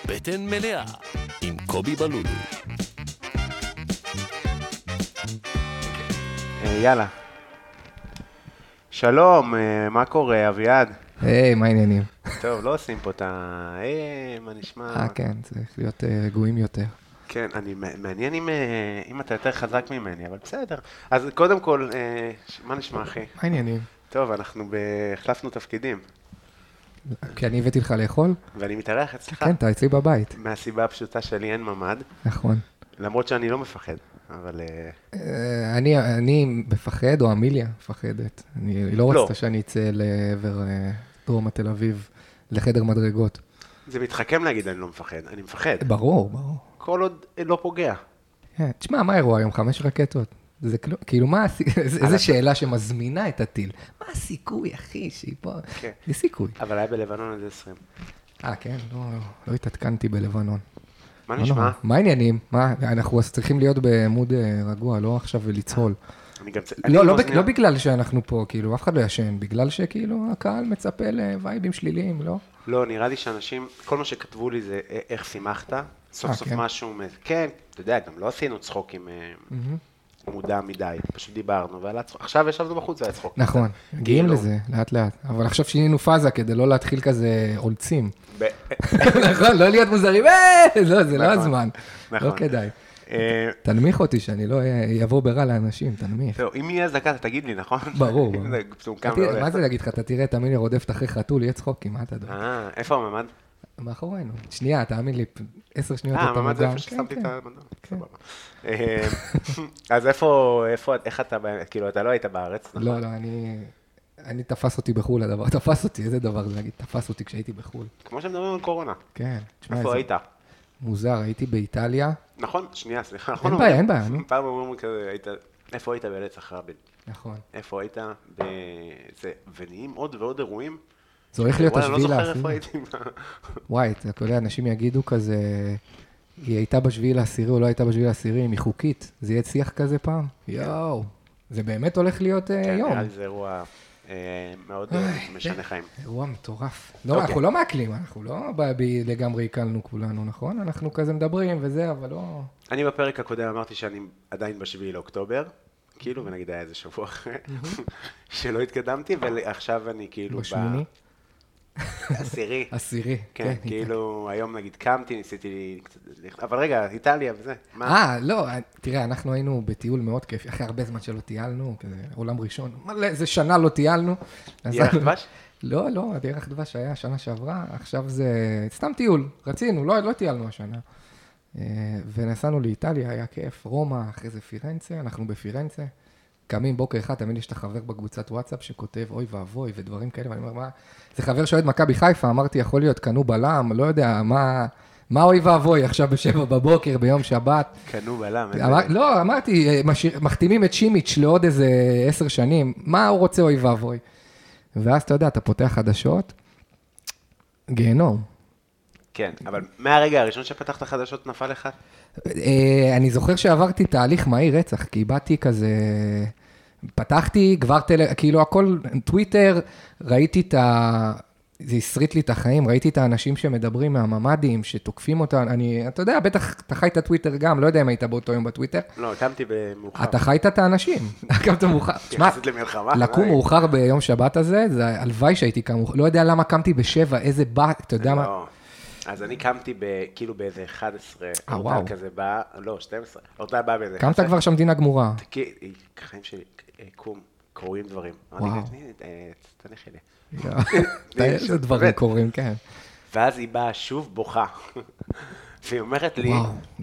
בטן מלאה עם קובי בלולו. יאללה. שלום, מה קורה, אביעד? היי, מה העניינים? טוב, לא עושים פה את ה... מה נשמע? כן, צריך להיות רגועים יותר. כן, מעניין אם אתה יותר חזק ממני, אבל בסדר. אז קודם כל, מה נשמע, אחי? מה העניינים? טוב, אנחנו החלפנו תפקידים. כי אני הבאתי לך לאכול? ואני מתארח אצלך. כן, אתה אצלי בבית. מהסיבה הפשוטה שלי אין ממ"ד. נכון. למרות שאני לא מפחד, אבל... אני מפחד, או אמיליה מפחדת. אני לא רצתה שאני אצא לעבר דרום תל אביב, לחדר מדרגות. זה מתחכם להגיד אני לא מפחד, אני מפחד. ברור, ברור. כל עוד לא פוגע. כן, תשמע, מה האירוע היום? 5 רקטות. זה כאילו, איזה שאלה שמזמינה את הטיל. מה הסיכוי, אחי, שהיא פה? זה סיכוי. אבל היה בלבנון עד 20. כן, לא התעדכנתי בלבנון. מה נשמע? מה העניינים? אנחנו צריכים להיות בעמוד רגוע, לא עכשיו לצהול. לא בגלל שאנחנו פה, כאילו, אף אחד לא ישן, בגלל שכאילו הקהל מצפה לווייבים שליליים, לא? לא, נראה לי שאנשים, כל מה שכתבו לי זה איך שימחת, סוף סוף משהו, כן, אתה יודע, גם לא עשינו צחוקים מודע מדי, פשוט דיברנו, עכשיו ישבנו בחוץ, זה היה צחוק. נכון, מגיעים לזה, לאט לאט, אבל עכשיו שינינו פאזה כדי לא להתחיל כזה עולצים. נכון, לא להיות מוזרים, לא, זה לא הזמן, לא כדאי. תנמיך אותי שאני לא יבוא ברע לאנשים, תנמיך. טוב, אם יהיה זקה, תגיד לי, נכון? ברור. מה זה להגיד לך, אתה תראה, תאמין לי, רודפת אחרי חתול, יהיה צחוקים, מה אתה יודע? איפה הממד? מאחורינו. שנייה, תאמין לי, 10 שניות אתה הממד זה איפה ששמתי את המדע. אז איך אתה, כאילו, אתה לא היית בארץ, נכון? לא, אני תפס אותי בחול הדבר, תפס אותי, איזה דבר זה להגיד, תפס אותי כשהייתי בחול. כמו שמדברים על קורונה. כן. איפה היית? מוזר, הייתי באיטליה. נכון, שנייה, סליחה. אין בעיה, נו. פעם אומרים כזה, איפה היית בארץ רבין? נכון. איפה היית ונהיים עוד ועוד אירועים? זה הולך להיות השביעי לעשירי. אני לא זוכר איפה הייתי. וואי, אתה יודע, אנשים יגידו כזה, היא הייתה בשביעי לעשירי או לא הייתה בשביעי לעשירי, היא חוקית. זה יהיה שיח כזה פעם? יואו, זה באמת הולך להיות יום. כן, נראה לי זה אירוע מאוד משנה חיים. אירוע מטורף. לא, אנחנו לא מעכלים, אנחנו לא לגמרי עיקלנו כולנו, נכון? אנחנו כזה מדברים וזה, אבל לא... אני בפרק הקודם אמרתי שאני עדיין בשביעי לאוקטובר, כאילו, ונגיד היה איזה שבוע אחרי, שלא התקדמתי, ועכשיו אני כאילו... בשמיני? עשירי. עשירי, כן. כאילו, היום נגיד קמתי, ניסיתי... אבל רגע, איטליה וזה. לא, תראה, אנחנו היינו בטיול מאוד כיף, אחרי הרבה זמן שלא טיילנו, כזה עולם ראשון, זה שנה לא טיילנו. ירח דבש? לא, ירח דבש היה שנה שעברה, עכשיו זה סתם טיול, רצינו, לא טיילנו השנה. ונסענו לאיטליה, היה כיף, רומא, אחרי זה פירנצה, אנחנו בפירנצה. קמים בוקר אחד, תמיד יש את החבר בקבוצת וואטסאפ שכותב אוי ואבוי ודברים כאלה, ואני אומר, מה? זה חבר שאוהד מכבי חיפה, אמרתי, יכול להיות, קנו בלם, לא יודע, מה אוי ואבוי עכשיו ב7 בבוקר, ביום שבת. קנו בלם. לא, אמרתי, מחתימים את שימיץ' לעוד איזה 10 שנים, מה הוא רוצה אוי ואבוי? ואז אתה יודע, אתה פותח חדשות, גיהנום. כן, אבל מהרגע הראשון שפתחת חדשות נפל לך? אני זוכר שעברתי תהליך מהיר רצח, כי באתי כזה, פתחתי, כבר כאילו הכל, טוויטר, ראיתי זה הסריט לי את החיים, ראיתי את האנשים שמדברים מהממדים, שתוקפים אותם, אתה יודע, בטח אתה חי את הטוויטר גם, לא יודע אם היית באותו יום בטוויטר. לא, קמתי במאוחר. אתה חי את האנשים, קמת מאוחר. תשמע, לקום מאוחר ביום שבת הזה, זה הלוואי שהייתי קם מאוחר, לא יודע למה קמתי ב7, איזה אתה יודע מה... אז אני קמתי כאילו באיזה 11, אותה כזה באה, לא, 12, אותה באה באיזה... קמת כבר שהמדינה גמורה. חיים שלי, קרויים דברים. וואו. תניחי לי. איזה דברים קורים, כן. ואז היא באה שוב בוכה, והיא אומרת לי,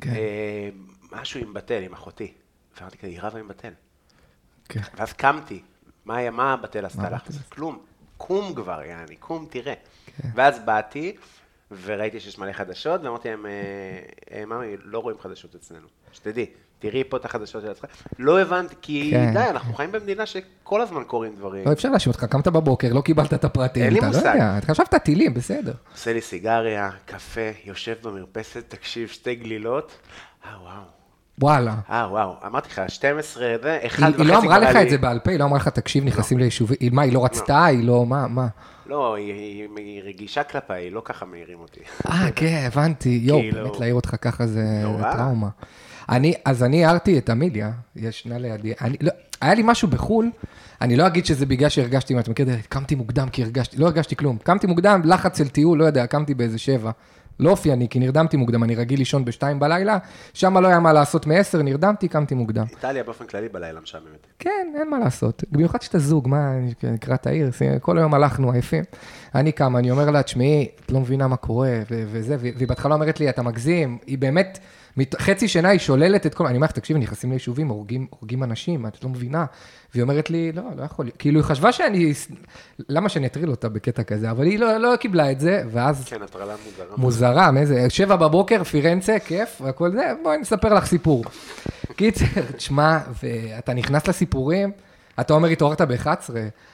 משהו עם בטל, עם אחותי. ואמרתי כזה, היא רבה עם בטל. ואז קמתי, מה הבטל עשתה לך? כלום, קום כבר, יעני, קום תראה. ואז באתי, וראיתי שיש מלא חדשות, ואמרתי להם, ממי, לא רואים חדשות אצלנו, שתדעי, תראי פה את החדשות של עצמך. לא הבנתי, כי די, אנחנו חיים במדינה שכל הזמן קוראים דברים. לא אפשר להשאיר אותך, קמת בבוקר, לא קיבלת את הפרטים, אין לי מושג. אתה חשבת טילים, בסדר. עושה לי סיגריה, קפה, יושב במרפסת, תקשיב, 2 גלילות, וואו. וואלה. וואו, אמרתי לך, 12, זה, 1.5 היא לא אמרה לך את זה בעל פה, היא לא אמרה לך, תקשיב, נכנסים ליישובים, מה, היא לא רצתה, היא לא, מה? לא, היא רגישה כלפיי, היא לא ככה מעירים אותי. כן, הבנתי. יו, באמת להעיר אותך ככה זה טראומה. אז אני הערתי את אמיליה, ישנה לידי. היה לי משהו בחול, אני לא אגיד שזה בגלל שהרגשתי, אם את מכירה, קמתי מוקדם כי הרגשתי, לא הרגשתי כלום. קמתי מוקדם, לחץ של טיול, לא יודע, קמתי באיזה 7. לא אופייני, כי נרדמתי מוקדם, אני רגיל לישון ב2 בלילה, שם לא היה מה לעשות מ10, נרדמתי, קמתי מוקדם. איטליה באופן כללי בלילה משעממת. כן, אין מה לעשות. במיוחד שאתה זוג, מה, נקרא את העיר, כל היום הלכנו עייפים. אני קם, אני אומר לה, תשמעי, את לא מבינה מה קורה, וזה, והיא בהתחלה אומרת לי, אתה מגזים, היא באמת, חצי שנה היא שוללת את כל, אני אומר לך, תקשיב, נכנסים ליישובים, הורגים אנשים, את לא מבינה, והיא אומרת לי, לא יכול, כאילו, היא חשבה למה שאני אטריל אותה בקטע כזה, אבל היא לא קיבלה את זה, ואז... כן, הטרלה מוזרה, מאיזה, 7 בבוקר, פירנצה, כיף, והכל זה, בואי נספר לך סיפור. קיצר, תשמע, ואתה נכנס לסיפורים, אתה אומר, התעוררת ב-11,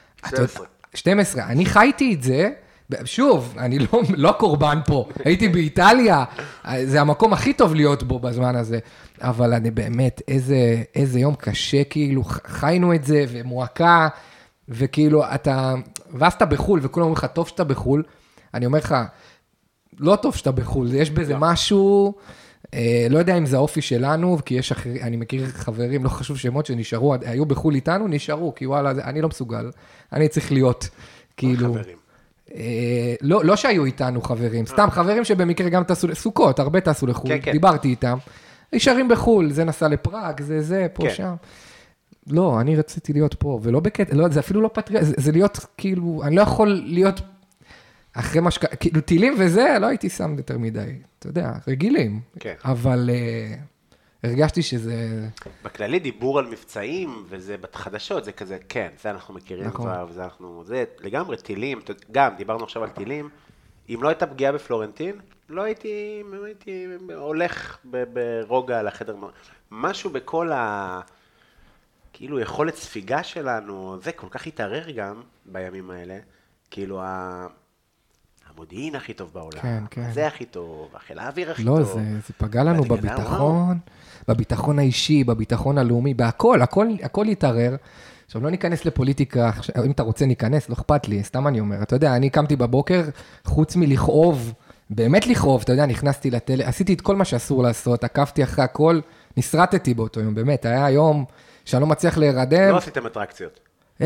12, אני חייתי את זה, שוב, אני לא קורבן פה, הייתי באיטליה, זה המקום הכי טוב להיות בו בזמן הזה, אבל אני באמת, איזה יום קשה, כאילו, חיינו את זה, ומועקה, וכאילו, ואז אתה בחול, וכולם אומרים לך, טוב שאתה בחול, אני אומר לך, לא טוב שאתה בחול, יש בזה משהו, לא יודע אם זה האופי שלנו, כי יש אני מכיר חברים, לא חשוב שמות שנשארו, היו בחול איתנו, נשארו, כי וואלה, אני לא מסוגל, אני צריך להיות, כאילו... לא שהיו איתנו חברים, סתם חברים שבמקרה גם טסו לסוכות, הרבה טסו לחול, דיברתי איתם, נשארים בחול, זה נסע לפראג, זה, פה, שם. לא, אני רציתי להיות פה, ולא בקטע, זה אפילו לא פטריוט, זה להיות, כאילו, אני לא יכול להיות אחרי כאילו, טילים וזה, לא הייתי שם יותר מדי, אתה יודע, רגילים, אבל הרגשתי שזה... בכללי דיבור על מבצעים, וזה בחדשות, זה כזה, כן, זה אנחנו מכירים כבר, וזה אנחנו, זה לגמרי טילים, גם דיברנו עכשיו על טילים, אם לא הייתה פגיעה בפלורנטין, לא הייתי הולך ברוגע לחדר, משהו בכל כאילו יכולת ספיגה שלנו, זה כל כך התערער גם בימים האלה, כאילו המודיעין הכי טוב בעולם, זה הכי טוב, החיל האוויר הכי טוב. לא, זה פגע לנו בביטחון, בביטחון האישי, בביטחון הלאומי, בהכל, הכל התערער. עכשיו, לא ניכנס לפוליטיקה, אם אתה רוצה ניכנס, לא אכפת לי, סתם אני אומר. אתה יודע, אני קמתי בבוקר, חוץ מלכאוב, באמת לכאוב, אתה יודע, נכנסתי עשיתי את כל מה שאסור לעשות, עקבתי אחרי הכל, נסרטתי באותו יום, באמת, היה יום שאני לא מצליח להירדם. לא עשיתם אטרקציות.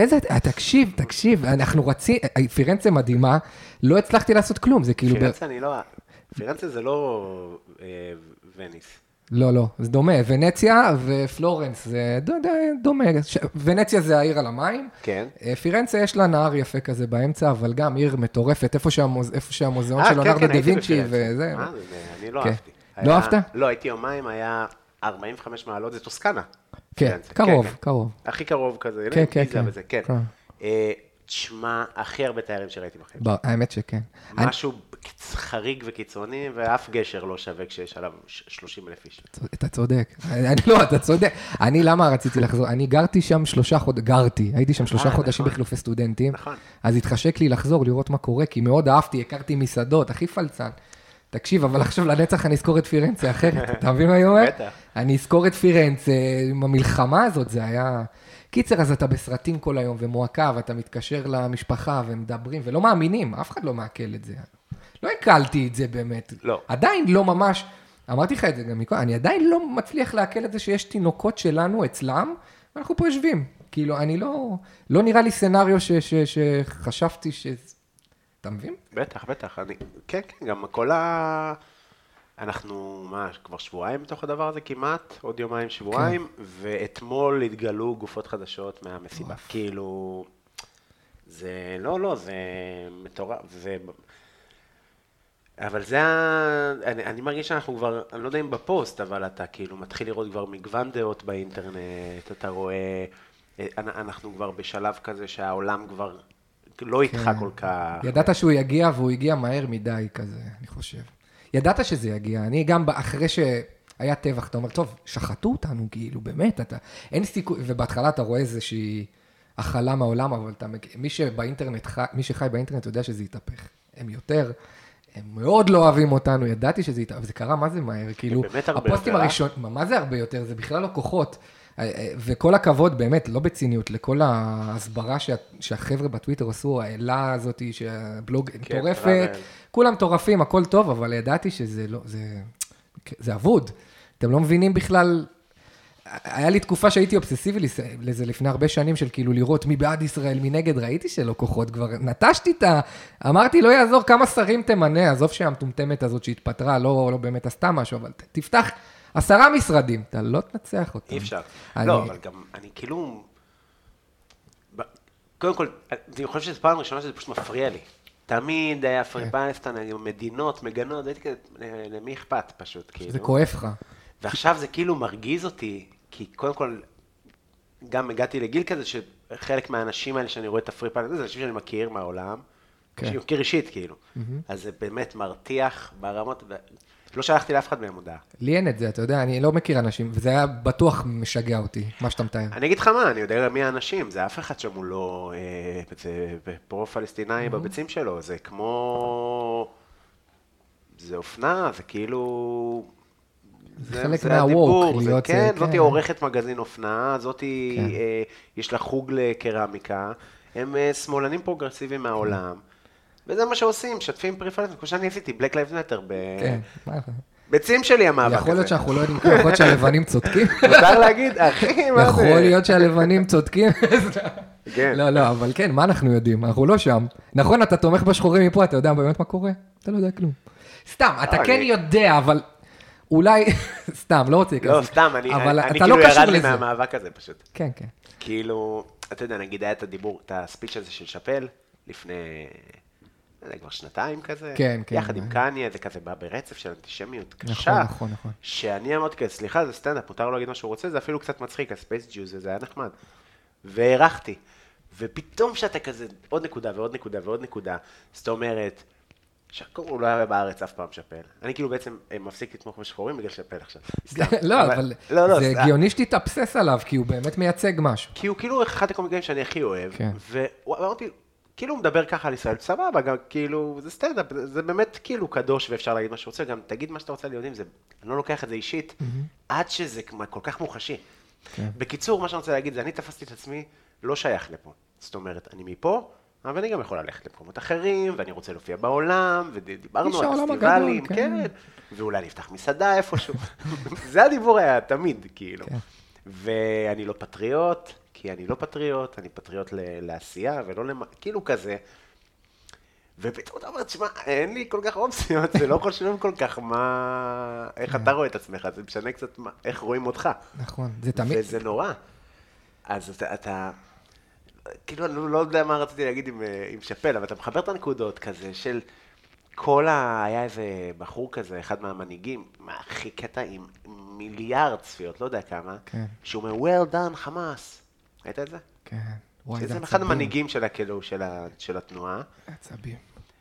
תקשיב, אנחנו רצים, פירנצה מדהימה, לא הצלחתי לעשות כלום, זה כאילו... פירנצה זה לא וניס. לא, זה דומה, ונציה ופלורנס, זה דומה, ונציה זה העיר על המים, כן. פירנצה יש לה נהר יפה כזה באמצע, אבל גם עיר מטורפת, איפה שהמוזיאון של ליאונרדו דה וינצ'י וזה. אני לא אהבתי. לא אהבת? לא, הייתי יומיים, היה 45 מעלות, זה טוסקנה. כן, קרוב. הכי קרוב כזה, כן. תשמע, הכי הרבה תיירים שראיתי בחיים. האמת שכן. משהו חריג וקיצוני, ואף גשר לא שווה כשיש עליו 30,000 איש. אתה צודק. אתה צודק. אני למה רציתי לחזור? אני גרתי שם 3 חודשים, הייתי שם 3 חודשים בחילופי סטודנטים. נכון. אז התחשק לי לחזור, לראות מה קורה, כי מאוד אהבתי, הכרתי מסעדות, הכי פלצן. תקשיב, אבל עכשיו לנצח אני אזכור את פירנצה אחרת. אתה מבין מה היא אומרת? בטח. אני אזכור את פירנצה, עם המלחמה הזאת, זה היה... קיצר, אז אתה בסרטים כל היום ומועקה, ואתה מתקשר למשפחה ומדברים, ולא מאמינים, אף אחד לא מעכל את זה. לא הקלתי את זה באמת. לא. עדיין לא ממש, אמרתי לך את זה גם מקודם, אני עדיין לא מצליח לעכל את זה שיש תינוקות שלנו אצלם, ואנחנו פה יושבים. כאילו, אני לא נראה לי סנריו שחשבתי אתה מבין? בטח. כן, גם אנחנו, כבר שבועיים בתוך הדבר הזה כמעט, עוד יומיים שבועיים, ואתמול התגלו גופות חדשות מהמסיבה. כאילו, זה, זה מטורף, אבל זה, אני מרגיש שאנחנו כבר, אני לא יודע אם בפוסט, אבל אתה כאילו מתחיל לראות כבר מגוון דעות באינטרנט, אתה רואה, אנחנו כבר בשלב כזה שהעולם כבר לא איתך כל כך. ידעת שהוא יגיע, והוא הגיע מהר מדי כזה, אני חושב. ידעת שזה יגיע, אני גם אחרי שהיה טבח, אתה אומר, טוב, שחטו אותנו, כאילו, באמת, אין סיכוי, ובהתחלה אתה רואה איזושהי החלה מהעולם, אבל מי שחי באינטרנט יודע שזה יתהפך. הם מאוד לא אוהבים אותנו, ידעתי שזה יתהפך, אבל זה קרה, מה זה מהר? כאילו, הפוסטים הראשון, מה זה הרבה יותר? זה בכלל לא כוחות. וכל הכבוד, באמת, לא בציניות, לכל ההסברה שהחבר'ה בטוויטר עשו, האלה הזאת, שהבלוג מטורפת, כולם מטורפים, הכל טוב, אבל ידעתי שזה לא, זה אבוד. אתם לא מבינים בכלל, היה לי תקופה שהייתי אובססיבי לזה לפני הרבה שנים, של כאילו לראות מי בעד ישראל, מי נגד, ראיתי שלא כוחות, כבר נטשתי אמרתי, לא יעזור כמה שרים תמנה, עזוב שהמטומטמת הזאת שהתפטרה, לא באמת עשתה משהו, אבל תפתח 10 משרדים, אתה לא תנצח אותם. אי אפשר. לא, אבל גם, אני כאילו, קודם כל, אני חושב שזו פעם ראשונה שזה פשוט מפריע לי. תמיד היה פרי פלסטין, היו מדינות, מגנות, הייתי כזה, למי אכפת פשוט, כאילו. זה כואב לך. ועכשיו זה כאילו מרגיז אותי, כי קודם כל, גם הגעתי לגיל כזה, שחלק מהאנשים האלה שאני רואה את הפרי פלסטין, זה אנשים שאני מכיר מהעולם, שאני מכיר אישית, כאילו. אז זה באמת מרתיח ברמות, לא שלחתי לאף אחד מהם הודעה. לי אין את זה, אתה יודע, אני לא מכיר אנשים, וזה היה בטוח משגע אותי, מה שאתה מתאר. אני אגיד לך מה, אני יודע מי האנשים, זה אף אחד שם הוא לא פרו-פלסטיני בביצים שלו, זה כמו, זה אופנה, זה כאילו, זה חלק מהווק, להיות זה, כן, זאתי עורכת מגזין אופנה, זאתי, יש לה חוג לקרמיקה, הם שמאלנים פרוגרסיביים מהעולם, וזה מה שעושים, שתפים פריפלסטין, כמו שאני עשיתי, Black Lives Matter, ביצים שלי המאבק הזה. יכול להיות שאנחנו לא יודעים, יכול להיות שהלבנים צודקים. מותר להגיד, אחי, מה זה? יכול להיות שהלבנים צודקים. לא, אבל כן, מה אנחנו יודעים? אנחנו לא שם. נכון, אתה תומך בשחורים מפה, אתה יודע באמת מה קורה? אתה לא יודע כלום. סתם, אתה כן יודע, אבל אולי, סתם, לא רוצה כזה. לא, סתם, אני כאילו ירד לי מהמאבק הזה פשוט. כן, כן. כאילו, אתה יודע, נגיד היה את הדיבור, את הספיץ' הזה של שאפל, לפני... זה כבר שנתיים כזה, כן, כן. יחד עם קניה, זה כזה בא ברצף של אנטישמיות קשה. נכון. שאני אמרתי כזה, סליחה, זה סטנדאפ, מותר לו להגיד מה שהוא רוצה, זה אפילו קצת מצחיק, הספייס ג'וז, זה היה נחמד. והערכתי. ופתאום שאתה כזה, עוד נקודה ועוד נקודה ועוד נקודה, זאת אומרת, הוא לא היה בארץ אף פעם שאפל. אני כאילו בעצם מפסיק לתמוך בשחורים בגלל שאפל עכשיו. לא, אבל זה הגיוני שתתאבסס עליו, כי הוא באמת מייצג משהו. כי הוא כאילו אחד הקומיקאים שאני הכי אוהב, ואמרתי, כאילו הוא מדבר ככה על ישראל, סבבה, גם כאילו, זה סטנדאפ, זה באמת כאילו קדוש ואפשר להגיד מה שרוצה, גם תגיד מה שאתה רוצה ליהודים, אני לא לוקח את זה אישית, עד שזה כל כך מוחשי. בקיצור, מה שאני רוצה להגיד זה, אני תפסתי את עצמי, לא שייך לפה. זאת אומרת, אני מפה, אבל אני גם יכול ללכת למקומות אחרים, ואני רוצה להופיע בעולם, ודיברנו על פסטיבלים, כן, ואולי נפתח מסעדה איפשהו. זה הדיבור היה תמיד, כאילו. ואני לא פטריוט, כי אני לא פטריוט, אני פטריוט לעשייה, ולא כאילו כזה. ופתאום אתה אומר, תשמע, אין לי כל כך אופציות, ולא חושבים כל כך איך אתה רואה את עצמך, זה משנה קצת איך רואים אותך. נכון, זה תמיד. וזה נורא. אז אתה, כאילו, אני לא יודע מה רציתי להגיד עם שאפל, אבל אתה מחבר את הנקודות כזה של היה איזה בחור כזה, אחד מהמנהיגים, הכי קטע עם מיליארד צפיות, לא יודע כמה, שהוא אומר, well done, חמאס. ראית את זה? כן. זה אחד המנהיגים של הכאילו, של התנועה. עצבים.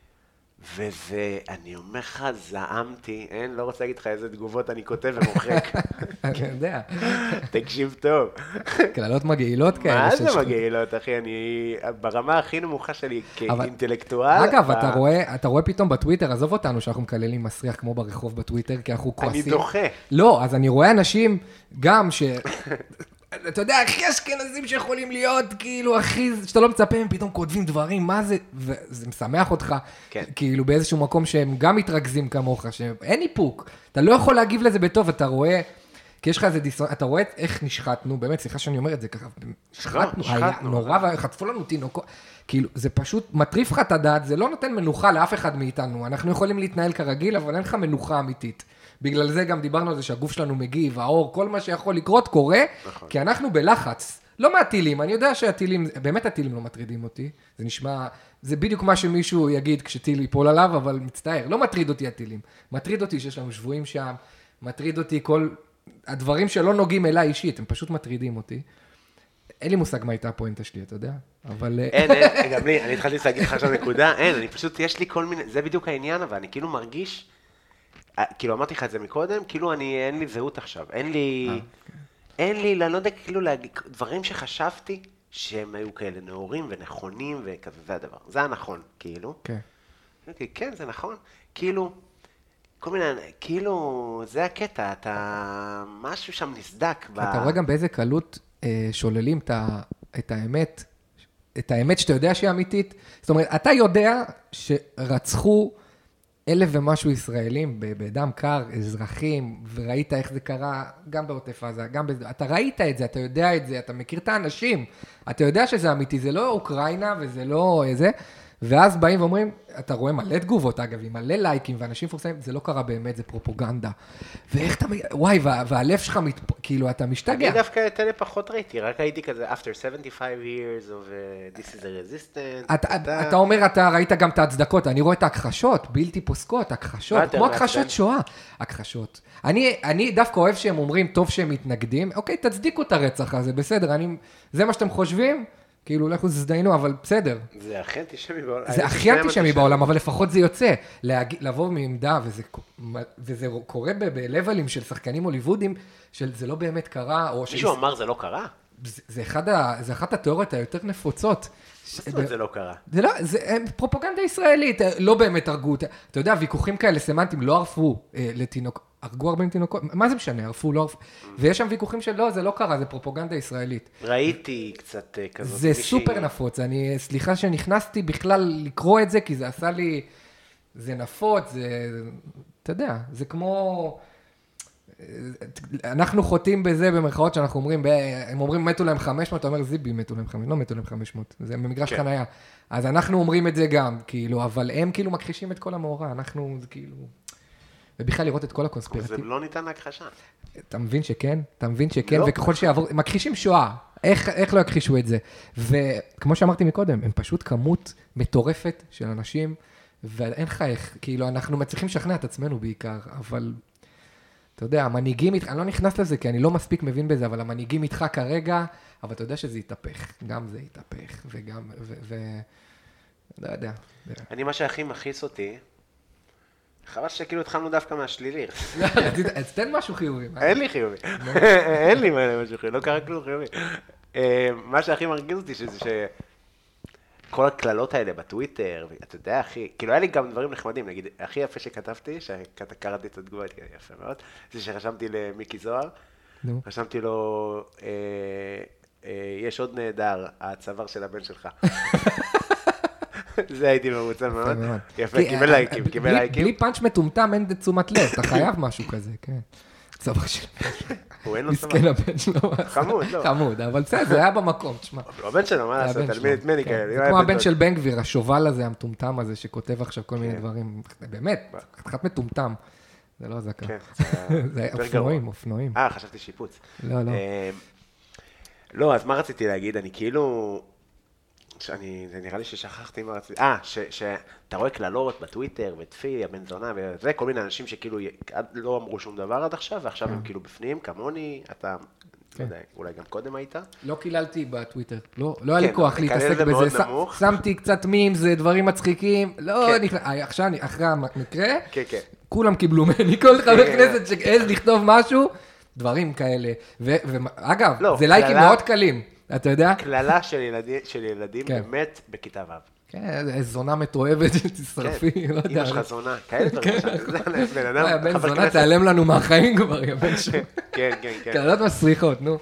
וזה, אני אומר לך, זעמתי, לא רוצה להגיד לך איזה תגובות אני כותב ומוחק. אני יודע. תקשיב טוב. כללות מגעילות כאלה. מה זה מגעילות, אחי? אני ברמה הכי נמוכה שלי כאינטלקטואל. אגב, אתה רואה פתאום בטוויטר, עזוב אותנו שאנחנו מקללים מסריח כמו ברחוב בטוויטר, כי אנחנו כועסים. אני דוחה. לא, אז אני רואה אנשים גם אתה יודע, הכי אשכנזים שיכולים להיות, כאילו, הכי, שאתה לא מצפה, הם פתאום כותבים דברים, מה זה, וזה משמח אותך, כאילו, באיזשהו מקום שהם גם מתרכזים כמוך, שאין איפוק, אתה לא יכול להגיב לזה בטוב, אתה רואה, כי יש לך איזה דיסון, אתה רואה איך נשחטנו, באמת, סליחה שאני אומר את זה ככה, נשחטנו, היה נורא, וחטפו לנו תינוקות, כאילו, זה פשוט מטריף לך את הדעת, זה לא נותן מנוחה לאף אחד מאיתנו, אנחנו יכולים להתנהל כרגיל, אבל אין לך מנוחה אמיתית. בגלל זה גם דיברנו על זה שהגוף שלנו מגיב, האור, כל מה שיכול לקרות קורה, כי אנחנו בלחץ. לא מהטילים, אני יודע שהטילים, באמת הטילים לא מטרידים אותי, זה נשמע, זה בדיוק מה שמישהו יגיד כשטיל ייפול עליו, אבל מצטער, לא מטריד אותי הטילים. מטריד אותי שיש לנו שבועים שם, מטריד אותי כל הדברים שלא נוגעים אליי אישית, הם פשוט מטרידים אותי. אין לי מושג מה הייתה הפואנטה שלי, אתה יודע, אבל... אין, גם לי, אני התחלתי להגיד לך עכשיו נקודה, אני פשוט, יש לי כל מיני, זה בדיוק העניין, אבל אני כאילו מרגיש, כאילו אמרתי לך את זה מקודם, כאילו אין לי זהות עכשיו, אין לי, אני לא יודע, כאילו דברים שחשבתי שהם היו כאלה נאורים ונכונים וכזה, זה הדבר, זה הנכון, כאילו. כן, זה נכון, כאילו, כל מיני, כאילו, זה הקטע, אתה, משהו שם נסדק. אתה רואה גם באיזה קלות שוללים את האמת, את האמת שאתה יודע שהיא אמיתית. זאת אומרת, אתה יודע שרצחו 1,000 ומשהו ישראלים בדם קר, אזרחים, וראית איך זה קרה גם בעוטף עזה, גם אתה ראית את זה, אתה יודע את זה, אתה מכיר את האנשים, אתה יודע שזה אמיתי, זה לא אוקראינה וזה לא זה, ואז באים ואומרים, אתה רואה מלא תגובות, אגב, עם מלא לייקים, ואנשים פורסמים, זה לא קרה באמת, זה פרופוגנדה. ואיך אתה, וואי, והלב שלך, כאילו, אתה משתגע. אני דווקא את אלה פחות ראיתי, רק הייתי כזה, after 75 years of this is a resistance. אתה אומר, אתה ראית גם את ההצדקות, אני רואה את ההכחשות, בלתי פוסקות, הכחשות, כמו הכחשות שואה, הכחשות. אני דווקא אוהב שהם אומרים, טוב שהם מתנגדים, אוקיי, תצדיקו את הרצח הזה, בסדר, זה מה שאתם חושבים, כאילו, לכו זדיינו, אבל בסדר. זה הכי אנטישמי בעולם. זה הכי אנטישמי בעולם, אבל לפחות זה יוצא. לבוא מעמדה, וזה קורה בלבלים של שחקנים הוליוודים, שזה לא באמת קרה, או... מישהו אמר זה לא קרה? זה אחת התיאוריות היותר נפוצות. זה לא קרה. זה פרופוגנדה ישראלית, לא באמת הרגו אותה. אתה יודע, ויכוחים כאלה סמנטיים לא ערפו לתינוק, הרגו 40 תינוקות, מה זה משנה, ערפו, לא ערפו. ויש שם ויכוחים של לא, זה לא קרה, זה פרופוגנדה ישראלית. ראיתי קצת כזאת. זה סופר נפוץ, סליחה שנכנסתי בכלל לקרוא את זה, כי זה עשה לי, זה נפוץ, אתה יודע, זה כמו... אנחנו חוטאים בזה במרכאות שאנחנו אומרים, הם אומרים מתו להם 500, אתה אומר זיבי מתו להם 500, לא מתו להם 500, זה במגרש חניה. אז אנחנו אומרים את זה גם, כאילו, אבל הם כאילו מכחישים את כל המאורע, אנחנו כאילו, ובכלל לראות את כל הקונספירטיב. זה לא ניתן להכחשה. אתה מבין שכן? אתה מבין שכן? וככל שיעבור, מכחישים שואה, איך לא יכחישו את זה? וכמו שאמרתי מקודם, הם פשוט כמות מטורפת של אנשים, ואין לך איך, כאילו, אנחנו מצליחים לשכנע את עצמנו בעיקר, אבל... אתה יודע, המנהיגים איתך, אני לא נכנס לזה כי אני לא מספיק מבין בזה, אבל המנהיגים איתך כרגע, אבל אתה יודע שזה יתהפך, גם זה יתהפך, וגם, לא יודע. אני מה שהכי מכעיס אותי, חבל שכאילו התחלנו דווקא מהשלילי. אז תן משהו חיובי. אין לי חיובי, אין לי משהו חיובי, לא קרה כלום חיובי. מה שהכי מרגיז אותי שזה כל הכללות האלה בטוויטר, אתה יודע, כאילו היה לי גם דברים נחמדים, נגיד, הכי יפה שכתבתי, שקראתי את התגובה, יפה מאוד, זה שרשמתי למיקי זוהר, רשמתי לו, יש עוד נהדר, הצוואר של הבן שלך. זה הייתי מרוצה מאוד. יפה, קיבל לייקים, קיבל לייקים. בלי פאנץ' מטומטם אין תשומת לב, אתה חייב משהו כזה, כן. צוואר של הבן שלך. הוא אין לו צוואר. מסכן הבן שלו. חמוד, לא. חמוד, אבל זה היה במקום, תשמע. הבן שלו, מה לעשות, תלמיד את מני כאלה. זה כמו הבן של בן גביר, השובל הזה, המטומטם הזה, שכותב עכשיו כל מיני דברים. באמת, חתיכת מטומטם. זה לא הזקה. זה אופנועים. חשבתי שיפוץ. לא, לא. לא, אז מה רציתי להגיד? אני כאילו... זה נראה לי ששכחתי מה רציתי... שאתה רואה כללות בטוויטר, וטפי, הבן זונה, וזה, כל מיני אנשים שכאילו לא אמרו שום דבר עד עכשיו, ועכשיו הם כאילו בפנים, כמוני, אתה, לא יודע, אולי גם קודם היית. לא קיללתי בטוויטר, לא היה לי כוח להתעסק בזה, שמתי קצת מימס, דברים מצחיקים, לא, עכשיו, אחרי המקרה, כולם קיבלו ממני, כל חבר כנסת שהעז לכתוב משהו, דברים כאלה, ואגב, זה לייקים מאוד קלים. אתה יודע? כללה של ילדים באמת בכיתה ו'. כן, איזו זונה מתועבת שתשרפי, לא יודע. אמא שלך זונה, כאלה דברים. זה בן אדם, בן זונה, תעלם לנו מהחיים כבר, יא בן שם. כן, כן, כן. כללות מסריחות, נו.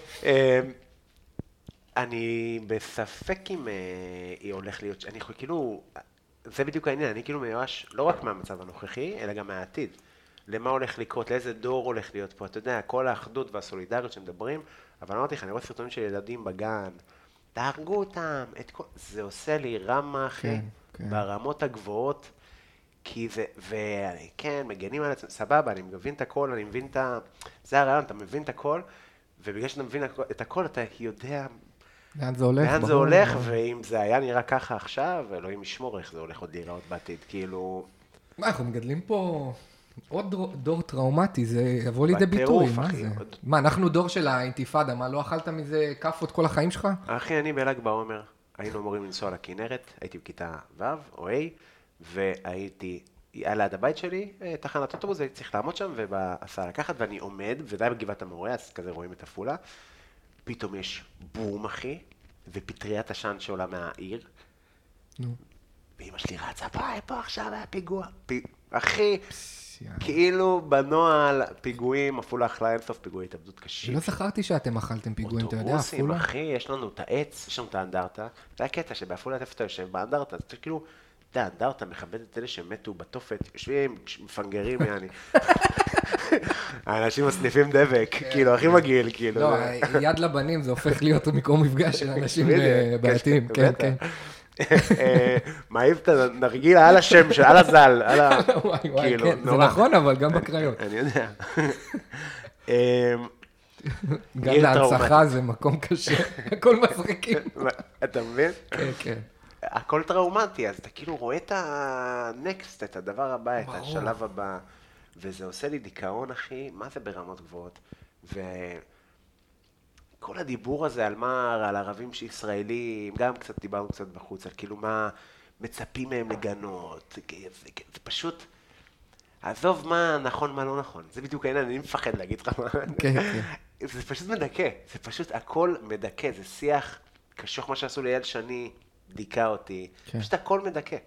אני בספק אם היא הולך להיות, אני כאילו, זה בדיוק העניין, אני כאילו מיואש לא רק מהמצב הנוכחי, אלא גם מהעתיד. למה הולך לקרות, לאיזה דור הולך להיות פה, אתה יודע, כל האחדות והסולידריות שמדברים, אבל אמרתי לך, אני רואה סרטונים של ילדים בגן, תהרגו אותם, זה עושה לי רמה, אחי, ברמות הגבוהות, כי זה, וכן, מגנים על עצמם, סבבה, אני מבין את הכל, אני מבין את זה הרעיון, אתה מבין את הכל, ובגלל שאתה מבין את הכל, אתה יודע לאן זה הולך, לאן זה הולך, ואם זה היה נראה ככה עכשיו, אלוהים ישמור איך זה הולך עוד להיראות בעתיד, כאילו... מה, אנחנו מגדלים פה... עוד דור טראומטי, זה יבוא לידי ביטוי, מה זה? מה, אנחנו דור של האינתיפאדה, מה, לא אכלת מזה כפות כל החיים שלך? אחי, אני בל"ג בעומר, היינו אמורים לנסוע לכנרת, הייתי בכיתה ו' או ה', והייתי, היה ליד הבית שלי, תחנת אוטובוס, הייתי צריך לעמוד שם ובהסעה לקחת, ואני עומד, וזה היה בגבעת המורה, אז כזה רואים את עפולה, פתאום יש בום, אחי, ופטריית עשן שעולה מהעיר, ואמא שלי רצה, פה עכשיו היה פיגוע, אחי, כאילו בנועל פיגועים, אפולה אכלה אינסוף פיגועי התאבדות קשים. לא זכרתי שאתם אכלתם פיגועים, אתה יודע, אוטובוסים, אחי, יש לנו את העץ, יש לנו את האנדרטה, זה הקטע שבאפולה איפה אתה יושב, באנדרטה, אתה כאילו, אתה יודע, האנדרטה מכבד את אלה שמתו בתופת, יושבים, מפנגרים, יעני. האנשים מסניפים דבק, כאילו, הכי מגעיל, כאילו. לא, יד לבנים זה הופך להיות מקום מפגש של אנשים בעייתיים, כן, כן. מעיב את הנרגילה על השם, על הזל, על ה... כאילו, זה נכון, אבל גם בקריות. אני יודע. גם להנצחה זה מקום קשה, הכל מזריקים. אתה מבין? כן, כן. הכל טראומטי, אז אתה כאילו רואה את הנקסט, את הדבר הבא, את השלב הבא, וזה עושה לי דיכאון, אחי, מה זה ברמות גבוהות? כל הדיבור הזה על מה, על ערבים שישראלים, גם קצת דיברנו קצת בחוץ, על כאילו מה מצפים מהם לגנות, זה פשוט, עזוב מה נכון, מה לא נכון, זה בדיוק העניין, אני מפחד להגיד לך מה, זה פשוט מדכא, זה פשוט הכל מדכא, זה שיח קשוח, מה שעשו ליד שני, דיכא אותי, פשוט הכל מדכא.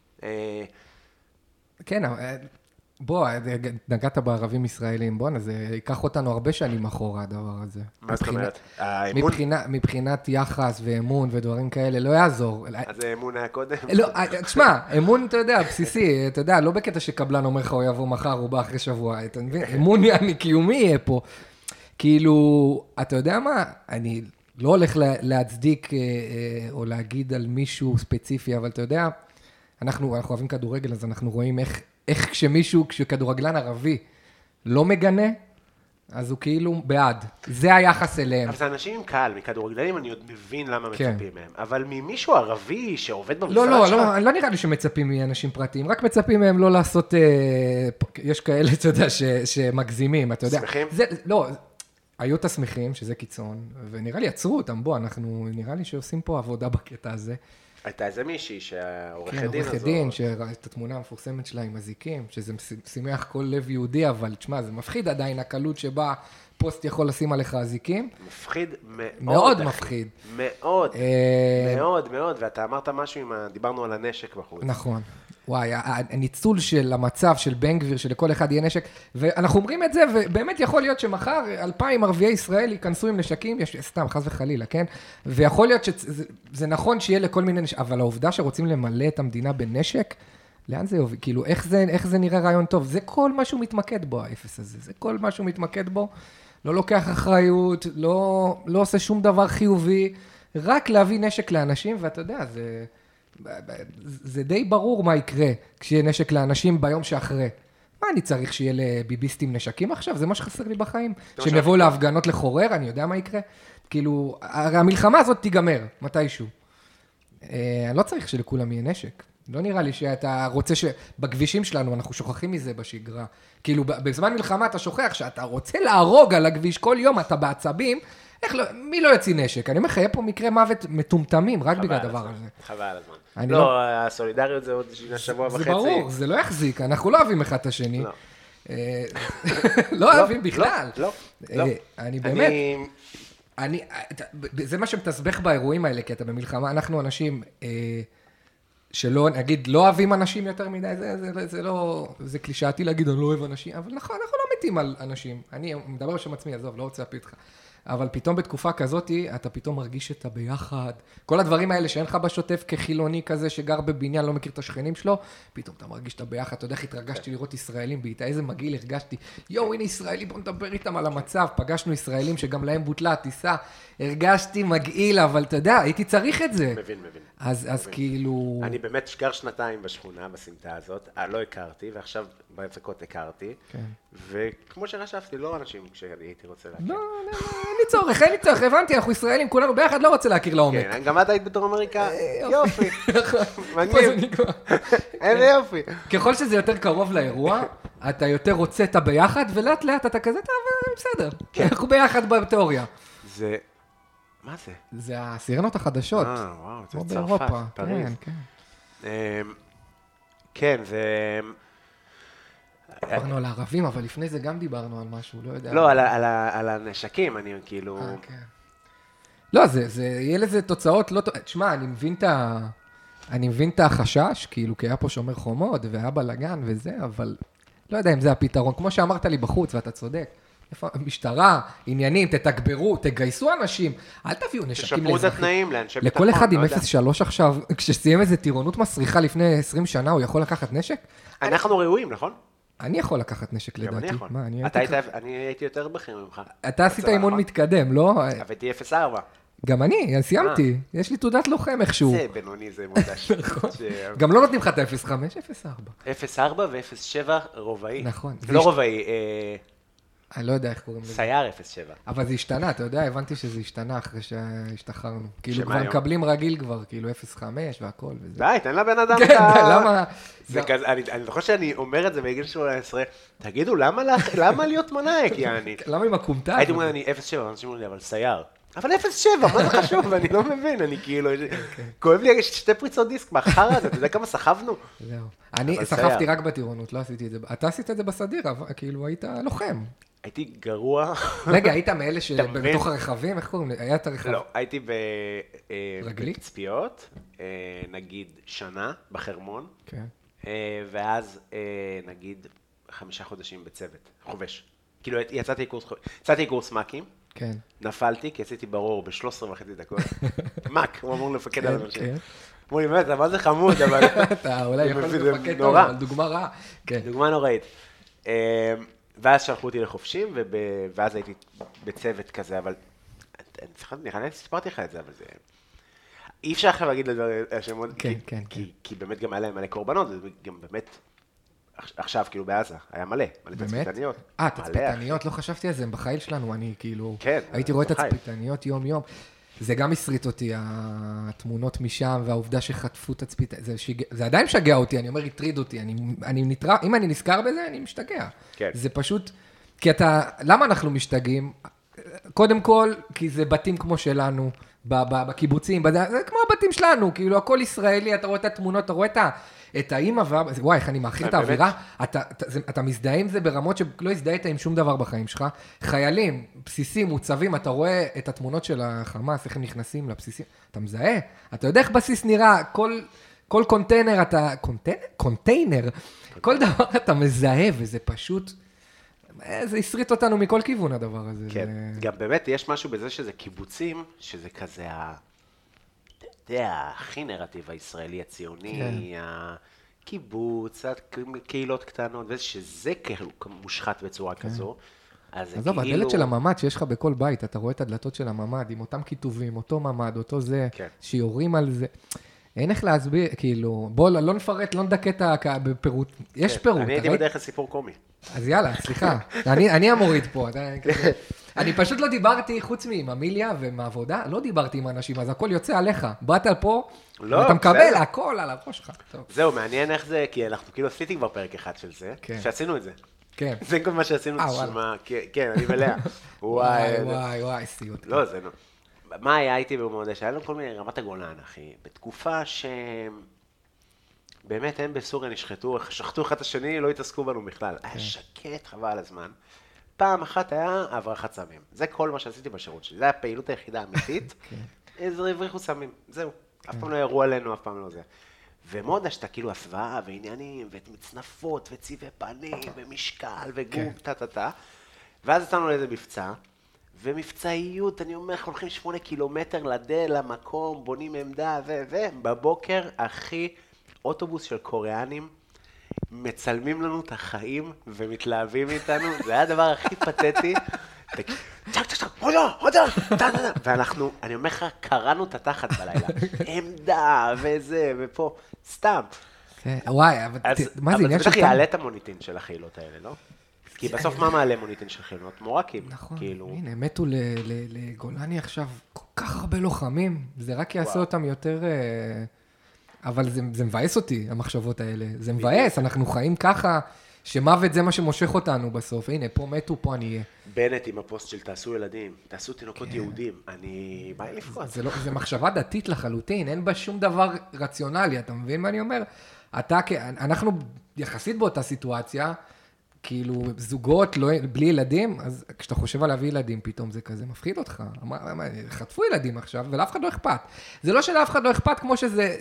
כן, בוא, נגעת בערבים ישראלים, בוא, זה ייקח אותנו הרבה שנים אחורה, הדבר הזה. מה זאת אומרת? האמון? מבחינת יחס ואמון ודברים כאלה, לא יעזור. אז האמון היה קודם? לא, תשמע, אמון, אתה יודע, בסיסי, אתה יודע, לא בקטע שקבלן אומר לך, הוא יבוא מחר, הוא בא אחרי שבוע, אתה מבין? אמון קיומי יהיה פה. כאילו, אתה יודע מה? אני לא הולך להצדיק או להגיד על מישהו ספציפי, אבל אתה יודע, אנחנו אוהבים כדורגל, אז אנחנו רואים איך כשכדורגלן ערבי לא מגנה, אז הוא כאילו בעד. זה היחס אליהם. אבל זה אנשים עם קהל, מכדורגלנים אני עוד מבין למה מצפים מהם. אבל ממישהו ערבי שעובד במשרד שלך... לא נראה לי שמצפים מאנשים פרטיים, רק מצפים מהם לא לעשות... יש כאלה, אתה יודע, שמגזימים, אתה יודע. שמחים? לא, היו את השמחים, שזה קיצון, ונראה לי עצרו אותם, בוא, נראה לי שעושים פה עבודה בקטע הזה. הייתה איזה מישהי שהעורכת דין הזו... כן, עורכת דין, שראה את התמונה המפורסמת שלה עם הזיקים, שזה שימח כל לב יהודי, אבל תשמע, זה מפחיד עדיין הקלות שבה פוסט יכול לשים עליך הזיקים. מפחיד מאוד. מאוד מפחיד. מאוד, מאוד, מאוד, ואתה אמרת משהו, דיברנו על הנשק בחוץ. נכון. וואי, הניצול של המצב של בן גביר, שלכל אחד יהיה נשק, ואנחנו אומרים את זה, ובאמת יכול להיות שמחר 2,000 ערביי ישראל ייכנסו עם נשקים, יש סתם, חס וחלילה, כן? ויכול להיות שזה נכון שיהיה לכל מיני נשק, אבל העובדה שרוצים למלא את המדינה בנשק, לאן זה יוביל? כאילו, איך זה נראה רעיון טוב? זה כל מה שהוא מתמקד בו, האפס הזה, זה כל מה שהוא מתמקד בו, לא לוקח אחריות, לא עושה שום דבר חיובי, רק להביא נשק לאנשים, ואתה יודע, זה די ברור מה יקרה כשיהיה נשק לאנשים ביום שאחרי. מה אני צריך שיהיה לביביסטים נשקים עכשיו? זה מה שחסר לי בחיים. שהם יבואו להפגנות לחורר, אני יודע מה יקרה. כאילו, הרי המלחמה הזאת תיגמר, מתישהו. אני לא צריך שלכולם יהיה נשק. לא נראה לי שאתה רוצה שבכבישים שלנו, אנחנו שוכחים מזה בשגרה. כאילו, בזמן מלחמה אתה שוכח שאתה רוצה להרוג על הכביש כל יום, אתה בעצבים, מי לא יוציא נשק? אני אומר לך, יהיה פה מקרה מוות מטומטמים, רק בגלל הדבר הזה. חבל על הזמן. לא, הסולידריות זה עוד שבוע וחצי. זה ברור, זה לא יחזיק, אנחנו לא אוהבים אחד את השני. לא אוהבים בכלל. לא. אני באמת, זה מה שמתסבך באירועים האלה, כי אתה במלחמה, אנחנו אנשים שלא, נגיד, לא אוהבים אנשים יותר מדי, זה לא, זה קלישאתי להגיד, אני לא אוהב אנשים, אבל נכון, אנחנו לא מתים על אנשים. אני מדבר בשם עצמי, עזוב, לא רוצה להפיל אותך. אבל פתאום בתקופה כזאת, אתה פתאום מרגיש את הביחד. כל הדברים האלה שאין לך בשוטף כחילוני כזה, שגר בבניין, לא מכיר את השכנים שלו, פתאום אתה מרגיש את הביחד. אתה יודע איך התרגשתי לראות ישראלים באיתה, איזה מגעיל הרגשתי. הנה ישראלי, בוא נדבר איתם על המצב. פגשנו ישראלים שגם להם בוטלה הטיסה. הרגשתי מגעיל, אבל אתה יודע, הייתי צריך את זה. מבין. אז כאילו... אני באמת גר שנתיים בשכונה, בסמטה הזאת, לא הכרתי, ועכשיו בהפסקות הכרתי, וכמו שחשבתי, לא אנשים שהייתי רוצה להכיר. לא, אין לי צורך, הבנתי, אנחנו ישראלים, כולנו ביחד, לא רוצה להכיר לעומק. כן, גם את היית בתור אמריקה, יופי, מגניב, איזה יופי. ככל שזה יותר קרוב לאירוע, אתה יותר רוצה את הביחד, ולאט לאט אתה כזה, טוב, בסדר, אנחנו ביחד בתיאוריה. זה... מה זה? זה הסירנות החדשות. וואו, זה צרפת, פריז. כן, זה... דיברנו על הערבים, אבל לפני זה גם דיברנו על משהו, לא יודע. לא, על הנשקים, אני כאילו... לא, זה יהיה לזה תוצאות לא... תשמע, אני מבין את החשש, כאילו, כי היה פה שומר חומות, והיה בלגן וזה, אבל לא יודע אם זה הפתרון. כמו שאמרת לי בחוץ, ואתה צודק. איפה משטרה, עניינים, תתגברו, תגייסו אנשים, אל תביאו נשקים תשפרו את התנאים לאנשי ביטחון. לכל אחד עם 0.3 עכשיו, כשסיים איזה טירונות מסריחה לפני 20 שנה, הוא יכול לקחת נשק? אנחנו ראויים, נכון? אני יכול לקחת נשק לדעתי. גם אני יכול. אני הייתי יותר בכיר ממך. אתה עשית אימון מתקדם, לא? עבדתי 0.4. גם אני סיימתי. יש לי תעודת לוחם איכשהו. זה בינוני, זה מודש. גם לא נותנים לך את ה-0.5, 0.4. 0.4 ו-0.7 רובעי. נכון. לא רובעי. אני לא יודע איך קוראים לזה. סייר 0.7. אבל זה השתנה, אתה יודע, הבנתי שזה השתנה אחרי שהשתחררנו. כאילו כבר מקבלים רגיל כבר, כאילו 0.5 והכל. די, תן לבן אדם את ה... למה? אני זוכר שאני אומר את זה בגיל 18, תגידו, למה להיות מנהיג, יעני? למה עם הקומטה? הייתי אומר, אני 0.7, אנשים אומרים לי, אבל סייר. אבל 0.7, מה זה חשוב? אני לא מבין, אני כאילו, כואב לי 2 פריצות דיסק מהחרא הזה, אתה יודע כמה סחבנו? זהו. אני סחבתי רק בטירונות, לא עשיתי את זה. אתה עשית את זה בסדיר, כאילו היית לוחם. הייתי גרוע. רגע, היית מאלה שבתוך הרכבים? איך קוראים? היה את הרכב? לא, הייתי בתצפיות, נגיד שנה בחרמון, ואז נגיד 5 חודשים בצוות, חובש. כאילו יצאתי קורס מקים, נפלתי, כי עשיתי ברור ב-13.5 דקות. מק, הוא אמור לפקד על אנשים. אמרו לי, באמת, מה זה חמוד, אבל... אתה אולי יכול לפקד טוב, אבל דוגמה רעה. דוגמה נוראית. ואז שלחו אותי לחופשים, ואז הייתי בצוות כזה, אבל... נראה לי סיפרתי לך את זה, אבל זה... אי אפשר עכשיו להגיד לדבר השמות, כי באמת גם היה להם מלא קורבנות, וגם באמת... עכשיו, כאילו בעזה, היה מלא תצפיתניות. תצפיתניות, לא חשבתי על זה, הם בחיל שלנו, אני כאילו... הייתי רואה את התצפיתניות יום-יום. זה גם הסריט אותי, התמונות משם, והעובדה שחטפו תצפיתניות, זה עדיין משגע אותי, אני אומר, הטריד אותי, אם אני נזכר בזה, אני משתגע. זה פשוט, כי למה אנחנו משתגעים? קודם כל, כי זה בתים כמו שלנו, בקיבוצים, זה כמו הבתים שלנו, כאילו הכל ישראלי, אתה רואה את התמונות, אתה רואה את האמא, וואי, איך אני מאכיל את האווירה, אתה מזדהה עם זה ברמות שלא הזדהית עם שום דבר בחיים שלך, חיילים, בסיסים, מוצבים, אתה רואה את התמונות של החמאס, איך הם נכנסים לבסיסים, אתה מזהה, אתה יודע איך בסיס נראה, כל קונטיינר, קונטיינר, כל דבר אתה מזהה, וזה פשוט... זה הסריט אותנו מכל כיוון הדבר הזה. כן, גם באמת יש משהו בזה שזה קיבוצים, שזה כזה, אתה יודע, הכי נרטיב הישראלי הציוני, הקיבוץ, קהילות קטנות, ושזה כאילו מושחת בצורה כזו. עזוב, הדלת של הממד שיש לך בכל בית, אתה רואה את הדלתות של הממד, עם אותם כיתובים, אותו ממד, אותו זה, שיורים על זה. אין איך להסביר, כאילו, בוא, לא נפרט, לא נדקה בפירוט, יש פירוט. אני הייתי בדרך לסיפור קומי. אז יאללה, סליחה, אני המוריד פה, אני פשוט לא דיברתי, חוץ עם אמיליה ומעבודה, לא דיברתי עם אנשים, אז הכל יוצא עליך, באת פה, ואתה מקבל הכל על הראש שלך. זהו, מעניין איך זה, כי אנחנו כאילו עשיתי כבר פרק אחד של זה, שעשינו את זה. כן. זה כל מה שעשינו, כן, אני ולאה. וואי, סיוט. לא, זה לא. מה היה איתי במועדה? שהיה לנו כל מיני רמת הגולן, אחי, בתקופה באמת הם בסוריה נשחטו, שחטו אחד השני, לא התעסקו בנו בכלל. היה שקט, חבל הזמן. פעם אחת היה הברחת סמים. זה כל מה שעשיתי בשירות שלי. זה היה הפעילות היחידה האמיתית. איזה הבריחו סמים. זהו. אף פעם לא ירו עלינו, אף פעם לא זה. ומודה שאתה כאילו הסוואה ועניינים, ומצנפות, וצבעי פנים, ומשקל, וגוף, טה. ואז יצאנו לאיזה מבצע. ומבצעיות, אני אומר, הולכים 8 קילומטר למקום, בונים עמדה, ובבוקר, אחי, אוטובוס של קוריאנים, מצלמים לנו את החיים ומתלהבים איתנו, זה היה הדבר הכי פתטי. צ'ק, הודה, ואנחנו, אני אומר לך, קראנו את התחת בלילה. עמדה וזה, ופה, סתם. וואי, אבל מה זה עניין של... אבל זה יעלה את המוניטין של החילות האלה, לא? כי בסוף מה מעלה מוניטין של חילות? מורקים. נכון, הנה, מתו לגולני עכשיו כל כך הרבה לוחמים, זה רק יעשה אותם יותר... אבל זה מבאס אותי, המחשבות האלה. זה מבאס, אנחנו חיים ככה, שמוות זה מה שמושך אותנו בסוף. הנה, פה מתו, פה אני אהיה. בנט עם הפוסט של תעשו ילדים, תעשו תינוקות יהודים. אני בא לפחות. זה מחשבה דתית לחלוטין, אין בה שום דבר רציונלי, אתה מבין מה אני אומר? אנחנו יחסית באותה סיטואציה, כאילו זוגות בלי ילדים, אז כשאתה חושב על להביא ילדים, פתאום זה כזה מפחיד אותך. חטפו ילדים עכשיו, ולאף אחד לא אכפת. זה לא שלאף אחד לא אכפת כמו שזה...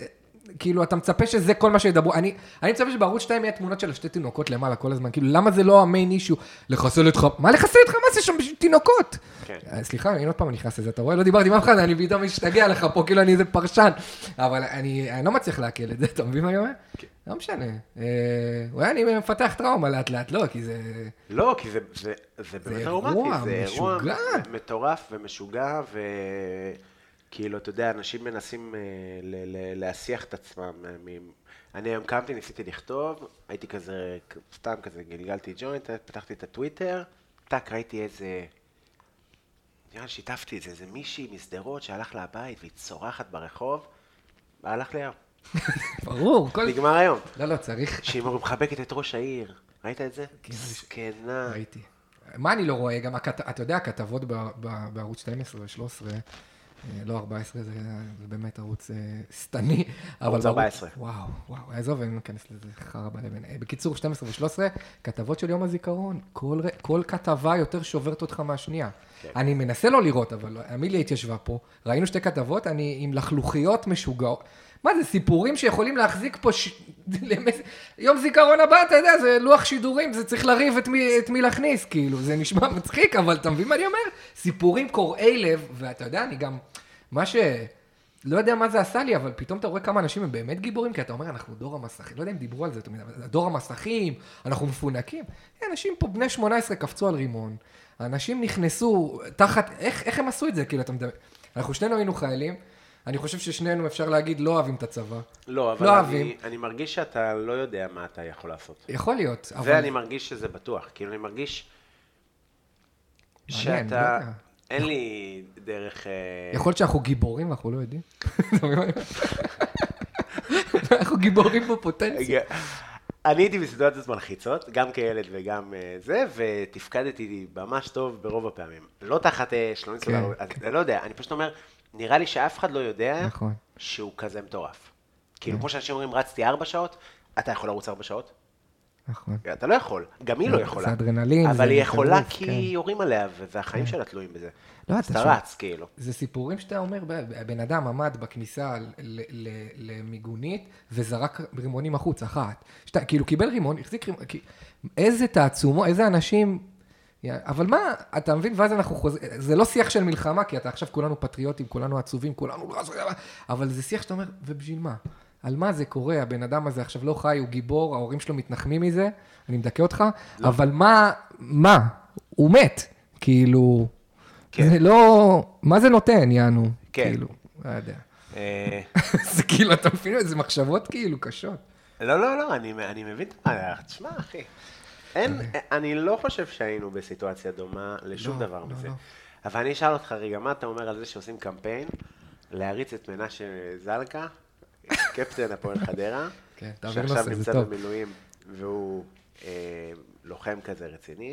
כאילו, אתה מצפה שזה כל מה שידברו. אני מצפה שבערוץ 2 יהיה תמונות של 2 תינוקות למעלה כל הזמן. כאילו, למה זה לא המיין אישו? לחסל אותך. מה לחסל אותך? מה זה שם תינוקות? סליחה, הנה עוד פעם נכנס לזה. אתה רואה? לא דיברתי עם אף אחד, אני פתאום משתגע לך פה, כאילו אני איזה פרשן. אבל אני לא מצליח להקל את זה. אתה מבין מה אני אומר? לא משנה. אולי אני מפתח טראומה לאט לאט, לא, כי זה... לא, כי זה באמת טראומטי. זה אירוע מטורף ומשוגע, וכאילו, אתה יודע, אנשים מנסים להסיח את עצמם. אני היום קמתי, ניסיתי לכתוב, הייתי כזה, סתם כזה, גלגלתי ג'וינט, פתחתי את הטוויטר, טק, ראיתי איזה... נראה לי שיתפתי את זה, איזה מישהי מסדרות שהלך לבית והיא צורחת ברחוב, והלך ליום. ברור. נגמר היום. לא, צריך... שהיא מחבקת את ראש העיר. ראית את זה? זקנה. ראיתי. מה אני לא רואה? גם, אתה יודע, הכתבות בערוץ 12 ו-13, לא 14, זה באמת ערוץ סתני. ערוץ 14. וואו, עזוב, אני מכנס לזה חרא בלבן. בקיצור, 12 ו-13, כתבות של יום הזיכרון, כל כתבה יותר שוברת אותך מהשנייה. אני מנסה לא לראות, אבל אמיליה התיישבה פה, ראינו 2 כתבות, אני עם לחלוכיות משוגעות. מה זה, סיפורים שיכולים להחזיק פה יום זיכרון הבא, אתה יודע, זה לוח שידורים, זה צריך לריב את מי להכניס, כאילו, זה נשמע מצחיק, אבל אתה מבין מה אני אומר? סיפורים קוראי לב, ואתה יודע, אני גם, לא יודע מה זה עשה לי, אבל פתאום אתה רואה כמה אנשים הם באמת גיבורים, כי אתה אומר, אנחנו דור המסכים, לא יודע אם דיברו על זה, דור המסכים, אנחנו מפונקים, אנשים פה בני 18 קפצו על רימון, האנשים נכנסו תחת, איך הם עשו את זה? כאילו, אתה מדבר, אנחנו שנינו היינו חיילים, אני חושב ששנינו אפשר להגיד לא אוהבים את הצבא. לא, אבל אני מרגיש שאתה לא יודע מה אתה יכול לעשות. יכול להיות. ואני מרגיש שזה בטוח. כאילו אני מרגיש שאתה... אין לי דרך... יכול להיות שאנחנו גיבורים ואנחנו לא יודעים. אנחנו גיבורים בפוטנציה. אני הייתי בסיטואציות מלחיצות, גם כילד וגם זה, ותפקדתי ממש טוב ברוב הפעמים. לא תחת שלומית סולר, אני לא יודע, אני פשוט אומר... נראה לי שאף אחד לא יודע שהוא כזה מטורף. כאילו, כמו שאנשים אומרים, רצתי 4 שעות, אתה יכול לרוץ 4 שעות? נכון. אתה לא יכול, גם היא לא יכולה. זה אדרנלין. אבל היא יכולה כי יורים עליה, והחיים שלה תלויים בזה. אז אתה רץ, כאילו. זה סיפורים שאתה אומר, בן אדם עמד בכניסה למיגונית, וזרק רימונים החוץ, אחת. כאילו, קיבל רימון, החזיק רימון, איזה תעצומו, איזה אנשים... אבל מה, אתה מבין, ואז אנחנו חוזרים, זה לא שיח של מלחמה, כי אתה עכשיו כולנו פטריוטים, כולנו עצובים, כולנו, אבל זה שיח שאתה אומר, ובשביל מה? על מה זה קורה? הבן אדם הזה עכשיו לא חי, הוא גיבור, ההורים שלו מתנחמים מזה, אני מדכא אותך, אבל מה? הוא מת, כאילו, זה לא, מה זה נותן, יענו? כאילו, לא יודע. זה כאילו, אתה מבין, זה מחשבות כאילו קשות. לא, אני מבין, תשמע, אחי. אני לא חושב שהיינו בסיטואציה דומה לשום דבר מזה. אבל אני אשאל אותך רגע, מה אתה אומר על זה שעושים קמפיין, להריץ את מנשה זלקה, קפטן הפועל חדרה, שעכשיו נמצא במילואים, והוא לוחם כזה רציני.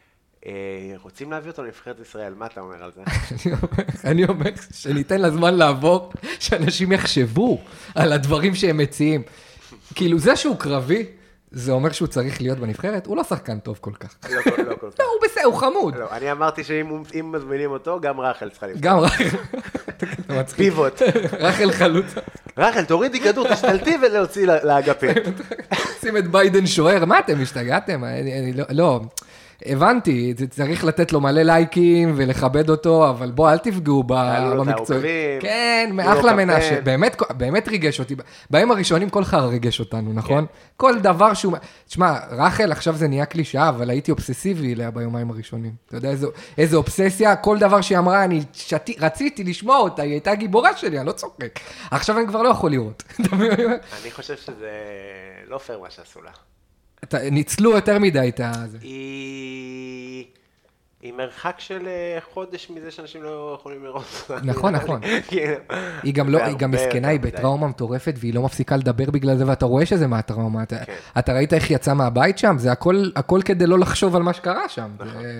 רוצים להביא אותו לנבחרת ישראל, מה אתה אומר על זה? אני אומר שניתן לזמן לעבור, שאנשים יחשבו על הדברים שהם מציעים. כאילו זה שהוא קרבי, זה אומר שהוא צריך להיות בנבחרת? הוא לא שחקן טוב כל כך. לא כל כך. לא, הוא בסדר, הוא חמוד. לא, אני אמרתי שאם מזמינים אותו, גם רחל צריכה לבחור. גם רחל. פיבוט. רחל חלוץ. רחל, תורידי כדור, תשתלטי ולהוציא לאגפים. שים את ביידן שוער, מה אתם השתגעתם? לא. הבנתי, צריך לתת לו מלא לייקים ולכבד אותו, אבל בוא, אל תפגעו במקצוע. כן, אחלה מנשה, באמת ריגש אותי. בימים הראשונים כל חר ריגש אותנו, נכון? כל דבר שהוא... תשמע, רחל עכשיו זה נהיה קלישאה, אבל הייתי אובססיבי אליה ביומיים הראשונים. אתה יודע איזו אובססיה, כל דבר שהיא אמרה, אני רציתי לשמוע אותה, היא הייתה גיבורה שלי, אני לא צוחק. עכשיו אני כבר לא יכול לראות. אני חושב שזה לא פייר מה שעשו לה. ניצלו יותר מדי את זה. היא מרחק של חודש מזה שאנשים לא יכולים לראות. נכון. היא גם מסכנה, היא בטראומה מטורפת, והיא לא מפסיקה לדבר בגלל זה, ואתה רואה שזה מהטראומה. אתה ראית איך יצא מהבית שם? זה הכל כדי לא לחשוב על מה שקרה שם.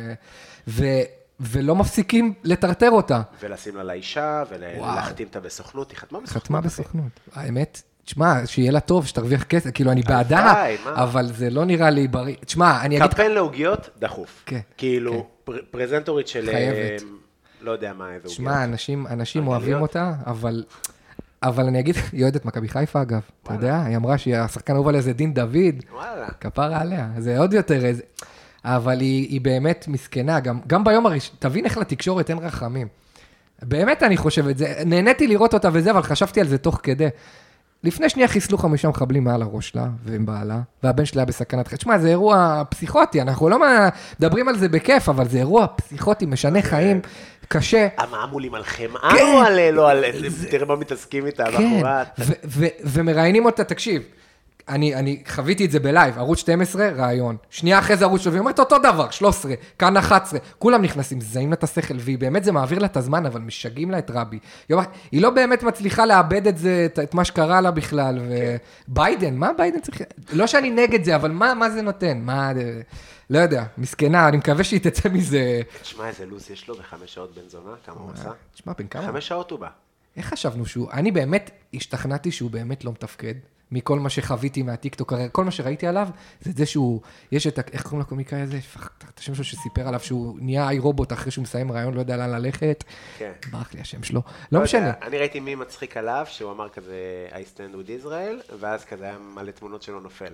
ולא מפסיקים לטרטר אותה. ולשים לה לאישה, ולהחתים אותה בסוכנות. היא חתמה בסוכנות. האמת... תשמע, שיהיה לה טוב, שתרוויח כסף, כאילו אני בעדה, אבל זה לא נראה לי בריא. תשמע, אני אגיד... קמפיין להוגיות, דחוף. כאילו, פרזנטורית של... חייבת. לא יודע מה, איזה הוגיות. תשמע, אנשים אוהבים אותה, אבל אבל אני אגיד, היא אוהדת מכבי חיפה אגב, אתה יודע? היא אמרה שהשחקן אהוב עליה זה דין דוד, כפרה עליה, זה עוד יותר איזה, אבל היא באמת מסכנה, גם ביום הראשון, תבין איך לתקשורת אין רחמים. באמת אני חושב את זה, נהניתי לראות אותה וזה, אבל חשבתי על זה תוך כדי. לפני שנייה חיסלו 5 מחבלים מעל הראש שלה, והם בעלה, והבן שלה בסכנת חיים. תשמע, זה אירוע פסיכוטי, אנחנו לא מדברים על זה בכיף, אבל זה אירוע פסיכוטי, משנה חיים, קשה. המעמולים על חמאה או על לא על... תראה מה מתעסקים איתה, בחורת. ומראיינים אותה, תקשיב, אני חוויתי את זה בלייב, ערוץ 12, רעיון. שנייה אחרי זה ערוץ 3, והיא אומרת אותו דבר, 13, כאן 11, כולם נכנסים, זזים לה את השכל, והיא באמת זה מעביר לה את הזמן, אבל משגעים לה את רבי. היא לא באמת מצליחה לאבד את זה, את מה שקרה לה בכלל, וביידן, מה ביידן צריך... לא שאני נגד זה, אבל מה זה נותן? לא יודע, מסכנה, אני מקווה שהיא תצא מזה... תשמע, איזה לו"ז יש לו ב5 שעות בן זונה, כמה הוא עשה? תשמע, בן כמה? 5 שעות הוא בא. איך חשבנו שהוא... אני באמת השתכנעתי שהוא באמת לא מתפקד. מכל מה שחוויתי מהטיקטוק, כל מה שראיתי עליו, זה שהוא, יש את, איך קוראים לקומיקאי הזה? את השם שלו שסיפר עליו שהוא נהיה איי רובוט אחרי שהוא מסיים רעיון, לא יודע לאן ללכת. כן. ברח לי השם שלו. לא משנה. אני ראיתי מי מצחיק עליו, שהוא אמר כזה, I stand with Israel, ואז כזה היה מלא תמונות שלו נופל.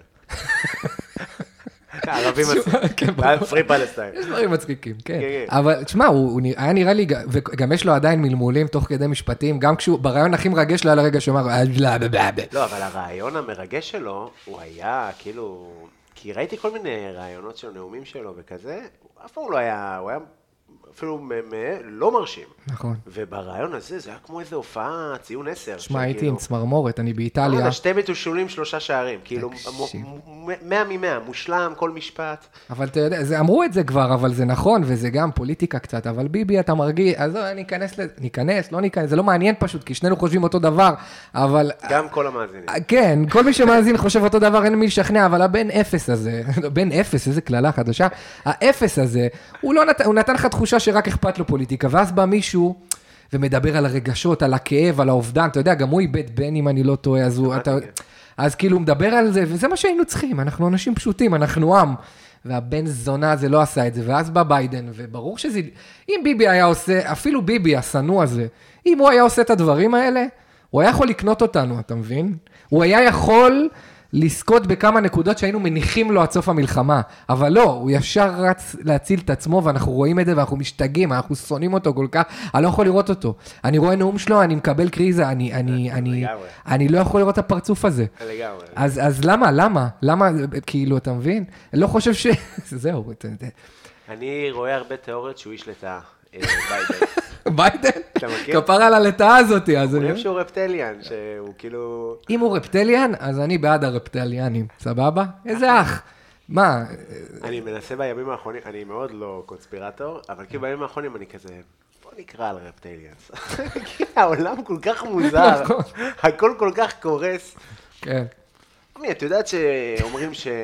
ערבים מצחיקים, פרי פלסטיין. יש דברים מצחיקים, כן. אבל תשמע, הוא היה נראה לי, וגם יש לו עדיין מלמולים תוך כדי משפטים, גם כשהוא, ברעיון הכי מרגש לו היה לרגע שאומר, לא, אבל הרעיון המרגש שלו, הוא היה כאילו, כי ראיתי כל מיני רעיונות של נאומים שלו וכזה, אף פעם לא היה, הוא היה אפילו לא מרשים. נכון. וברעיון הזה, זה היה כמו איזו הופעה, ציון 10. שמע, הייתי עם צמרמורת, אני באיטליה. 2 בישולים, 3 שערים, כאילו 100 מ-100, מושלם, כל משפט. אבל אתה יודע, אמרו את זה כבר, אבל זה נכון, וזה גם פוליטיקה קצת, אבל ביבי, אתה מרגיש, אז אני אכנס, לא ניכנס, זה לא מעניין פשוט, כי שנינו חושבים אותו דבר, אבל... גם כל המאזינים. כן, כל מי שמאזין חושב אותו דבר, אין מי לשכנע, אבל הבן אפס הזה, בן אפס, איזה כללה חדשה, האפס הזה, הוא נתן לך תחושה שרק אכפת לו פוליטיקה, ואז בא מישהו ומדבר על הרגשות, על הכאב, על האובדן, אתה יודע, גם הוא איבד בן אם אני לא טועה, אז כאילו הוא מדבר על זה, וזה מה שהיינו צריכים, אנחנו אנשים פשוטים, אנחנו עם, והבן זונה הזה לא עשה את זה, ואז בא ביידן, וברור שזה, אם ביבי היה עושה, אפילו ביבי, הסנוע הזה, אם הוא היה עושה את הדברים האלה, הוא היה יכול לקנות אותנו, אתה מבין? הוא היה יכול לזכות בכמה נקודות שהיינו מניחים לו עד סוף המלחמה, אבל לא, הוא ישר רץ להציל את עצמו, ואנחנו רואים את זה, ואנחנו משתגעים, אנחנו שונאים אותו כל כך, אני לא יכול לראות אותו. אני רואה נאום שלו, אני מקבל קריזה, אני לא יכול לראות את הפרצוף הזה. לגמרי. אז למה, כאילו, אתה מבין? אני לא חושב זהו. אני רואה הרבה תיאוריות שהוא איש לטאה, ביידן. ביידן? כפר על הלטאה הזאת. אומרים שהוא רפטליאן, שהוא כאילו... אם הוא רפטליאן, אז אני בעד הרפטליאנים, סבבה? איזה אח. מה? אני מנסה בימים האחרונים, אני מאוד לא קונספירטור, אבל כאילו בימים האחרונים אני כזה, בוא נקרא על רפטליאנס. כי העולם כל כך מוזר, הכל כל כך קורס. כן. את יודעת שאומרים ש...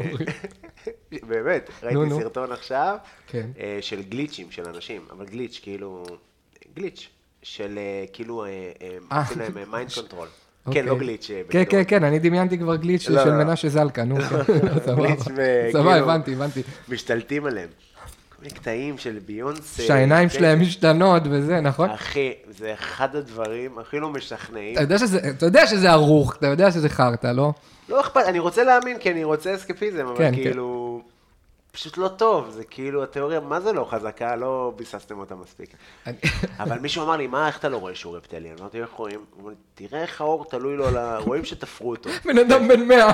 באמת, ראיתי סרטון עכשיו של גליצ'ים של אנשים, אבל גליץ' כאילו, גליץ' של כאילו, עושים להם מיינד קונטרול. כן, לא גליץ'. כן, אני דמיינתי כבר גליץ' של מנשה זלקה, נו. סבבה, הבנתי. משתלטים עליהם. כל מיני קטעים של ביונסה. שהעיניים שלהם משתנות וזה, נכון? אחי, זה אחד הדברים הכי לא משכנעים. אתה יודע שזה ערוך, אתה יודע שזה חרטה, לא? לא אכפת, אני רוצה להאמין, כי אני רוצה אסקפיזם, אבל כאילו, פשוט לא טוב, זה כאילו, התיאוריה, מה זה לא חזקה, לא ביססתם אותה מספיק. אבל מישהו אמר לי, איך אתה לא רואה שהוא רפטליאן? אמרתי, איך רואים? תראה איך האור תלוי לו, רואים שתפרו אותו. בן אדם בן 100.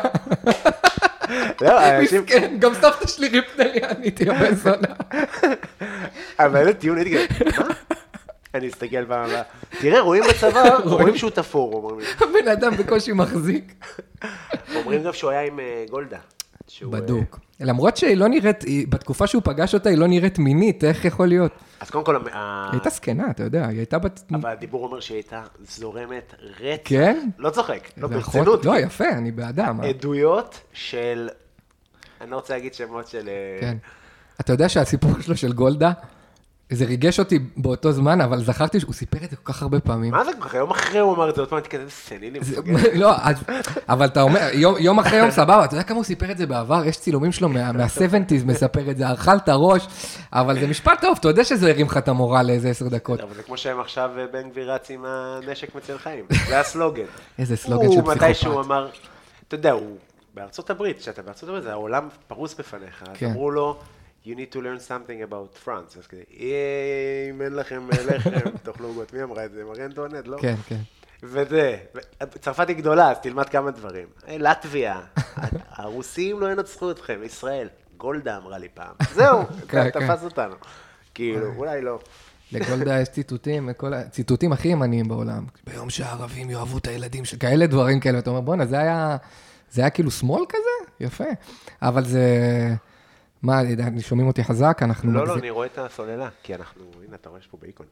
מסכן, גם סבתא שלי רפטליאנית, היא הבן זונה. אבל זה טיעון, הייתי כזה, מה? אני אסתכל פעם הבאה. תראה, רואים בצבא, רואים שהוא תפור, אומרים לי. הבן אדם בקושי מחזיק. אומרים גם שהוא היה עם גולדה. בדוק. למרות שהיא לא נראית, בתקופה שהוא פגש אותה, היא לא נראית מינית, איך יכול להיות? אז קודם כל... היא הייתה סקנה, אתה יודע, היא הייתה... אבל הדיבור אומר שהיא הייתה זורמת רצח. כן? לא צוחק, לא ברצינות. לא, יפה, אני באדם. עדויות של... אני לא רוצה להגיד שמות של... כן. אתה יודע שהסיפור שלו של גולדה, זה ריגש אותי באותו זמן, אבל זכרתי שהוא סיפר את זה כל כך הרבה פעמים. מה זה כל כך? יום אחרי הוא אמר את זה, עוד פעם הייתי כזה סניני מסוגל. לא, אבל אתה אומר, יום אחרי יום סבבה, אתה יודע כמה הוא סיפר את זה בעבר? יש צילומים שלו מה-70s מספר את זה, אכל את הראש, אבל זה משפט טוב, אתה יודע שזה הרים לך את המורה לאיזה 10 דקות. אבל זה כמו שהם עכשיו בן גביר רץ עם הנשק מציל חיים, זה הסלוגן. איזה סלוגן של פסיכופת. הוא מתי שהוא אמר, אתה יודע, הוא בארצות הברית, כשאתה בארצות הברית, זה העולם פרוס בפניך, אז אמרו לו, you need to learn something about France. אז כזה, אם אין לכם לחם, תאכלו עוגות. מי אמרה את זה? מרי אנטואנט, לא? כן, כן. וזה, צרפת היא גדולה, אז תלמד כמה דברים. לטביה, הרוסים לא ינצחו אתכם, ישראל. גולדה אמרה לי פעם. זהו, תפס אותנו. כאילו, אולי לא. לגולדה יש ציטוטים הכי ימניים בעולם. ביום שהערבים יאהבו את הילדים, כאלה דברים כאלה, ואתה אומר, בוא'נה, זה היה כאילו שמאל כזה? יפה. אבל זה... מה, שומעים אותי חזק? אנחנו... לא, אני רואה את הסוללה, כי אנחנו... הנה, אתה רואה יש פה באיקון.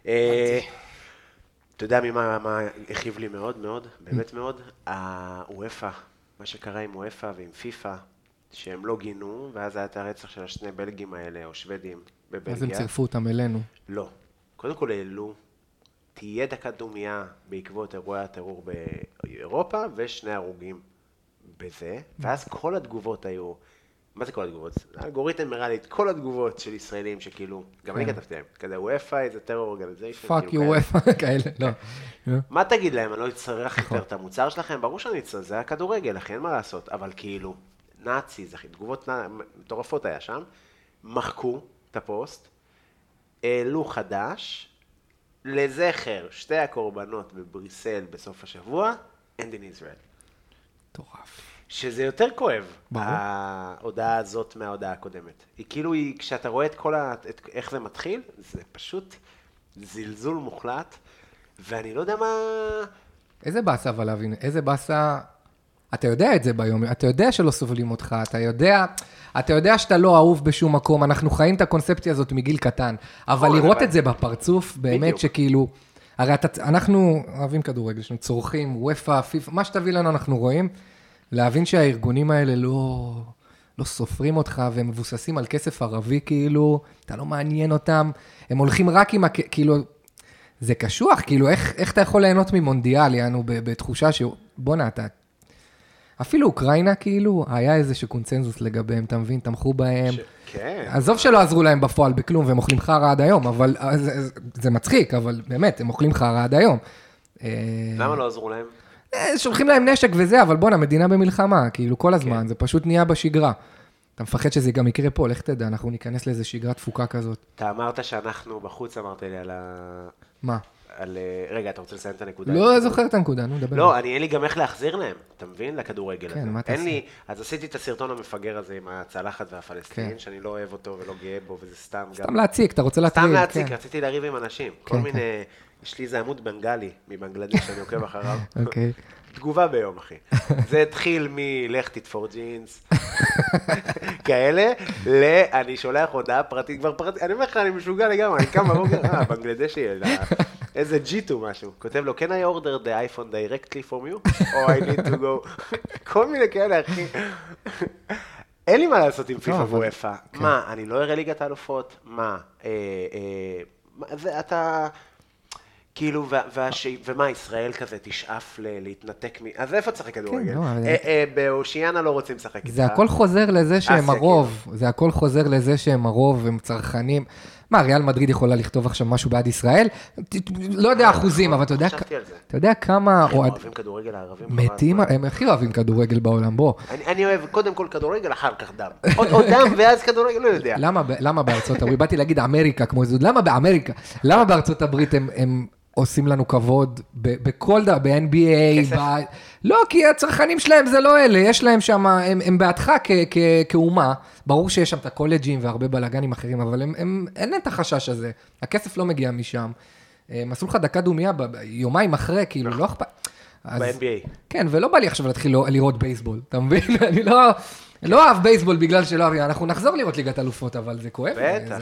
אתה יודע מה הכיב לי מאוד מאוד, באמת מאוד? הוופא, מה שקרה עם וופא ועם פיפא, שהם לא גינו, ואז היה את הרצח של השני בלגים האלה, או שוודים, בבלגיה. אז הם צירפו אותם אלינו. לא. קודם כל העלו, תהיה דקת דומייה בעקבות אירועי הטרור באירופה, ושני הרוגים בזה, ואז כל התגובות היו... מה זה כל התגובות? האלגוריתם הראה לי את כל התגובות של ישראלים שכאילו, גם אני כתבתי להם, כזה וופא, זה טרור אורגניזיישן. פאק יו וופא, כאלה, לא. מה תגיד להם? אני לא אצטרך יותר את המוצר שלכם? ברור שאני אצטרך, זה היה כדורגל, אחי, אין מה לעשות. אבל כאילו, נאצי, תגובות מטורפות היה שם, מחקו את הפוסט, העלו חדש, לזכר שתי הקורבנות בבריסל בסוף השבוע, end in Israel. מטורף. שזה יותר כואב, ההודעה הזאת מההודעה הקודמת. היא כאילו, כשאתה רואה איך זה מתחיל, זה פשוט זלזול מוחלט, ואני לא יודע מה... איזה באסה אבל להבין, איזה באסה... אתה יודע את זה ביום, אתה יודע שלא סובלים אותך, אתה יודע שאתה לא אהוב בשום מקום, אנחנו חיים את הקונספציה הזאת מגיל קטן, אבל לראות את זה בפרצוף, באמת שכאילו... הרי אנחנו אוהבים כדורגל, יש לנו צורכים, וופא, פיפא, מה שתביא לנו אנחנו רואים, להבין שהארגונים האלה לא סופרים אותך, והם מבוססים על כסף ערבי, כאילו, אתה לא מעניין אותם, הם הולכים רק עם, כאילו, זה קשוח, כאילו, איך אתה יכול ליהנות ממונדיאל, יענו, בתחושה בוא'נה, אפילו אוקראינה, כאילו, היה איזשהו קונצנזוס לגביהם, אתה מבין, תמכו בהם, כן. עזוב שלא עזרו להם בפועל בכלום, והם אוכלים חרא עד היום, אבל זה מצחיק, אבל באמת, הם אוכלים חרא עד היום. למה לא עזרו להם? שולחים להם נשק וזה, אבל בוא'נה, מדינה במלחמה, כאילו כל הזמן, זה פשוט נהיה בשגרה. אתה מפחד שזה גם יקרה פה, לך תדע, אנחנו ניכנס לאיזו שגרת תפוקה כזאת. אתה אמרת שאנחנו בחוץ, אמרת לי על ה... מה? רגע, אתה רוצה לסיים את הנקודה? לא זוכר את הנקודה, נו, דבר. לא, אין לי גם איך להחזיר להם, אתה מבין? לכדורגל הזה. כן, מה תעשה? אז עשיתי את הסרטון המפגר הזה עם הצלחת והפלסטין, שאני לא אוהב אותו ולא גאה בו, וזה סתם גם... סתם להציק, אתה רוצה להטריד. סתם להציק, רציתי להריב עם אנשים. כל מיני... יש לי איזה עמוד בנגלי מבנגלדש שאני עוקב אחריו. אוקיי. תגובה ביום, אחי. זה התחיל מלך תתפור ג'ינס, כאלה, אני שולח הודעה פרטית, כבר פרטית, אני אומר לך, אני משוגע לגמרי, אני קם בבוקר, בנגלדשי, איזה ג'יטו משהו, כותב לו, can I order the iPhone directly from you? or I need to go, כל מיני כאלה, אחי. אין לי מה לעשות עם פיפא וופא. מה, אני לא אראה ליגת האלופות? מה, אתה... כאילו, ומה, ישראל כזה תשאף להתנתק אז איפה תשחק כדורגל? באושיאנה לא רוצים לשחק איתך. זה הכל חוזר לזה שהם הרוב, זה הכל חוזר לזה שהם הרוב, הם צרכנים. מה, ריאל מדריד יכולה לכתוב עכשיו משהו בעד ישראל? לא יודע אחוזים, אבל אתה יודע כמה... הם אוהבים כדורגל, הערבים. מתים, הם הכי אוהבים כדורגל בעולם, בוא. אני אוהב קודם כל כדורגל, אחר כך דם. או דם ואז כדורגל, לא יודע. למה בארצות הברית? באתי להגיד אמריקה כמו איזו, למה באמריקה? למה בארצות הברית הם עושים לנו כבוד בכל דבר, ב-NBA, לא, כי הצרכנים שלהם זה לא אלה, יש להם שם, הם בעדך כאומה, ברור שיש שם את הקולג'ים והרבה בלגנים אחרים, אבל אין את החשש הזה, הכסף לא מגיע משם, הם עשו לך דקה דומיה, יומיים אחרי, כאילו, לא אכפת. ב-NBA. כן, ולא בא לי עכשיו להתחיל לראות בייסבול, אתה מבין? אני לא אוהב בייסבול בגלל שלא אוהב, אנחנו נחזור לראות ליגת אלופות, אבל זה כואב. בטח.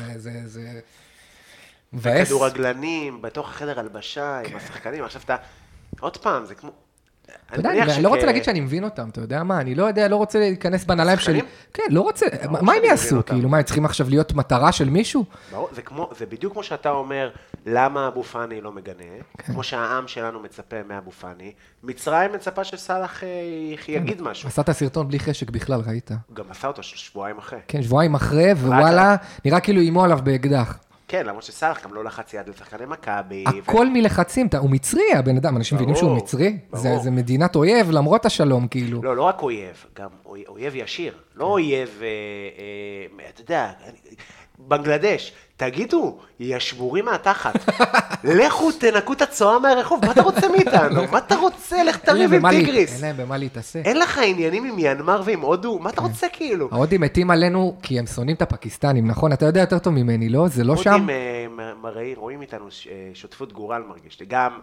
וכדורגלנים, בתוך החדר הלבשה, עם השחקנים, עכשיו אתה, עוד פעם, זה כמו, אתה יודע, אני לא רוצה להגיד שאני מבין אותם, אתה יודע מה, אני לא יודע, לא רוצה להיכנס בנעליים שלי. כן, לא רוצה, מה הם יעשו? כאילו, מה, הם צריכים עכשיו להיות מטרה של מישהו? זה בדיוק כמו שאתה אומר, למה אבו פאני לא מגנה, כמו שהעם שלנו מצפה מאבו פאני, מצרים מצפה שסלאח יגיד משהו. עשה את הסרטון בלי חשק בכלל, ראית? גם עשה אותו שבועיים אחרי. כן, שבועיים אחרי, ווואלה, נראה כאילו אימו עליו באקדח. כן, למרות שסלאח גם לא לחץ יד לשחקני מכבי. הכל מלחצים, הוא מצרי הבן אדם, אנשים מבינים שהוא מצרי? זה מדינת אויב למרות השלום, כאילו. לא רק אויב, גם אויב ישיר, לא אויב, אתה יודע, בנגלדש, תגידו, ישבורים מהתחת, לכו תנקו את הצועה מהרחוב, מה אתה רוצה מאיתנו? מה אתה רוצה? לך תריב עם טיגריס. אין להם במה להתעסק. אין לך עניינים עם ינמר ועם הודו, מה אתה רוצה כאילו? ההודים מתים עלינו כי הם שונאים את הפקיסטנים, נכון? אתה יודע יותר טוב ממני, לא? זה לא שם? הודים רואים איתנו שותפות גורל מרגיש לי, גם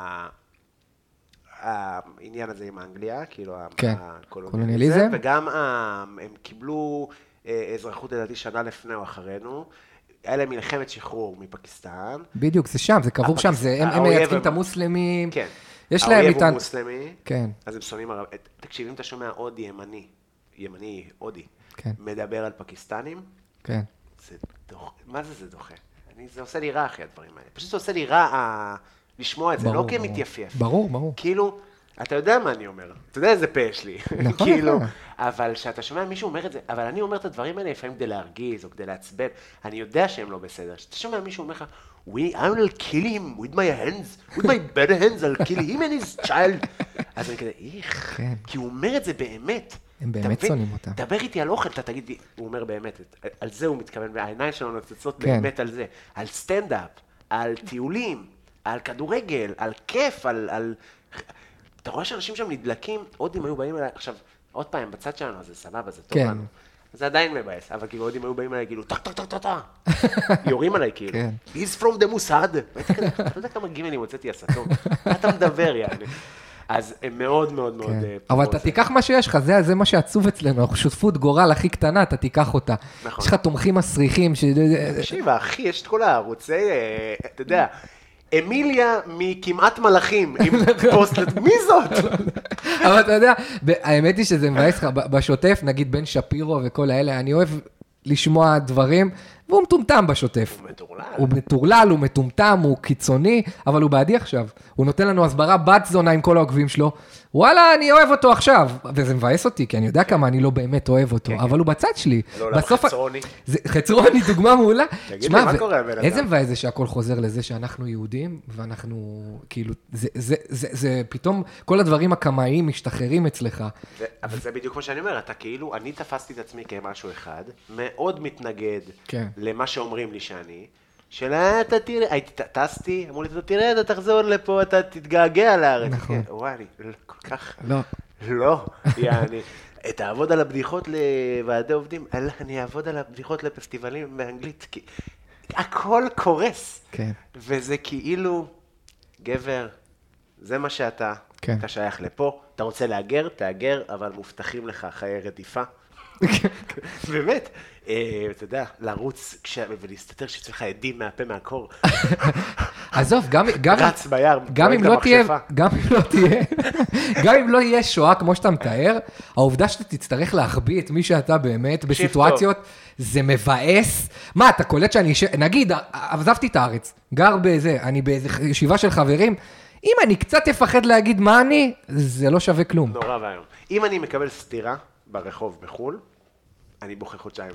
העניין הזה עם האנגליה, כאילו הקולוניאליזם, וגם הם קיבלו אזרחות לדעתי שנה לפני או אחרינו, היה להם מלחמת שחרור מפקיסטן. בדיוק, זה שם, זה קבור שם, הם מייצגים את המוסלמים. כן, יש להם האויב הוא מוסלמי, כן. אז הם שונאים ערב. תקשיב, אם אתה שומע עוד ימני, הודי, מדבר על פקיסטנים, כן. מה זה דוחה? זה עושה לי רע אחרי הדברים האלה. פשוט זה עושה לי רע לשמוע את זה, לא כמתייפייף. ברור. כאילו, אתה יודע מה אני אומר, אתה יודע איזה פה יש לי, כאילו, אבל שאתה שומע מישהו אומר את זה, אבל אני אומר את הדברים האלה לפעמים כדי להרגיז או כדי לעצבן, אני יודע שהם לא בסדר, שאתה שומע מישהו אומר לך, I will kill him with my hands, with my bad hands, I'll kill him and his child, אז אני כזה, איך, כי הוא אומר את זה באמת. הם באמת שונאים אותם. דבר איתי על אוכל, אתה תגיד לי, הוא אומר באמת, על זה הוא מתכוון, והעיניים שלנו נוצצות באמת על זה, על סטנדאפ, על טיולים, על כדורגל, על כיף, על... אתה רואה שאנשים שם נדלקים, עוד אם היו באים אליי, עכשיו, עוד פעם, בצד שלנו, זה סבבה, זה טוב לנו. זה עדיין מבאס, אבל כאילו עוד אם היו באים אליי, כאילו, טה, יורים עליי כאילו, he's from the מוסד, אתה לא יודע כמה גימלים הוצאתי הסתום, מה אתה מדבר, יעני? אז הם מאוד מאוד מאוד... אבל אתה תיקח מה שיש לך, זה מה שעצוב אצלנו, שותפות גורל הכי קטנה, אתה תיקח אותה. יש לך תומכים מסריחים. תקשיב, אחי, יש את כל הערוצי, אתה יודע, אמיליה מכמעט מלאכים, עם פוסט, מי זאת? אבל אתה יודע, האמת היא שזה מבאס לך, בשוטף, נגיד בן שפירו וכל האלה, אני אוהב לשמוע דברים, והוא מטומטם בשוטף. הוא מטורלל, הוא מטומטם, הוא קיצוני, אבל הוא בעדי עכשיו. הוא נותן לנו הסברה בת זונה עם כל העוקבים שלו. וואלה, אני אוהב אותו עכשיו. וזה מבאס אותי, כי אני יודע כמה אני לא באמת אוהב אותו, אבל הוא בצד שלי. לא, חצרוני. חצרוני, דוגמה מעולה. תגיד לי, מה קורה בן אדם? איזה מבאס זה שהכל חוזר לזה שאנחנו יהודים, ואנחנו, כאילו, זה פתאום, כל הדברים הקמאיים משתחררים אצלך. אבל זה בדיוק כמו שאני אומר, אתה כאילו, אני תפסתי את עצמי כמשהו אחד, מאוד מתנגד למה שאומרים לי שאני, שאלה, אתה תראה, הייתי טסתי, אמרו לי, אתה תראה, אתה תחזור לפה, אתה תתגעגע לארץ. נכון. וואי, אני כל כך... לא. לא, יעני. תעבוד על הבדיחות לוועדי עובדים, אני אעבוד על הבדיחות לפסטיבלים באנגלית, כי הכל קורס. כן. וזה כאילו, גבר, זה מה שאתה, אתה שייך לפה, אתה רוצה להגר, תאגר, אבל מובטחים לך חיי רדיפה. באמת, אתה יודע, לרוץ ולהסתתר שצריך עדים מהפה מהקור. עזוב, רץ ביער, גם אם לא תהיה שואה כמו שאתה מתאר, העובדה שאתה תצטרך להחביא את מי שאתה באמת בסיטואציות, זה מבאס. מה, אתה קולט שאני, נגיד, עזבתי את הארץ, גר באיזה, אני באיזה ישיבה של חברים, אם אני קצת אפחד להגיד מה אני, זה לא שווה כלום. נורא והיום. אם אני מקבל סתירה ברחוב בחול, אני בוכה חודשיים.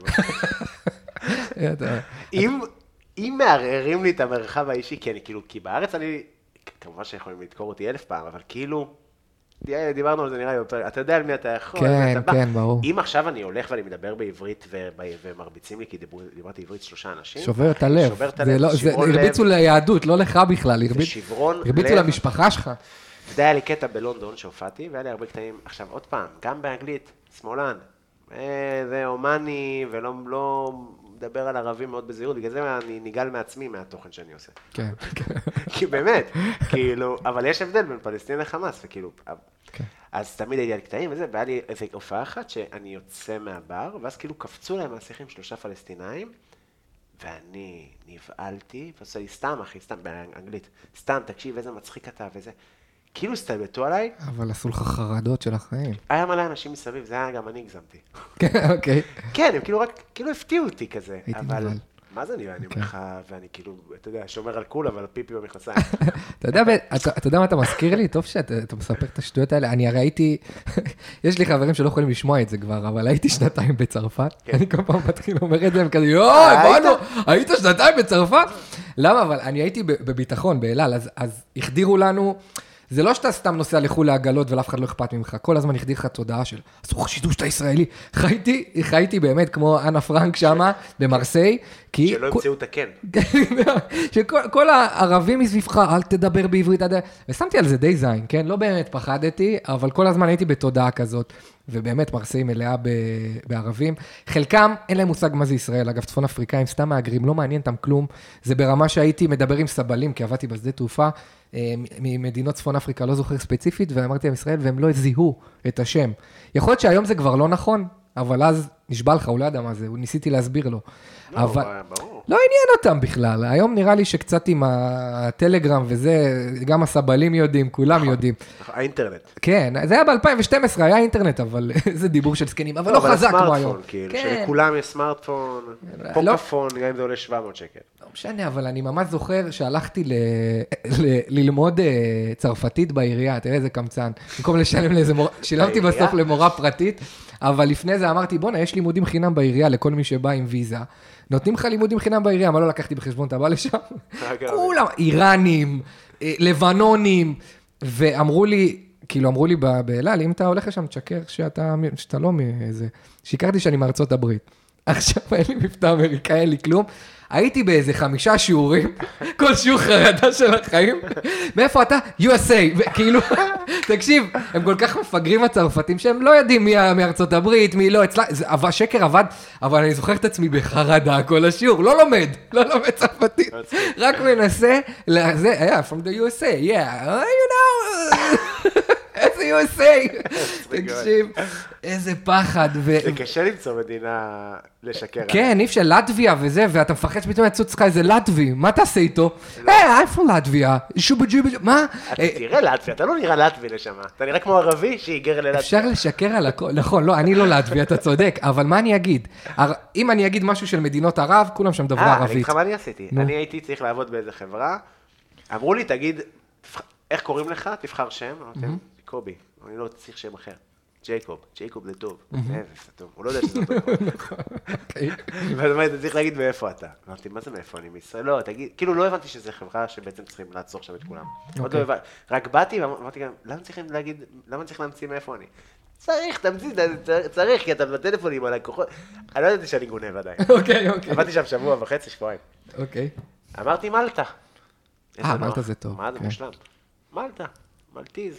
אם מערערים לי את המרחב האישי, כי בארץ אני, כמובן שיכולים לדקור אותי 1000 פעם, אבל כאילו, דיברנו על זה נראה יותר, אתה יודע על מי אתה יכול, כן, ברור. אם עכשיו אני הולך ואני מדבר בעברית ומרביצים לי, כי דיברתי עברית 3 אנשים, שובר את הלב, הרביצו ליהדות, לא לך בכלל, הרביצו למשפחה שלך. זה היה לי קטע בלונדון שהופעתי, והיה לי הרבה קטעים, עכשיו עוד פעם, גם באנגלית, שמאלן, זה הומני, ולא מדבר על ערבים מאוד בזהירות, בגלל זה אני ניגל מעצמי מהתוכן שאני עושה. כן. כי באמת, כאילו, אבל יש הבדל בין פלסטין לחמאס, וכאילו, אז תמיד הייתי על קטעים וזה, והיה לי איזו הופעה אחת שאני יוצא מהבר, ואז כאילו קפצו להם מהשיחים 3 פלסטינאים, ואני נבעלתי, ועושה לי סתם, אחי, סתם, באנגלית, סתם, תקשיב, איזה מצחיק אתה וזה. כאילו הסתלבטו עליי. אבל עשו לך חרדות של החיים. היה מלא אנשים מסביב, זה היה גם אני הגזמתי. כן, אוקיי. כן, הם כאילו הפתיעו אותי כזה. הייתי אבל נבל. מה זה אני אומר לך, ואני כאילו, אתה יודע, שומר על כול, אבל פיפי במכנסיים. אתה יודע מה אתה מזכיר לי? טוב שאתה מספר את השטויות האלה. אני הרי הייתי, יש לי חברים שלא יכולים לשמוע את זה כבר, אבל הייתי שנתיים בצרפת. אני כל פעם מתחיל אומר את זה, הם כזה, היית שנתיים בצרפת? למה? אבל אני הייתי בביטחון, באלעל, אז החדירו לנו, זה לא שאתה סתם נוסע לחו"ל לעגלות ולאף אחד לא אכפת ממך, כל הזמן החדיר לך תודעה של, אסור שידעו שאתה ישראלי. חייתי באמת כמו אנה פרנק שמה במרסיי, שלא ימצאו את הכן. שכל הערבים מסביבך, אל תדבר בעברית, ושמתי על זה די זין, כן? לא באמת פחדתי, אבל כל הזמן הייתי בתודעה כזאת, ובאמת מרסיי מלאה בערבים. חלקם, אין להם מושג מה זה ישראל, אגב, צפון אפריקאים, סתם מהגרים, לא מעניין אותם כלום, זה ברמה שהייתי מדבר עם סבלים, כי עבדתי בשדה תעופה, ממדינות צפון אפריקה, לא זוכר ספציפית, ואמרתי עם ישראל, והם לא זיהו את השם. יכול להיות שהיום זה כבר לא נכון, אבל אז נשבע לך, הוא לא ידע מה זה, ניסיתי להסביר לו. אבל לא עניין אותם בכלל, היום נראה לי שקצת עם הטלגרם וזה, גם הסבלים יודעים, כולם יודעים. האינטרנט. כן, זה היה ב-2012, היה אינטרנט, אבל זה דיבור של סקנים, אבל לא חזק כמו היום. שלכולם יש סמארטפון, פוקאפון, גם אם זה עולה 700 שקל. לא משנה, אבל אני ממש זוכר שהלכתי ללמוד צרפתית בעירייה, תראה איזה קמצן, במקום לשלם לאיזה מורה, שילמתי בסוף למורה פרטית, אבל לפני זה אמרתי, בונה, יש לימודים חינם בעירייה לכל מי שבא עם ויזה, נותנים לך לימודים חינם בעירייה, מה לא לקחתי בחשבון, אתה בא לשם? כולם, איראנים, לבנונים, ואמרו לי, כאילו אמרו לי באלעל, אם אתה הולך לשם, תשקר שאתה לא מאיזה, שיקרתי שאני מארצות הברית. עכשיו אין לי מבטא אמריקאי, אין לי כלום. הייתי באיזה 5 שיעורים, כל שיעור חרדה של החיים. מאיפה אתה? USA. כאילו, תקשיב, הם כל כך מפגרים הצרפתים שהם לא יודעים מי מארצות הברית, מי לא, אצלה, שקר עבד, אבל אני זוכר את עצמי בחרדה כל השיעור, לא לומד צרפתית, רק מנסה, זה, from the USA, yeah, you know, איזה USA, תקשיב, איזה פחד. זה קשה למצוא מדינה לשקר. כן, אי אפשר, לטביה וזה, ואתה מפחד שפתאום יצוץ לך איזה לטבי, מה תעשה איתו? איפה לטביה? מה? תראה לטביה, אתה לא נראה לטבי לשם, אתה נראה כמו ערבי שיגר ללטביה. אפשר לשקר על הכל, נכון, לא, אני לא לטבי, אתה צודק, אבל מה אני אגיד? אם אני אגיד משהו של מדינות ערב, כולם שם דברו ערבית. אני אגיד לך מה אני עשיתי, אני הייתי צריך לעבוד באיזה חברה, אמרו לי, תגיד, איך קוראים לך? תבחר שם, קובי, אני לא צריך שם אחר. ג'ייקוב זה טוב, זה טוב, הוא לא יודע שזה טוב. ואז אמרתי, אתה צריך להגיד מאיפה אתה. אמרתי, מה זה מאיפה אני מישראל? לא, תגיד, כאילו לא הבנתי שזו חברה שבעצם צריכים לעצור שם את כולם. עוד לא הבנתי, רק באתי ואמרתי גם, למה צריך להמציא מאיפה אני? צריך, כי אתה בטלפון עם הלקוחות. אני לא ידעתי שאני גונב עדיין. אוקיי. עבדתי שם שבוע וחצי, שבועיים. אוקיי. אמרתי מלטה. מלטה זה טוב. מה זה מושלם? מלטה, מלטיז.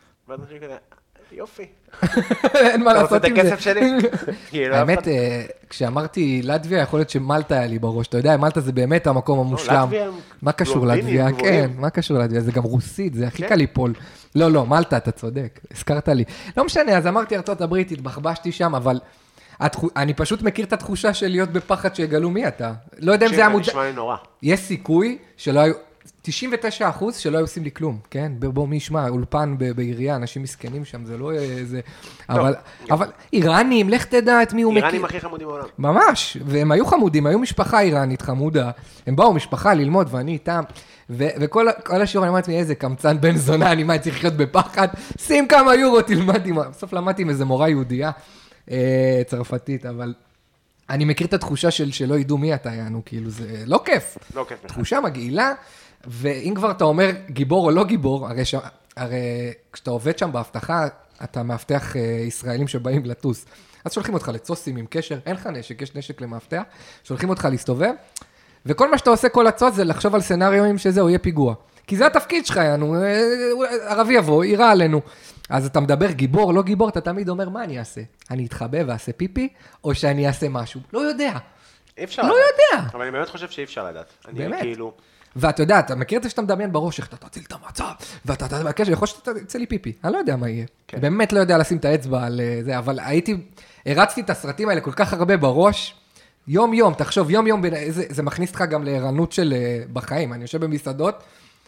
יופי. אין מה לעשות עם זה. אתה רוצה את הכסף שלי? האמת, כשאמרתי לטביה, יכול להיות שמלטה היה לי בראש. אתה יודע, מלטה זה באמת המקום המושלם. מה קשור לטביה? כן, מה קשור לטביה? זה גם רוסית, זה הכי קל ליפול. לא, מלטה, אתה צודק. הזכרת לי. לא משנה, אז אמרתי ארצות הברית, התבחבשתי שם, אבל אני פשוט מכיר את התחושה של להיות בפחד שיגלו מי אתה. לא יודע אם זה היה מודע. נשמע לי נורא. יש סיכוי שלא היו... 99% שלא היו עושים לי כלום, כן? בוא מי ישמע, אולפן בעירייה, אנשים מסכנים שם, זה לא איזה... אבל איראנים, לך תדע את מי הוא מכיר. איראנים הכי חמודים בעולם. ממש, והם היו חמודים, היו משפחה איראנית חמודה, הם באו משפחה ללמוד ואני איתם, וכל השיעור אני אמרתי לי, איזה קמצן בן זונה, אני מה צריך להיות בפחד, שים כמה יורו, תלמד עם... בסוף למדתי עם איזה מורה יהודייה, צרפתית, אבל... אני מכיר את התחושה שלא ידעו מי אתה, יענו, כאילו זה לא כיף. לא כיף. תחושה מגעילה, ואם כבר אתה אומר גיבור או לא גיבור, הרי כשאתה עובד שם בהבטחה, אתה מאבטח ישראלים שבאים לטוס. אז שולחים אותך לצוסים עם קשר, אין לך נשק, יש נשק למאבטח, שולחים אותך להסתובב, וכל מה שאתה עושה כל הצוס זה לחשוב על סנריואים שזהו, יהיה פיגוע. כי זה התפקיד שלך, יענו, ערבי יבוא, יירה עלינו. אז אתה מדבר גיבור, לא גיבור, אתה תמיד אומר, מה אני אעשה? אני אתחבא ואעשה פיפי, או שאני אעשה משהו? לא יודע. אי אפשר לדעת. לא יודע. אבל אני באמת חושב שאי אפשר לדעת. באמת. ואתה יודע, אתה מכיר את זה שאתה מדמיין בראש, איך אתה תציל את המצב, ואתה תבקש, יכול שאתה יצא לי פיפי. אני לא יודע מה יהיה. באמת לא יודע לשים את האצבע על זה, אבל הרצתי את הסרטים האלה כל כך הרבה בראש, יום, תחשוב, יום, זה מכניס לך גם לערנות של בחיים. אני יושב במסעדות,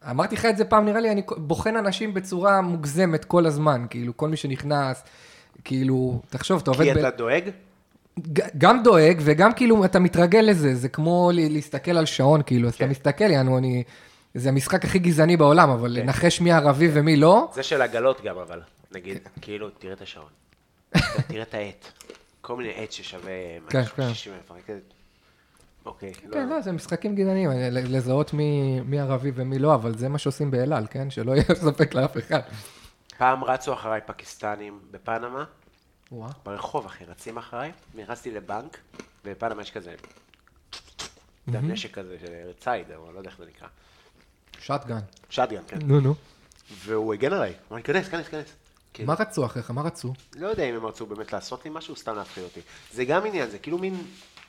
אמרתי לך את זה פעם, נראה לי, אני בוחן אנשים בצורה מוגזמת כל הזמן, כאילו, כל מי שנכנס, כאילו, תחשוב, אתה עובד כי אתה דואג? גם דואג, וגם כאילו, אתה מתרגל לזה, זה כמו להסתכל על שעון, כאילו, אז אתה מסתכל, זה המשחק הכי גזעני בעולם, אבל לנחש מי ערבי ומי לא. זה של הגלות גם, אבל, נגיד, כאילו, תראה את השעון, תראה את העט, כל מיני עט ששווה 60,000, אוקיי. כן, לא, זה משחקים גזעניים, לזהות מי ערבי ומי לא, אבל זה מה שעושים באלעל, כן? שלא יהיה ספק לאף אחד. פעם רצו אחריי פקיסטנים בפנמה, ברחוב אחי, רצים אחריי, נכנסתי לבנק, בפנמה יש כזה, זה נשק כזה, ציד, או לא יודע איך זה נקרא. שטגן. שטגן, כן. נו. והוא הגן עליי, אמר לי, כנס. מה רצו אחריך? מה רצו? לא יודע אם הם רצו באמת לעשות לי משהו, סתם להפחיד אותי. זה גם עניין, זה כאילו מין...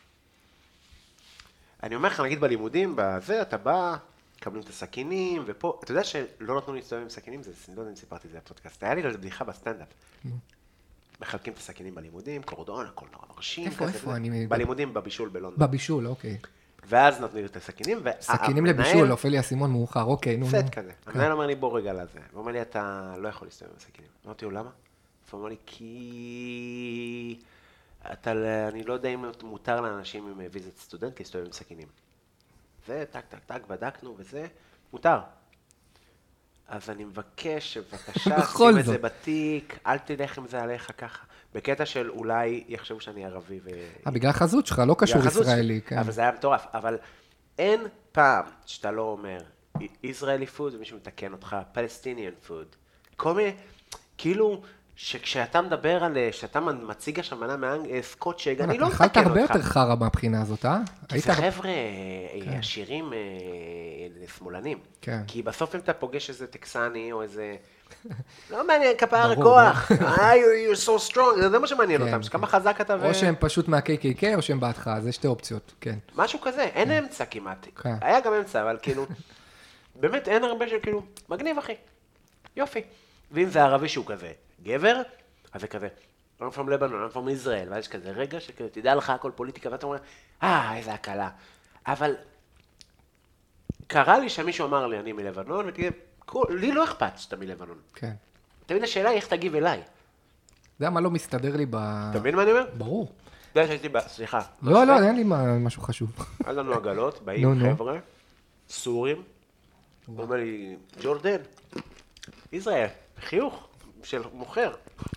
אני אומר לך, נגיד בלימודים, בזה, אתה בא, קבלים את הסכינים, ופה, אתה יודע שלא נתנו לי להסתובב עם סכינים, זה לא יודע אם סיפרתי את זה בפודקאסט, היה לי על זה בדיחה בסטנדאפ. מחלקים את הסכינים בלימודים, קורדון, הכל נורא מרשים. איפה? בלימודים, בבישול בלונדון. בבישול, אוקיי. ואז נתנו לי את הסכינים, סכינים לבישול, אופל לי הסימון מאוחר, אוקיי, נו. סט כזה. המנהל אומר לי, בוא רגע לזה. הוא אומר לי, אתה לא יכול להסתובב עם הסכינים. אמרתי לו, למה? הוא אומר לי, כי... אני לא יודע אם מותר לאנשים עם ויזת סטודנט להסתובב עם סכינים. זה, טק, בדקנו וזה, מותר. אז אני מבקש שבבקשה, שים את זה בתיק, אל תלך עם זה עליך ככה. בקטע של אולי יחשבו שאני ערבי בגלל החזות שלך, לא קשור ישראלי. אבל זה היה מטורף. אבל אין פעם שאתה לא אומר, ישראלי פוד, ומישהו מתקן אותך, פלסטיניאן פוד. כל מיני, כאילו... שכשאתה מדבר על, שאתה מציג השמנה סקוטשג, אני לא מתקן אותך. אכלת הרבה יותר חרא מהבחינה הזאת, אה? כי זה חבר'ה עשירים שמאלנים. כי בסוף אם אתה פוגש איזה טקסני או איזה... לא מעניין, כפר כוח. You're so strong, זה מה שמעניין אותם, שכמה חזק אתה או שהם פשוט מה-KKK או שהם בעדך, זה שתי אופציות, כן. משהו כזה, אין אמצע כמעט. היה גם אמצע, אבל כאילו, באמת אין הרבה שכאילו, מגניב אחי, יופי. ואם זה ערבי שהוא כזה, גבר, אז זה כזה, I'm from Lebanon, I'm from Israel, ואז יש כזה רגע שכזה, תדע לך הכל פוליטיקה, ואתה אומר, איזה הקלה. אבל קרה לי שמישהו אמר לי, אני מלבנון, לי לא אכפת שאתה מלבנון. כן. תמיד השאלה היא איך תגיב אליי. יודע מה לא מסתדר לי אתה מבין מה אני אומר? ברור. אתה יודע שהייתי סליחה. לא, אין לי משהו חשוב. אז לנו עגלות, באים חבר'ה, סורים, הוא אומר לי, ג'ורדן, ישראל, חיוך של מוכר.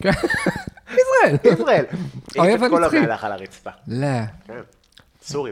ישראל. אוהב את כל המהלך על הרצפה. לא. כן, סורים.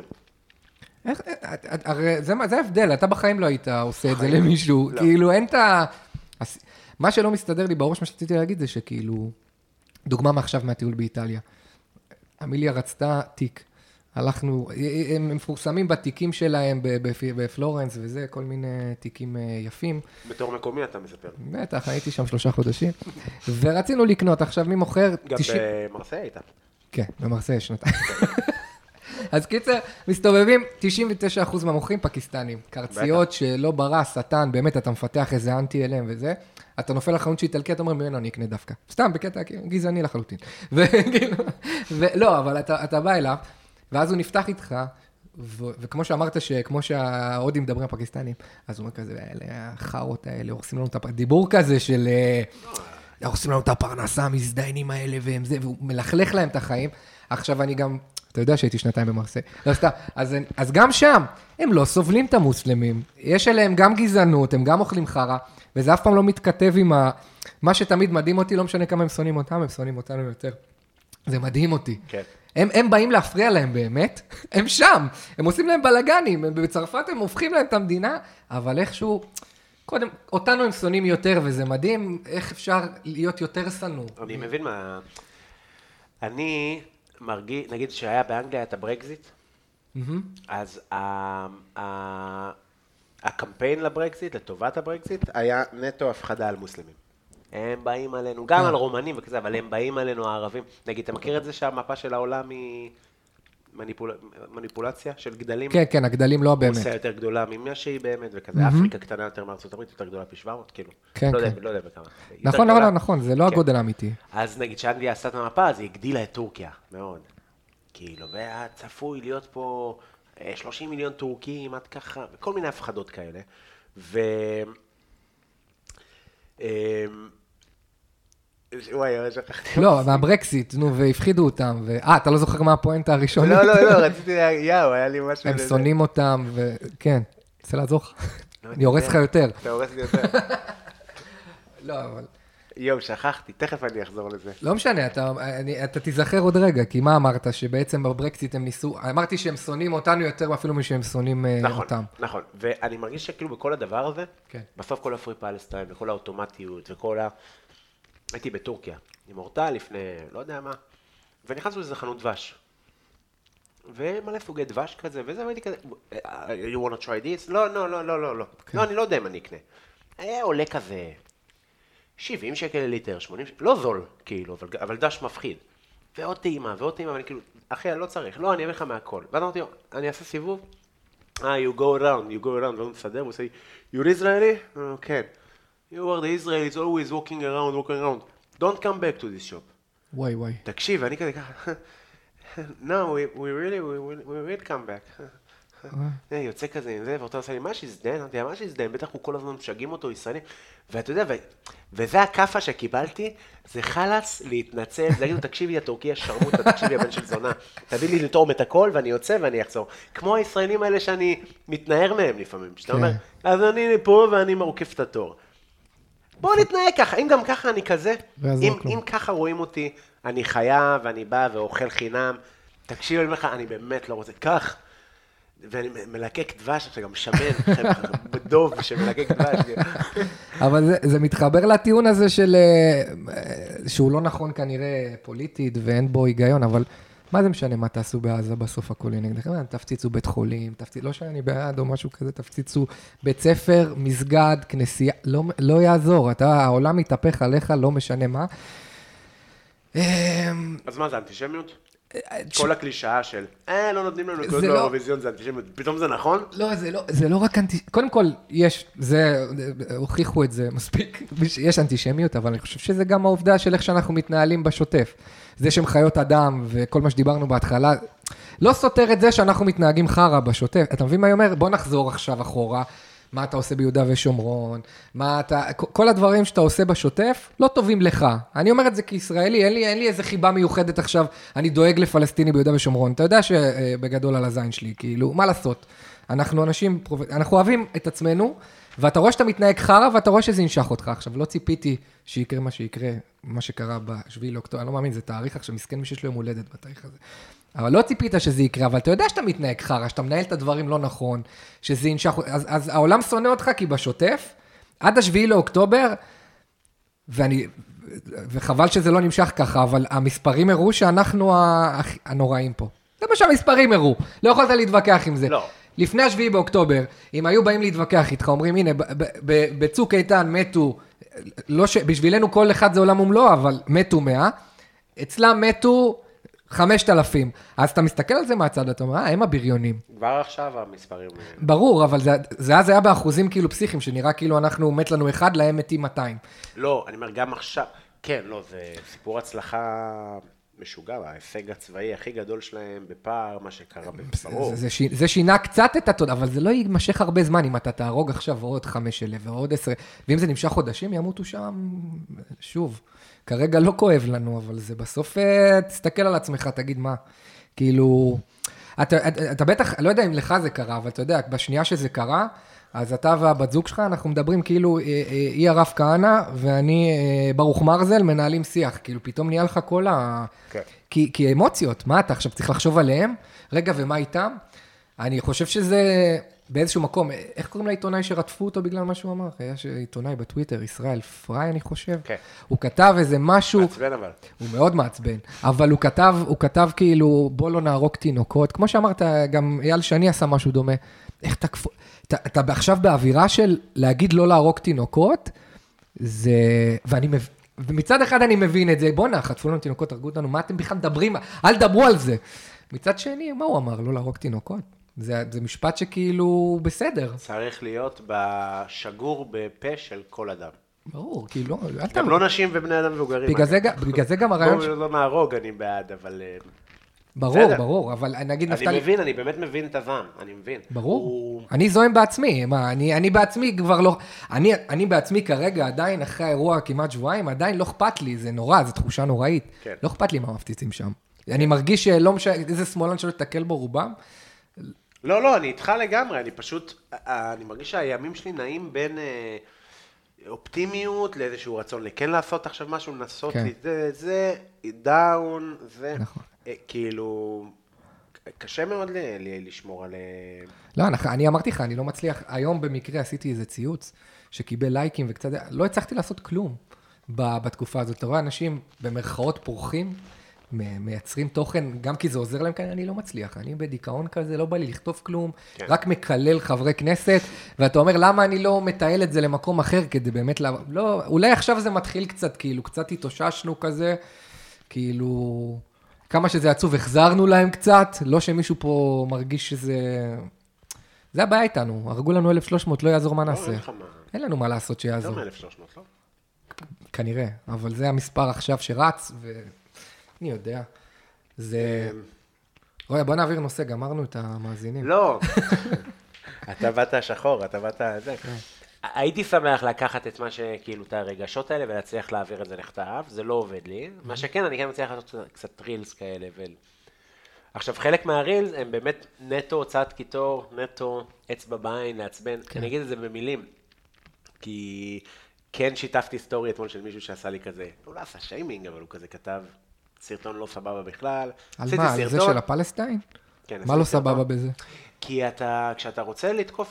הרי זה ההבדל, אתה בחיים לא היית עושה את זה למישהו, כאילו אין את ה... מה שלא מסתדר לי בראש, מה שרציתי להגיד זה שכאילו, דוגמה מעכשיו מהטיול באיטליה, אמיליה רצתה תיק, הלכנו, הם מפורסמים בתיקים שלהם בפלורנס וזה, כל מיני תיקים יפים. בתור מקומי אתה מספר. בטח, הייתי שם 3 חודשים, ורצינו לקנות, עכשיו מי מוכר? גם במרסיי הייתה. כן, במרסיי שנתיים. אז קיצר, מסתובבים 99% מהמוכרים פקיסטנים, קרציות שלא ברא, שטן, באמת אתה מפתח איזה אנטי אליהם וזה, אתה נופל לחנות שאיטלקי, אתה אומר, ממנו אני אקנה דווקא. סתם, בקטע גזעני לחלוטין. ולא, אבל אתה בא אליו, ואז הוא נפתח איתך, וכמו שאמרת שכמו שההודים מדברים הפקיסטנים, אז הוא אומר כזה, החרות האלה, הורסים לנו את דיבור כזה של, הורסים לנו את הפרנסה, המזדיינים האלה והם זה, והוא מלכלך להם את החיים. עכשיו אני גם, אתה יודע שהייתי 2 במרסיי, לא סתם, אז גם שם, הם לא סובלים את המוסלמים, יש אליהם גם גזענות, הם גם אוכלים חרה, וזה אף פעם לא מתכתב עם מה שתמיד מדהים אותי, לא משנה כמה הם שונאים אותם, הם שונאים אותנו יותר. זה מדהים אותי. כן. הם באים להפריע להם באמת, הם שם, הם עושים להם בלגנים, בצרפת הם הופכים להם את המדינה, אבל איכשהו, קודם, אותנו הם שונאים יותר, וזה מדהים, איך אפשר להיות יותר שנוא. אני מבין מה... אני מרגיש, נגיד שהיה באנגליה את הברקזיט, אז הקמפיין לברקזיט, לטובת הברקזיט, היה נטו הפחדה על מוסלמים. הם באים עלינו, גם על רומנים וכזה, אבל הם באים עלינו הערבים. נגיד, אתה מכיר את זה שהמפה של העולם היא מניפולציה של גדלים? כן, כן, הגדלים לא באמת. רוסיה יותר גדולה ממה שהיא באמת, וכזה, אפריקה קטנה יותר מארצות הברית, יותר גדולה פי 700, כאילו. כן, כן. לא יודע בכמה. נכון, נכון, זה לא הגודל האמיתי. אז נגיד, שאנגליה עשתה את המפה, אז היא הגדילה את טורקיה, מאוד. כאילו, והצפוי להיות פה 30 מיליון טורקים, עד ככה, וכל מיני הפחדות כאלה. וואי, שכחתי. לא, מהברקסיט, נו, והפחידו אותם, אתה לא זוכר מה הפואנטה הראשונית? לא, רציתי, היה לי משהו... הם שונאים אותם, וכן, רוצה לעזור לך? אני הורס לך יותר. אתה הורס לי יותר. לא, אבל... שכחתי, תכף אני אחזור לזה. לא משנה, אתה תיזכר עוד רגע, כי מה אמרת? שבעצם בברקסיט הם ניסו, אמרתי שהם שונאים אותנו יותר אפילו משהם שונאים אותם. נכון, ואני מרגיש שכאילו בכל הדבר הזה, בסוף כל הפרי פלסטיין וכל האוטומטיות וכל ה... הייתי בטורקיה, עם אורטל לפני, לא יודע מה, ונכנסנו לזה חנות דבש. ומלא סוגי דבש כזה, וזה, והייתי כזה, you want to try this? לא, אני לא יודע אם אני אקנה. היה עולה כזה 70 שקל לליטר, 80 שקל, לא זול, כאילו, אבל דש מפחיד. ועוד טעימה, ואני כאילו, אחי, אני לא צריך, לא, אני אביא לך מהכל. ואז אמרתי, אני אעשה סיבוב, you go around, לא מסדר, הוא עושה, you're Israeli? כן. You are the Israelis always walking around. Don't come back to this shop. וואי. תקשיב, אני כזה ככה, no, we will come back. יוצא כזה עם זה, ואתה עושה לי, מה שיזדן? אמרתי, מה שיזדן? בטח הוא כל הזמן משגעים אותו, ישראלים. ואתה יודע, וזה הקפה שקיבלתי, זה חלץ להתנצל, להגיד לו, תקשיבי, הטורקי השרמוטה, תקשיבי, הבן של זונה. תביא לי לתאום את הכל, ואני יוצא ואני אחזור. כמו הישראלים האלה שאני מתנער מהם לפעמים, שאתה אומר, אז אני פה ואני מרוקף את התור. בואו נתנהג ככה, אם גם ככה אני כזה, אם ככה רואים אותי, אני חיה ואני בא ואוכל חינם, תקשיב, אני אומר לך, אני באמת לא רוצה, כך, ואני מלקק דבש, עכשיו גם שמן, בדוב שמלקק דבש. אבל זה מתחבר לטיעון הזה שהוא לא נכון כנראה פוליטית ואין בו היגיון, אבל מה זה משנה מה תעשו בעזה בסוף הכל נגדכם? תפציצו בית חולים, לא שאני בעד או משהו כזה, תפציצו בית ספר, מסגד, כנסייה, לא יעזור, העולם מתהפך עליך, לא משנה מה. אז מה זה, אנטישמיות? כל הקלישאה של, לא נותנים לנו נקודות באירוויזיון, זה אנטישמיות, פתאום זה נכון? לא, זה לא רק אנטישמיות, קודם כל, הוכיחו את זה מספיק, יש אנטישמיות, אבל אני חושב שזה גם העובדה של איך שאנחנו מתנהלים בשוטף. זה שהם חיות אדם וכל מה שדיברנו בהתחלה, לא סותר את זה שאנחנו מתנהגים חרה בשוטף. אתה מבין מה אני אומר? בוא נחזור עכשיו אחורה, מה אתה עושה ביהודה ושומרון, כל הדברים שאתה עושה בשוטף, לא טובים לך. אני אומר את זה כישראלי, אין לי איזה חיבה מיוחדת עכשיו, אני דואג לפלסטיני ביהודה ושומרון. אתה יודע שבגדול על הזין שלי, כאילו, מה לעשות? אנחנו אנשים, אנחנו אוהבים את עצמנו, ואתה רואה שאתה מתנהג חרה, ואתה רואה שזה ינשך אותך. עכשיו, לא ציפיתי שיקרה מה שיקרה, מה שקרה בשביעי לאוקטובר, אני לא מאמין, זה תאריך עכשיו, מסכן מי שיש לו יום הולדת בתאריך הזה. אבל לא ציפית שזה יקרה, אבל אתה יודע שאתה מתנהג חרה, שאתה מנהל את הדברים לא נכון, שזה ינשך, אז העולם שונא אותך, כי בשוטף, עד השביעי לאוקטובר, וחבל שזה לא נמשך ככה, אבל המספרים הראו שאנחנו הנוראים פה. זה מה שהמספרים הראו, לא יכולת להתווכח עם זה. לא. לפני השביעי באוקטובר, אם היו באים להתווכח איתך, אומרים, הנה, בצוק איתן מתו, בשבילנו כל אחד זה עולם ומלואו, אבל מתו 100, אצלם מתו 5,000. אז אתה מסתכל על זה מהצד, אתה אומר, הם הבריונים. כבר עכשיו המספרים... ברור, אבל זה היה באחוזים כאילו פסיכיים, שנראה כאילו אנחנו מת לנו 1, להם מתים 200. לא, אני אומר, גם עכשיו, כן, לא, זה סיפור הצלחה משוגע, ההישג הצבאי הכי גדול שלהם בפער, מה שקרה בברור. זה שינה קצת את התודה, אבל זה לא יימשך הרבה זמן, אם אתה תהרוג עכשיו עוד 5,000 ועוד 10, ואם זה נמשך חודשים, ימותו שם שוב. כרגע לא כואב לנו, אבל זה בסוף, תסתכל על עצמך, תגיד מה, כאילו, אתה בטח, לא יודע אם לך זה קרה, אבל אתה יודע, בשנייה שזה קרה, אז אתה והבת זוג שלך, אנחנו מדברים כאילו, היא הרב כהנא, ואני ברוך מרזל, מנהלים שיח, כאילו פתאום נהיה לך כל כן. כי אמוציות, מה אתה עכשיו צריך לחשוב עליהם? רגע, ומה איתם? אני חושב שזה באיזשהו מקום, איך קוראים לעיתונאי שרדפו אותו בגלל מה שהוא אמר? היה עיתונאי בטוויטר, ישראל פריי, אני חושב. כן. הוא כתב איזה משהו... מעצבן אבל. הוא מאוד מעצבן. אבל הוא כתב כאילו, בוא לא נהרוג תינוקות. כמו שאמרת, גם אייל שני עשה משהו דומה. איך תקפו... אתה עכשיו באווירה של להגיד לא להרוג תינוקות, זה... ומצד אחד אני מבין את זה, בוא חטפו לנו תינוקות, הרגו אותנו, מה אתם בכלל מדברים? אל דברו על זה. מצד שני, מה הוא אמר? לא להרוג תינוקות? זה משפט שכאילו בסדר. צריך להיות בשגור בפה של כל אדם. ברור, כאילו, גם לא נשים ובני אדם מבוגרים. בגלל זה גם הרעיון... בואו לא נהרוג, אני בעד, אבל... ברור, ברור, אבל נגיד נפתלי... אני מבין, אני באמת מבין את הזעם, אני מבין. ברור, אני זוהם בעצמי, אני בעצמי כבר לא... אני בעצמי כרגע עדיין, אחרי האירוע כמעט שבועיים, עדיין לא אכפת לי, זה נורא, זו תחושה נוראית. לא אכפת לי מה מפציצים שם. אני מרגיש שלא משנה, איזה שמאלן שלא תתקל בו רובם. לא, אני איתך לגמרי, אני פשוט, אני מרגיש שהימים שלי נעים בין אופטימיות לאיזשהו רצון לכן לעשות עכשיו משהו, לנסות זה, דאון, זה, כאילו, קשה מאוד לשמור על... לא, אני אמרתי לך, אני לא מצליח, היום במקרה עשיתי איזה ציוץ, שקיבל לייקים וקצת, לא הצלחתי לעשות כלום בתקופה הזאת. אתה רואה אנשים במרכאות פורחים, מייצרים תוכן, גם כי זה עוזר להם כאן, אני לא מצליח. אני בדיכאון כזה, לא בא לי לכתוב כלום, רק מקלל חברי כנסת, ואתה אומר, למה אני לא מטייל את זה למקום אחר, כדי באמת, לא, אולי עכשיו זה מתחיל קצת, כאילו, קצת התאוששנו כזה, כאילו, כמה שזה עצוב, החזרנו להם קצת, לא שמישהו פה מרגיש שזה... זה הבעיה איתנו, הרגו לנו 1,300, לא יעזור מה נעשה. אין לנו מה לעשות שיעזור. יותר מ-1,300, לא? כנראה, אבל זה המספר עכשיו שרץ, אני יודע. זה... רואה, בוא נעביר נושא, גמרנו את המאזינים. לא. אתה באת שחור, אתה באת... הייתי שמח לקחת את מה שכאילו, את הרגשות האלה, ולהצליח להעביר את זה לכתב, זה לא עובד לי. מה שכן, אני כן מצליח לעשות קצת רילס כאלה. עכשיו, חלק מהרילס הם באמת נטו הוצאת קיטור, נטו אצבע בעין, לעצבן. אני אגיד את זה במילים. כי כן שיתפתי סטורי אתמול של מישהו שעשה לי כזה, הוא לא עשה שיימינג, אבל הוא כזה כתב סרטון לא סבבה בכלל. על מה? על זה של הפלסטיין? כן. מה לא סבבה בזה? כי כשאתה רוצה לתקוף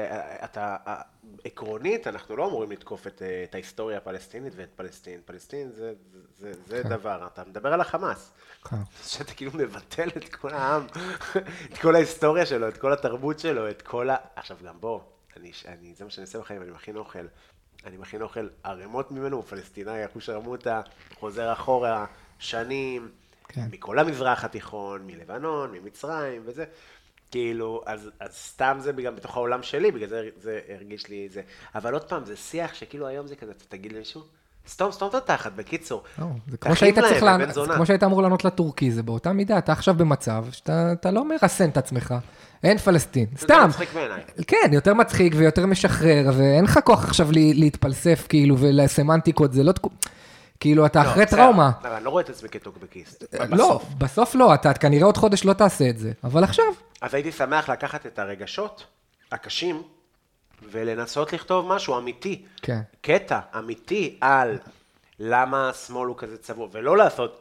עקרונית, אנחנו לא אמורים לתקוף את ההיסטוריה הפלסטינית ואת פלסטין. פלסטין זה דבר, אתה מדבר על החמאס. שאתה כאילו מבטל את כל העם, את כל ההיסטוריה שלו, את כל התרבות שלו, את כל עכשיו גם בוא, זה מה שאני עושה בחיים, אני מכין אוכל ערימות ממנו, פלסטיני, אחוש הרמותה, חוזר אחורה שנים, מכל המזרח התיכון, מלבנון, ממצרים וזה. כאילו, אז סתם זה גם בתוך העולם שלי, בגלל זה הרגיש לי זה. אבל עוד פעם, זה שיח שכאילו היום זה כזה, אתה תגיד למישהו, סתום את התחת, בקיצור. זה כמו שהיית אמור לענות לטורקי, זה באותה מידה, אתה עכשיו במצב שאתה לא מרסן את עצמך, אין פלסטין, סתם. יותר מצחיק בעיניי. כן, יותר מצחיק ויותר משחרר, ואין לך כוח עכשיו להתפלסף, כאילו, ולסמנטיקות, זה לא... כאילו, אתה אחרי טראומה. אני לא רואה את עצמי כטוקבקיסט. לא, בסוף לא, אתה כנראה עוד חודש לא תעשה את זה, אבל עכשיו. אז הייתי שמח לקחת את הרגשות הקשים, ולנסות לכתוב משהו אמיתי. כן. קטע אמיתי על למה השמאל הוא כזה צבוע, ולא לעשות,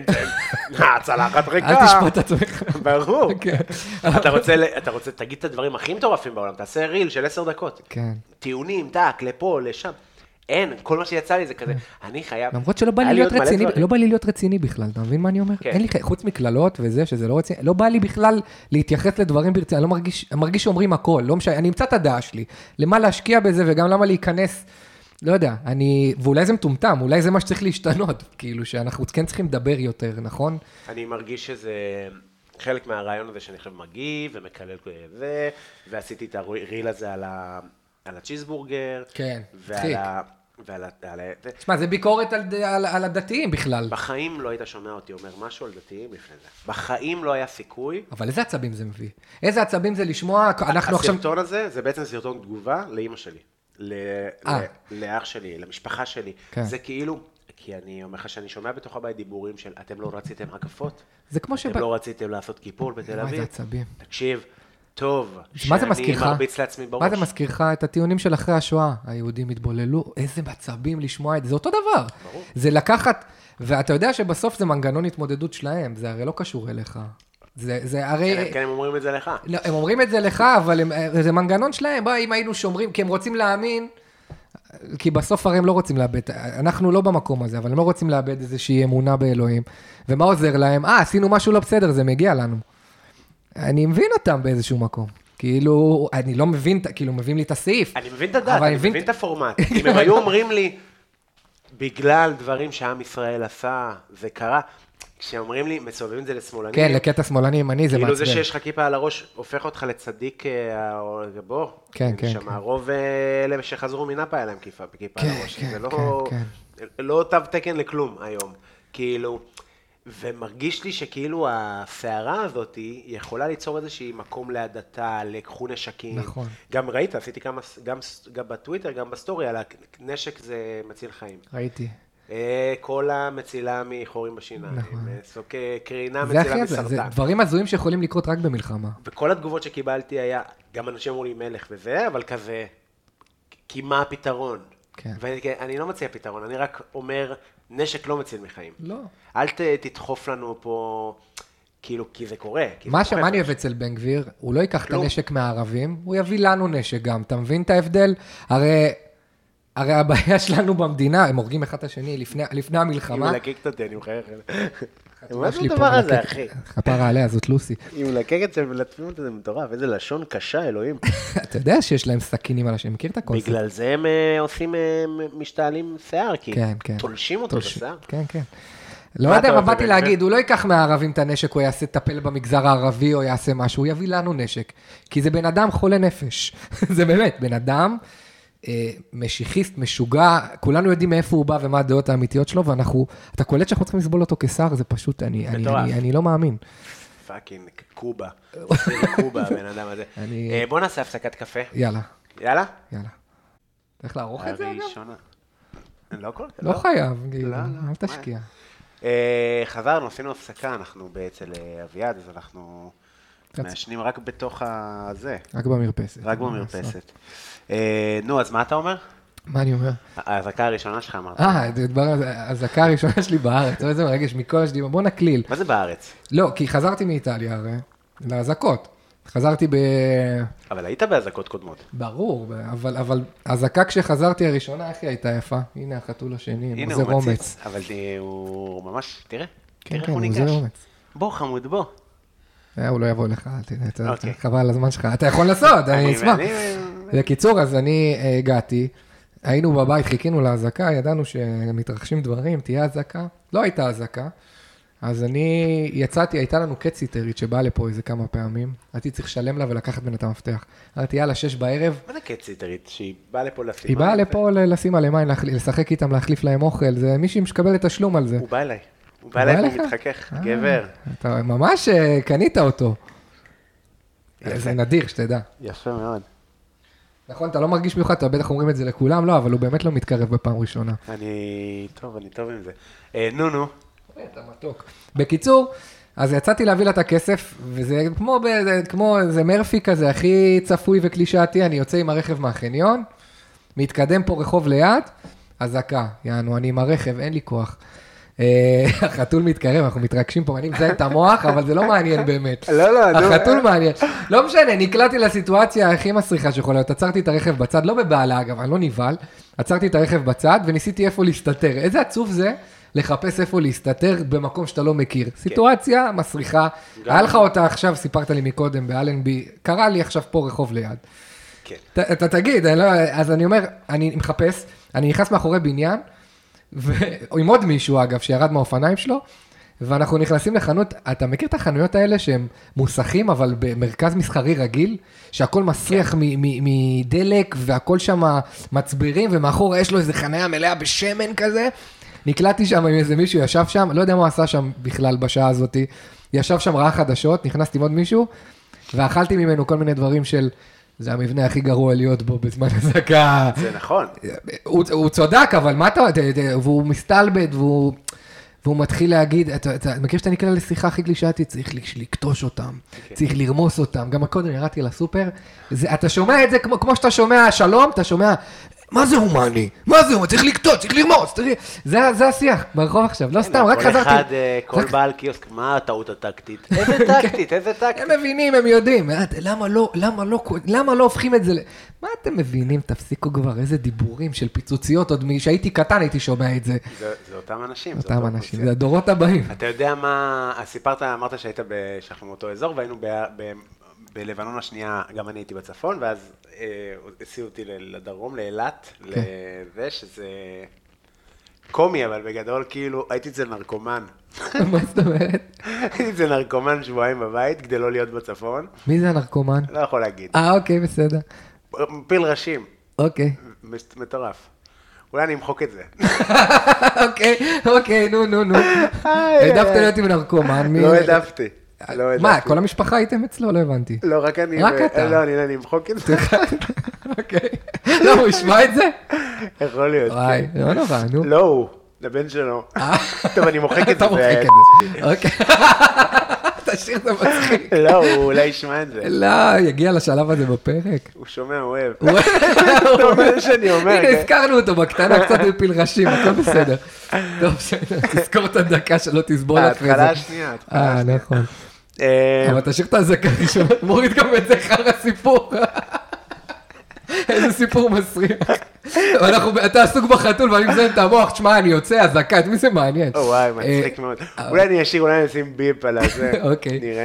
הצלחת ריקה. אל תשפוט את עצמך. ברור. אתה רוצה, תגיד את הדברים הכי מטורפים בעולם, תעשה ריל של 10 דקות. כן. טיעונים, טק, לפה, לשם. אין, כל מה שיצא לי זה כזה, אני חייב... למרות שלא בא לי להיות רציני, לא בא לי להיות רציני בכלל, אתה מבין מה אני אומר? אין לי, חוץ מכללות וזה, שזה לא רציני, לא בא לי בכלל להתייחס לדברים ברציני, אני לא מרגיש שאומרים הכל, לא משנה, אני אמצא את הדעה שלי, למה להשקיע בזה וגם למה להיכנס, לא יודע, ואולי זה מטומטם, אולי זה מה שצריך להשתנות, כאילו שאנחנו כן צריכים לדבר יותר, נכון? אני מרגיש שזה חלק מהרעיון הזה שאני חושב מגיב ומקלל זה, ועשיתי את הריל הזה על הצ'יזבורגר. כן, צחיק. תשמע, זה ביקורת על הדתיים בכלל. בחיים לא היית שומע אותי אומר משהו על דתיים לפני זה. בחיים לא היה סיכוי. אבל איזה עצבים זה מביא? איזה עצבים זה לשמוע? הסרטון הזה, זה בעצם סרטון תגובה לאמא שלי. לאח שלי, למשפחה שלי. זה כאילו, כי אני אומר לך שאני שומע בתוך הבית דיבורים של אתם לא רציתם הקפות. זה כמו אתם לא רציתם לעשות קיפול בתל אביב. איזה עצבים. תקשיב. טוב, שאני מרביץ לעצמי בראש. מה זה מזכיר לך? את הטיעונים של אחרי השואה. היהודים התבוללו, איזה מצבים לשמוע את זה. זה אותו דבר. ברור. זה לקחת, ואתה יודע שבסוף זה מנגנון התמודדות שלהם, זה הרי לא קשור אליך. זה הרי... כן, הם אומרים את זה לך. לא, הם אומרים את זה לך, אבל זה מנגנון שלהם. בוא, אם היינו שומרים, כי הם רוצים להאמין, כי בסוף הרי הם לא רוצים לאבד, אנחנו לא במקום הזה, אבל הם לא רוצים לאבד איזושהי אמונה באלוהים. ומה עוזר להם? עשינו משהו לא בסדר, זה מגיע לנו. אני מבין אותם באיזשהו מקום. כאילו, אני לא מבין, כאילו, מביאים לי את הסעיף. אני מבין את הדעת, אני מבין את הפורמט. אם הם היו אומרים לי, בגלל דברים שעם ישראל עשה, זה קרה, כשאומרים לי, מסובבים את זה לשמאלנים. כן, לקטע שמאלני ימני, זה מעצבן. כאילו זה שיש לך כיפה על הראש, הופך אותך לצדיק, בוא. כן, כן. שם הרוב אלה שחזרו מנפה היה להם כיפה על הראש. זה לא תו תקן לכלום היום. כאילו, ומרגיש לי שכאילו הסערה הזאת היא יכולה ליצור איזושהי מקום להדתה, לקחו נשקים. נכון. גם ראית, עשיתי גם בטוויטר, גם בסטורי, על הנשק זה מציל חיים. ראיתי. כל המצילה מחורים בשיניים. נכון. סוג קרינה מצילה מסרטן. זה דברים הזויים שיכולים לקרות רק במלחמה. וכל התגובות שקיבלתי היה, גם אנשים אמרו לי מלך וזה, אבל כזה, כי מה הפתרון? כן. ואני לא מציע פתרון, אני רק אומר, נשק לא מציל מחיים. לא. אל תדחוף לנו פה, כאילו, כי זה קורה. מה אני אוהב אצל בן גביר, הוא לא ייקח את הנשק מהערבים, הוא יביא לנו נשק גם, אתה מבין את ההבדל? הרי הבעיה שלנו במדינה, הם הורגים אחד את השני לפני המלחמה. היא מלקקת אותי, אני מחייך. מה זה הדבר הזה, אחי? חפרה עליה, זאת לוסי. היא מלקקת שמלטפים אותי, זה מטורף, איזה לשון קשה, אלוהים. אתה יודע שיש להם סכינים על השם, מכיר את הקונספט? בגלל זה הם עושים משתעלים שיער, כי תולשים אותו בשיער. כן, כן. לא יודע מה באתי להגיד, הוא לא ייקח מהערבים את הנשק, הוא יעשה טפל במגזר הערבי, או יעשה משהו, הוא יביא לנו נשק. כי זה בן אדם חולה נפש. זה באמת, בן אדם משיחיסט, משוגע, כולנו יודעים מאיפה הוא בא ומה הדעות האמיתיות שלו, אתה קולט שאנחנו צריכים לסבול אותו כשר, זה פשוט, אני לא מאמין. פאקינג קובה. קובה, הבן אדם הזה. בוא נעשה הפסקת קפה. יאללה. יאללה? יאללה. צריך לערוך את זה אגב? לא חייב, אל תשקיע. חזרנו, עשינו הפסקה, אנחנו אצל אביעד, אז אנחנו מעשנים רק בתוך הזה. רק במרפסת. רק במרפסת. נו, אז מה אתה אומר? מה אני אומר? ההזקה הראשונה שלך אמרת. ההזקה הראשונה שלי בארץ, איזה מרגש, מכל השדימה, בוא נקליל. מה זה בארץ? לא, כי חזרתי מאיטליה הרי, להזקות. חזרתי אבל היית בהזקות קודמות. ברור, אבל הזקה כשחזרתי הראשונה, איך היא הייתה יפה? הנה החתול השני, זה רומץ. אבל הוא ממש, תראה. כן, כן, הוא זה רומץ. בוא חמוד, בוא. הוא לא יבוא לך, חבל על הזמן שלך. אתה יכול לעשות, אני אשמח. בקיצור, אז אני הגעתי, היינו בבית, חיכינו להזקה, ידענו שמתרחשים דברים, תהיה הזקה. לא הייתה הזקה. אז אני יצאתי, הייתה לנו קציטרית שבאה לפה איזה כמה פעמים, הייתי צריך לשלם לה ולקחת בין את המפתח. אמרתי, יאללה, 6 בערב. מה זה קציטרית? שהיא באה לפה לשים? היא באה לפה לשים עליהם מים, לשחק איתם, להחליף להם אוכל, זה מישהי משקבל את השלום על זה. הוא בא אליי. הוא בא אליי והוא מתחכך, גבר. אתה ממש קנית אותו. זה נדיר, שתדע. יפה מאוד. נכון, אתה לא מרגיש מיוחד, אתה בטח אומרים את זה לכולם, לא, אבל הוא באמת לא מתקרב בפעם ראשונה. אני טוב עם זה. נו. אתה מתוק. בקיצור, אז יצאתי להביא לה את הכסף, וזה כמו איזה מרפי כזה, הכי צפוי וקלישאתי, אני יוצא עם הרכב מהחניון, מתקדם פה רחוב ליד, הזקה, יענו, אני עם הרכב, אין לי כוח. החתול מתקרב, אנחנו מתרגשים פה, אני מזהה את המוח, אבל זה לא מעניין באמת. לא. החתול מעניין. לא משנה, נקלעתי לסיטואציה הכי מסריחה שיכולה להיות, עצרתי את הרכב בצד, לא בבעלה אגב, אני לא נבהל, עצרתי את הרכב בצד וניסיתי איפה להסתתר. איזה עצוב זה לחפש איפה להסתתר במקום שאתה לא מכיר. סיטואציה מסריחה, היה לך אותה עכשיו, סיפרת לי מקודם באלנבי, קרה לי עכשיו פה רחוב ליד. אתה תגיד, אז אני אומר, אני מחפש, אני נכנס מאחורי בניין, עם עוד מישהו אגב, שירד מהאופניים שלו, ואנחנו נכנסים לחנות, אתה מכיר את החנויות האלה שהם מוסכים, אבל במרכז מסחרי רגיל, שהכל מסריח מדלק, והכל שם מצברים, ומאחור יש לו איזה חניה מלאה בשמן כזה, נקלעתי שם עם איזה מישהו, ישב שם, לא יודע מה הוא עשה שם בכלל בשעה הזאת, ישב שם ראה חדשות, נכנסתי עם עוד מישהו, ואכלתי ממנו כל מיני דברים של, זה המבנה הכי גרוע להיות בו בזמן הזקה. זה נכון. הוא צודק, אבל מה אתה, והוא מסתלבט, והוא מתחיל להגיד, אתה מכיר שאתה נקרא לשיחה הכי גלישתי, צריך לקטוש אותם, צריך לרמוס אותם, גם הקודם ירדתי לסופר, אתה שומע את זה כמו שאתה שומע שלום, אתה שומע, מה זה הומני? מה זה הומני? צריך לקטוש, צריך לרמוס, זה השיח ברחוב עכשיו, לא סתם, רק חזרתי. כל בעל קיוסק, מה הטעות הטקטית? איזה טקטית? הם מבינים, הם יודעים, למה לא הופכים את זה? מה אתם מבינים? תפסיקו כבר, איזה דיבורים של פיצוציות, עוד שהייתי קטן הייתי שומע את זה. זה אותם אנשים. אותם אנשים, זה הדורות הבאים. אתה יודע מה, אמרת שהיית שאנחנו מאותו אזור, והיינו בלבנון השנייה, גם אני הייתי בצפון, ואז הסיעו אותי לדרום, לאילת, לזה שזה קומי, אבל בגדול כאילו הייתי אצל נרקומן. מה זאת אומרת? הייתי אצל נרקומן שבועיים בבית, כדי לא להיות בצפון. מי זה הנרקומן? לא יכול להגיד. אוקיי, בסדר. פיל ראשים. אוקיי. מטורף. אולי אני אמחוק את זה. אוקיי, נו. העדפת להיות עם נרקומן. לא העדפתי. מה, כל המשפחה הייתם אצלו? לא הבנתי. לא, רק אני. רק אתה. לא, אני אמחוק את זה. אוקיי. לא, הוא ישמע את זה? יכול להיות, וואי, לא נורא, נו. לא הוא, לבן שלו. טוב, אני מוחק את זה. אתה מוחק את זה. אוקיי. תשאיר את המצחיק. לא, הוא אולי ישמע את זה. לא, יגיע לשלב הזה בפרק. הוא שומע, הוא אוהב. אתה אומר שאני אומר. הנה, הזכרנו אותו בקטנה, קצת בפיל ראשים, הכל בסדר. טוב, תזכור את הדקה שלא תסבול אחרי זה. ההתחלה השנייה. נכון. אבל תשאיר את הזקה ראשונות, מוריד גם את זה אחר הסיפור. איזה סיפור מסריח. אתה עסוק בחתול ואני מזיין את המוח, תשמע, אני יוצא, הזקה, את מי זה מעניין? וואי, מצחיק מאוד. אולי אני אשאיר, אולי נשים ביפ על הזה. אוקיי. נראה.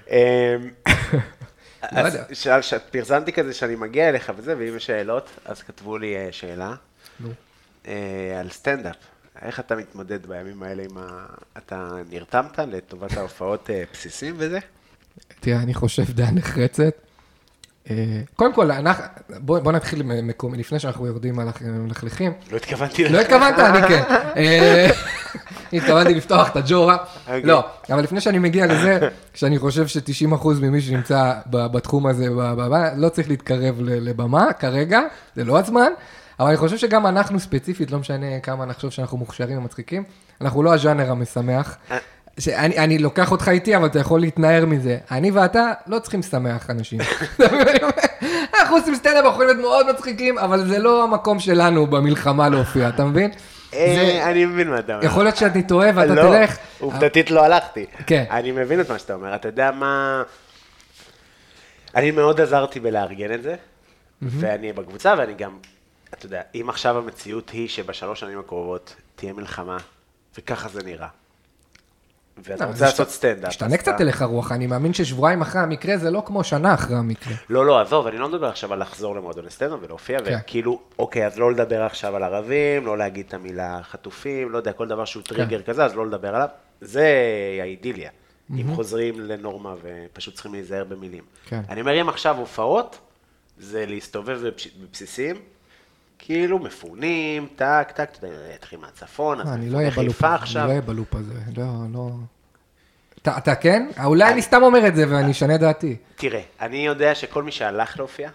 פרסמתי כזה שאני מגיע אליך וזה, ואם יש שאלות, אז כתבו לי שאלה. על סטנדאפ. איך אתה מתמודד בימים האלה עם אתה נרתמת לטובת ההופעות בסיסים וזה? תראה, אני חושב די נחרצת. קודם כל, בוא נתחיל לפני שאנחנו יורדים על המלכלכים. לא התכוונתי. לא התכוונת, אני כן. התכוונתי לפתוח את הג'ורה. לא, אבל לפני שאני מגיע לזה, שאני חושב ש90% ממי שנמצא בתחום הזה, לא צריך להתקרב לבמה כרגע, זה לא הזמן. אבל אני חושב שגם אנחנו ספציפית, לא משנה כמה נחשוב שאנחנו מוכשרים ומצחיקים, אנחנו לא הז'אנר המשמח. אני לוקח אותך איתי, אבל אתה יכול להתנער מזה. אני ואתה לא צריכים לשמח אנשים. אנחנו עושים סטנדאפ, אנחנו יכולים להיות מאוד מצחיקים, אבל זה לא המקום שלנו במלחמה להופיע, אתה מבין? אני מבין מה אתה אומר. יכול להיות שאני טועה ואתה תלך. לא, עובדתית לא הלכתי. כן. אני מבין את מה שאתה אומר. אתה יודע מה... אני מאוד עזרתי בלארגן את זה, ואני בקבוצה, ואני גם... אתה יודע, אם עכשיו המציאות היא שבשלוש שנים הקרובות תהיה מלחמה, וככה זה נראה. ואתה רוצה לעשות סטנדאפ. השתנה קצת אליך רוח, אני מאמין ששבועיים אחרי המקרה זה לא כמו שנה אחרי המקרה. לא, עזוב, אני לא מדבר עכשיו על לחזור למועדון סטנדאפ ולהופיע, וכאילו, אוקיי, אז לא לדבר עכשיו על ערבים, לא להגיד את המילה חטופים, לא יודע, כל דבר שהוא טריגר כזה, אז לא לדבר עליו. זה האידיליה, אם חוזרים לנורמה ופשוט צריכים להיזהר במילים. אני אומר, אם עכשיו הופעות, זה להסתובב בבסיסים, כאילו מפונים, טק, אתה יודע, התחיל מהצפון, אז בחיפה עכשיו. אני לא אהיה בלופ הזה, לא. אתה כן? אולי אני סתם אומר את זה ואני אשנה דעתי. תראה, אני יודע שכל מי שהלך להופיע,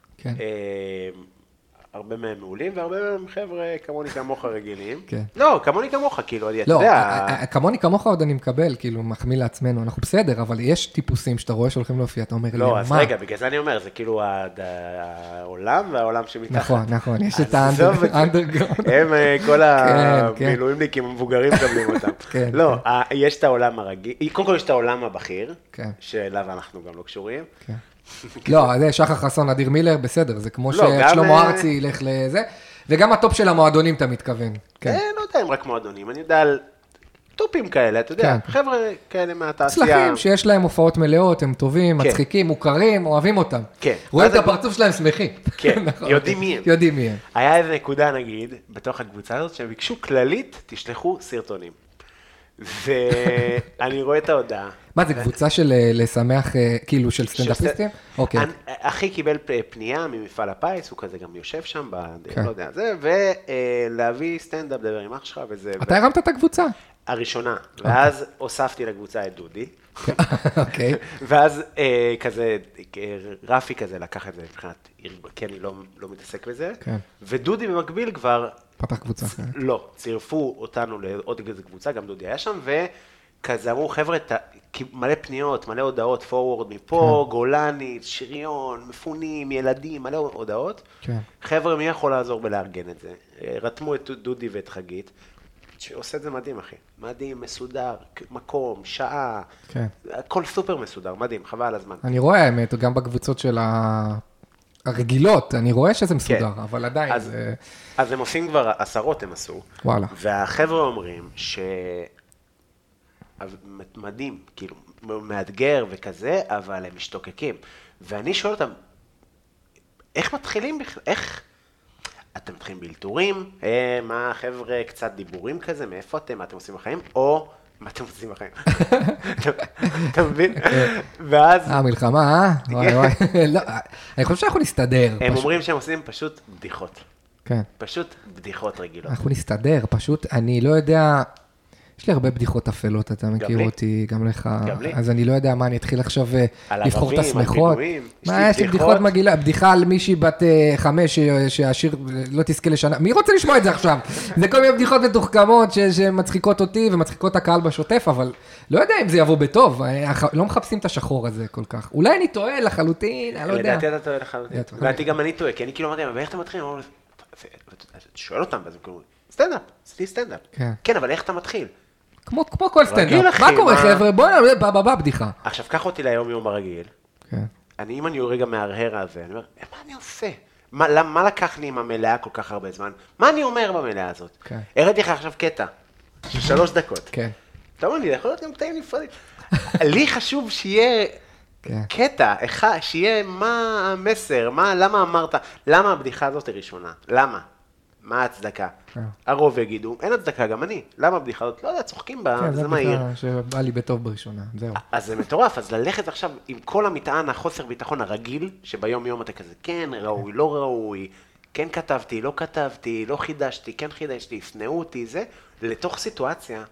הרבה מהם מעולים, והרבה מהם חבר'ה כמוני כמוך רגילים. לא, כמוני כמוך, כאילו, אתה יודע. לא, כמוני כמוך עוד אני מקבל, כאילו, מחמיא לעצמנו, אנחנו בסדר, אבל יש טיפוסים שאתה רואה שהולכים להופיע, אתה אומר, לא, אז רגע, בגלל זה אני אומר, זה כאילו העולם והעולם שמתחת. נכון, יש את האנדרגראונד. הם כל המילואימניקים המבוגרים קבלים אותם. לא, יש את העולם הרגיל, קודם כל יש את העולם הבכיר, שאליו אנחנו גם לא קשורים. לא, זה שחר חסון, אדיר מילר, בסדר, זה כמו ששלמה ארצי ילך לזה, וגם הטופ של המועדונים אתה מתכוון. לא יודע אם רק מועדונים, אני יודע על טופים כאלה, אתה יודע, חבר'ה כאלה מהתעשייה. צלחים שיש להם הופעות מלאות, הם טובים, מצחיקים, מוכרים, אוהבים אותם. רואים את הפרצוף שלהם שמחים. כן, יודעים מי הם. יודעים מי הם. היה איזה נקודה, נגיד, בתוך הקבוצה הזאת, שהם ביקשו כללית, תשלחו סרטונים. ואני רואה את ההודעה. מה, זה קבוצה של לשמח, כאילו, של סטנדאפיסטים? אוקיי. אחי קיבל פנייה ממפעל הפיס, הוא כזה גם יושב שם, לא יודע, זה, ולהביא סטנדאפ, דבר עם אח שלך וזה. אתה הרמת את הקבוצה? הראשונה, ואז הוספתי לקבוצה את דודי. אוקיי. ואז כזה, רפי כזה לקח את זה מבחינת, כי אני לא מתעסק בזה, ודודי במקביל כבר... פתח קבוצה אחרת. לא, צירפו אותנו לעוד איזה קבוצה, גם דודי היה שם, וכזה אמרו, חבר'ה, מלא פניות, מלא הודעות, פורוורד מפה, גולני, שריון, מפונים, ילדים, מלא הודעות. חבר'ה, מי יכול לעזור בלארגן את זה? רתמו את דודי ואת חגית, שעושה את זה מדהים, אחי. מדהים, מסודר, מקום, שעה, הכל סופר מסודר, מדהים, חבל על הזמן. אני רואה האמת, גם בקבוצות של הרגילות, אני רואה שזה מסודר, אבל עדיין זה... אז הם עושים כבר עשרות, הם עשו. וואלה. והחבר'ה אומרים מדהים, כאילו, מאתגר וכזה, אבל הם משתוקקים. ואני שואל אותם, איך מתחילים בכלל? איך... אתם מתחילים באלתורים? מה, חבר'ה, קצת דיבורים כזה? מאיפה אתם? מה אתם עושים בחיים? או מה אתם עושים בחיים? אתה מבין? ואז... מלחמה, וואי. אני חושב שאנחנו נסתדר. הם אומרים שהם עושים פשוט בדיחות. כן. פשוט בדיחות רגילות. אנחנו נסתדר, פשוט, אני לא יודע, יש לי הרבה בדיחות אפלות, אתה מכיר אותי, גם לך. גם לי. אז אני לא יודע מה, אני אתחיל עכשיו לבחור את על ערבים, השמחות. על פיגועים. מה, יש לי בדיחות מגעילה, בדיחה על מישהי בת 5 שהשיר לא תזכה לשנה. מי רוצה לשמוע את זה עכשיו? זה כל מיני בדיחות מתוחכמות שמצחיקות אותי ומצחיקות הקהל בשוטף, אבל לא יודע אם זה יבוא בטוב, לא מחפשים את השחור הזה כל כך. אולי אני טועה לחלוטין, אני לא יודע. לדעתי אתה טועה לחלוטין. לדעתי גם אני טועה, כי אני כאילו אמרתי, ואיך אתה מתחיל? שואל אותם, ואז הם כאילו, סטנדאפ, עשיתי סטנדאפ. כן, אבל איך אתה מתחיל? כמו כל סטנדאפ. מה קורה, חבר'ה? בואו נראה בדיחה. עכשיו, קח אותי ליום הרגיל. אם אני רגע מהרהר הזה, אני אומר, מה אני עושה? מה לקח לי עם המלאה כל כך הרבה זמן? מה אני אומר במלאה הזאת? הראיתי לך עכשיו קטע, 3 דקות. אתה אומר לי, יכול להיות גם קטעים נפרדים. לי חשוב שיהיה קטע, שיהיה מה המסר, למה אמרת, למה הבדיחה הזאת היא ראשונה? למה? מה ההצדקה? הרוב יגידו, אין הצדקה, גם אני. למה הבדיחה הזאת? לא יודע, צוחקים בה, זה מהיר. כן, זה בדיחה שבא לי בטוב בראשונה, זהו. אז זה מטורף, אז ללכת עכשיו עם כל המטען, החוסר ביטחון הרגיל, שביום יום אתה כזה, כן, ראוי, לא ראוי, כן כתבתי, לא כתבתי, לא חידשתי, כן חידשתי, הפנעו אותי, זה, לתוך סיטואציה,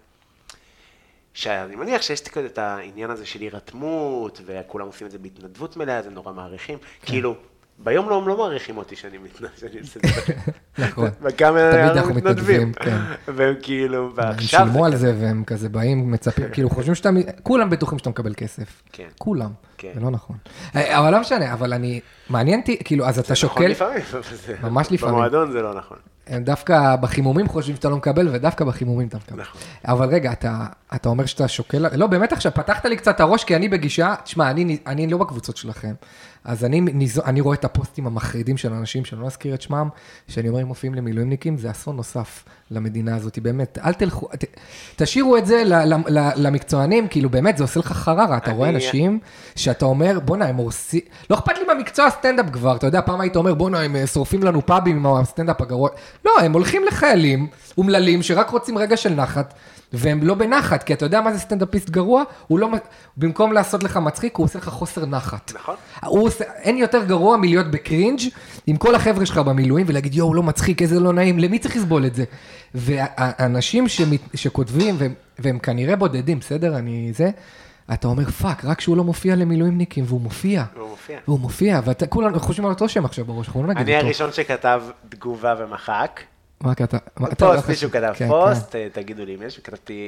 שאני מניח שיש לי כזה את העניין הזה של הירתמות, וכולם עושים את זה בהתנדבות מלאה, אז הם נורא מעריכים, כאילו, ביום לא מעריכים אותי שאני עושה את זה. נכון. תמיד אנחנו מתנדבים. והם כאילו, ועכשיו... הם שילמו על זה והם כזה באים, מצפים, כאילו חושבים שאתה, כולם בטוחים שאתה מקבל כסף. כן. כולם. זה לא נכון. אבל לא משנה, אבל מעניין אותי, כאילו, אז אתה שוקל... זה נכון לפעמים. ממש לפעמים. במועדון זה לא נכון. הם דווקא בחימומים חושבים שאתה לא מקבל, ודווקא בחימומים אתה מקבל. נכון. אבל רגע, אתה אומר שאתה שוקל... לא, באמת עכשיו, פתחת לי קצת הראש, כי אני בגישה... תשמע, אני לא בקבוצות שלכם. אז אני רואה את הפוסטים המחרידים של אנשים, שאני לא אזכיר את שמם, שאני אומר, אם מופיעים למילואימניקים, זה אסון נוסף למדינה הזאת. באמת, אל תלכו... תשאירו את זה למקצוענים, כאילו באמת, זה עושה לך חררה. אתה רואה אנשים שאתה אומר, בונה, הם הורסים... לא אכפת לי מהמקצוע הסטנדאפ כבר. אתה יודע, פעם היית אומר, בונה, הם שורפים לנו פאבים עם הסטנדאפ הגרוע. לא, הם הולכים לחיילים אומללים שרק רוצים רגע של נחת, והם לא בנחת, כי אתה יודע מה זה סטנדאפיסט גרוע? הוא לא, במקום לעשות לך מצחיק, הוא עושה לך חוסר נחת. נכון. אין יותר גרוע מלהיות בקרינג' עם כל החבר'ה שלך במילואים, ולהגיד, יואו, לא מצחיק, איזה לא נעים, למי צריך לסבול את זה? והאנשים שכותבים, והם כנראה בודדים, בסדר? אתה אומר, פאק, רק שהוא לא מופיע למילואימניקים, והוא מופיע. והוא מופיע, וכולם חושבים על אותו שם עכשיו בראש, אנחנו לא נגיד אותו. אני הראשון שכתב תגובה ומחק. מה כתב? פוסט, מישהו כתב פוסט, תגידו לי אם יש, וכתבתי,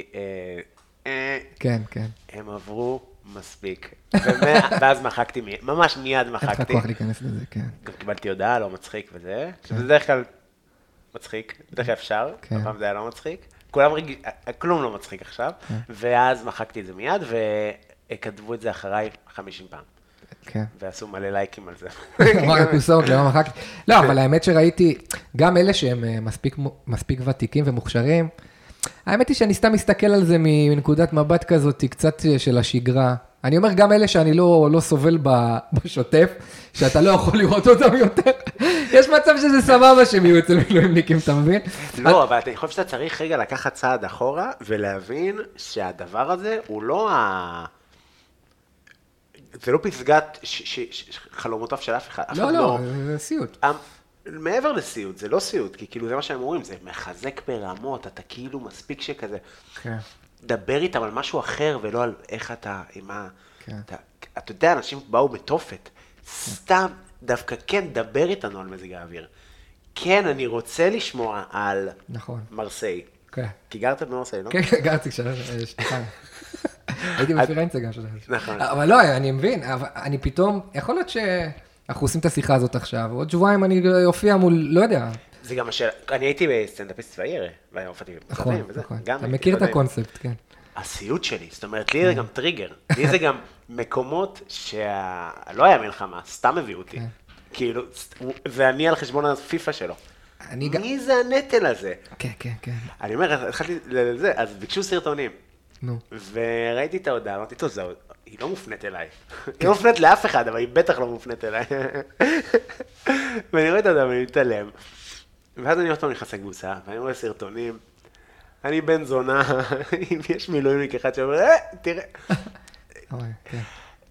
כן, כן. הם עברו מספיק. ואז מחקתי, ממש מיד מחקתי. אין לך כוח להיכנס לזה, כן. גם קיבלתי הודעה, לא מצחיק וזה, שזה בדרך כלל מצחיק, בדרך כלל אפשר, הפעם זה היה לא מצחיק. כלום לא מצחיק עכשיו, ואז מחקתי את זה מיד, וכתבו את זה אחריי 50 פעם. כן. ועשו מלא לייקים על זה. רק כוסות, למה מחקתי. לא, אבל האמת שראיתי, גם אלה שהם מספיק ותיקים ומוכשרים, האמת היא שאני סתם מסתכל על זה מנקודת מבט כזאת, קצת של השגרה. אני אומר גם אלה שאני לא סובל בשוטף, שאתה לא יכול לראות אותם יותר. יש מצב שזה סבבה שהם יהיו אצל מילואימניקים, אתה מבין? לא, אבל אני חושב שאתה צריך רגע לקחת צעד אחורה, ולהבין שהדבר הזה הוא לא זה לא פסגת חלומותיו של אף אחד. לא, זה סיוט. מעבר לסיוט, זה לא סיוט, כי כאילו זה מה שהם אומרים, זה מחזק ברמות, אתה כאילו מספיק שכזה. דבר איתם על משהו אחר, ולא על איך אתה, אתה יודע, אנשים באו בתופת, סתם, דווקא כן, דבר איתנו על מזג האוויר. כן, אני רוצה לשמוע על מרסיי. כי גרת במרסיי, לא? כן, גרתי כשנתיים. הייתי בפירנצה גם שלהם. נכון. אבל לא, אני מבין, אני פתאום, יכול להיות שאנחנו עושים את השיחה הזאת עכשיו, עוד שבועיים אני אופיע מול, לא יודע. זה גם השאלה, אני הייתי בסטנדאפיסט צבאי, והיום הופעתי נכון, נכון. אתה מכיר את הקונספט, כן. הסיוט שלי, זאת אומרת, לי זה גם טריגר, לי זה גם מקומות שלא היה מלחמה, סתם הביאו אותי. כאילו, ואני על חשבון הפיפה שלו. מי זה הנטל הזה? כן, כן, כן. אני אומר, התחלתי לזה, אז ביקשו סרטונים. נו. וראיתי את ההודעה, אמרתי, טוב, היא לא מופנית אליי. היא לא מופנית לאף אחד, אבל היא בטח לא מופנית אליי. ואני רואה את ההודעה ואני מתעלם. ואז אני עוד פעם נכנס לקבוצה, ואני רואה סרטונים. אני בן זונה, אם יש מילואימניק אחד שאומר, תראה.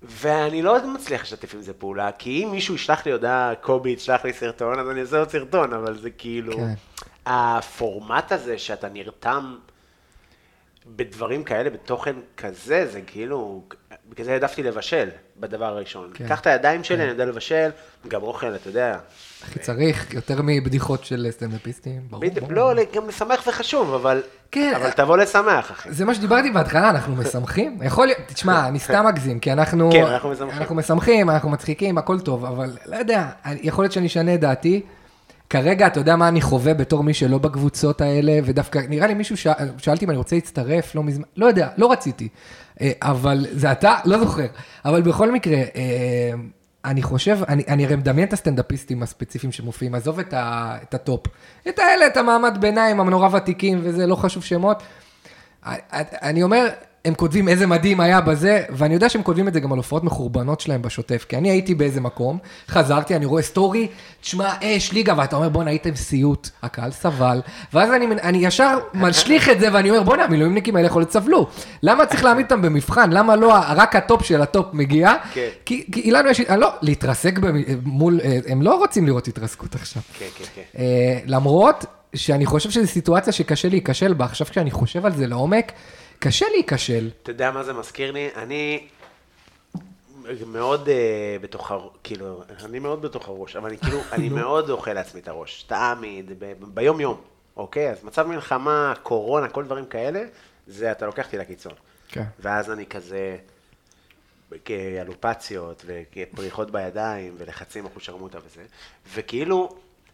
ואני לא מצליח לשתף עם זה פעולה, כי אם מישהו ישלח לי הודעה, קובי ישלח לי סרטון, אז אני אעשה עוד סרטון, אבל זה כאילו, הפורמט הזה שאתה נרתם בדברים כאלה, בתוכן כזה, זה כאילו, בגלל זה העדפתי לבשל בדבר הראשון. קח את הידיים שלי, אני יודע לבשל, גם אוכל, אתה יודע. הכי צריך, יותר מבדיחות של סטנדאפיסטים, ברור. לא, גם לשמח זה חשוב, אבל תבוא לשמח, אחי. זה מה שדיברתי בהתחלה, אנחנו משמחים. יכול להיות, תשמע, אני סתם מגזים, כי אנחנו משמחים, אנחנו מצחיקים, הכל טוב, אבל לא יודע, יכול להיות שאני אשנה את דעתי. כרגע, אתה יודע מה אני חווה בתור מי שלא בקבוצות האלה, ודווקא, נראה לי מישהו שאלתי אם אני רוצה להצטרף, לא מזמן, לא יודע, לא רציתי. אבל זה אתה, לא זוכר. אבל בכל מקרה, אני חושב, אני הרי מדמיין את הסטנדאפיסטים הספציפיים שמופיעים, עזוב את הטופ. את האלה, את המעמד ביניים, המנורה ותיקים, וזה לא חשוב שמות. אני אומר, הם כותבים איזה מדהים היה בזה, ואני יודע שהם כותבים את זה גם על הופעות מחורבנות שלהם בשוטף, כי אני הייתי באיזה מקום, חזרתי, אני רואה סטורי, תשמע, ליגה, ואתה אומר, בוא נהייתם סיוט, הקהל סבל, ואז אני ישר משליך את זה, ואני אומר, בוא נה, המילואימניקים האלה יכול לצבלו. למה צריך להעמיד אותם במבחן? למה לא רק הטופ של הטופ מגיע? כי לנו יש, לא, להתרסק מול, הם לא רוצים לראות התרסקות עכשיו. למרות שאני חושב שזו סיטואציה שקשה להיכשל בה, עכשיו כשאני חושב על זה לעומק, קשה להיכשל. אתה יודע מה זה מזכיר לי? אני מאוד בתוך הראש, אבל אני מאוד אוכל לעצמי את הראש, תמיד, ביום יום, אוקיי? אז מצב מלחמה, קורונה, כל דברים כאלה, זה אתה לוקח אותי לקיצון. ואז אני כזה, כאלופציות, ופריחות בידיים, ולחצים אחושרמוטה וזה, וכאילו,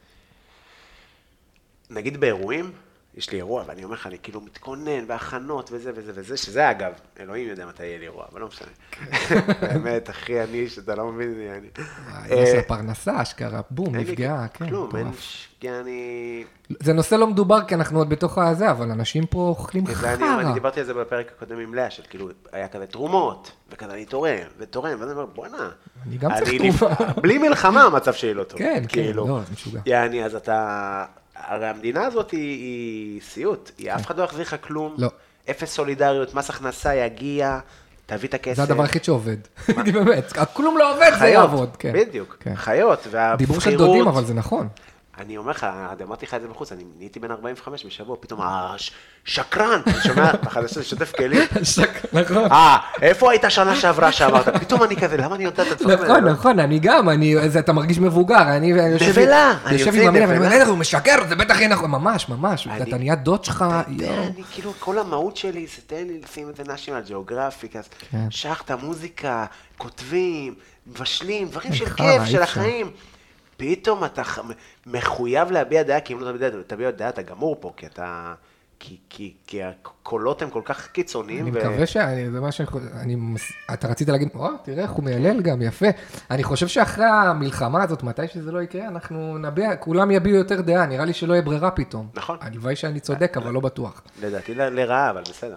נגיד באירועים, יש לי אירוע, ואני אומר לך, אני כאילו מתכונן, והכנות וזה וזה וזה, שזה אגב, אלוהים יודע מתי יהיה לי אירוע, אבל לא משנה. באמת, אחי, אני, שאתה לא מבין, אני... יש לה פרנסה, אשכרה, בום, נפגעה, כן. כלום, אני... זה נושא לא מדובר, כי אנחנו עוד בתוך הזה, אבל אנשים פה אוכלים חרא. אני דיברתי על זה בפרק הקודם עם לאה, של כאילו, היה כזה תרומות, וכזה אני תורם, ואני אומר, בוא'נה. אני גם צריך תרומה. בלי מלחמה המצב שלי לא טוב. כן, כן, לא, זה משוגע. יעני, אז אתה... הרי המדינה הזאת היא סיוט, אף אחד לא יחזיר לך כלום, אפס סולידריות, מס הכנסה יגיע, תביא את הכסף. זה הדבר הכי שעובד, באמת, כלום לא עובד, זה יעבוד. בדיוק, חיות, דיבור של דודים, אבל זה נכון. אני אומר לך, אמרתי לך את זה בחוץ, אני נהייתי בן 45 בשבוע, פתאום, שקרן, אני שומע, בחדשה לשתף כלים. נכון. איפה היית שנה שעברה שאמרת? פתאום אני כזה, למה אני יודע את הדברים האלה? נכון, אני גם, אתה מרגיש מבוגר, אני יושב עם המילה, ואני אומר, הוא משקר, זה בטח יהיה נכון, ממש, אתה נהיה דוד שלך, אני כאילו, כל המהות שלי, זה תן לי לשים את זה national geographic, אז שחת מוזיקה, כותבים, מבשלים, דברים של כיף, של החיים. פתאום אתה מחויב להביע דעה, כי אם לא תביע דעה, אתה גמור פה, כי הקולות הם כל כך קיצוניים. אני מקווה זה מה אתה רצית להגיד, תראה איך הוא מיילל גם, יפה. אני חושב שאחרי המלחמה הזאת, מתי שזה לא יקרה, אנחנו נביע, כולם יביעו יותר דעה, נראה לי שלא יהיה ברירה פתאום. נכון. הלוואי שאני צודק, אבל לא בטוח. לדעתי לרעה, אבל בסדר.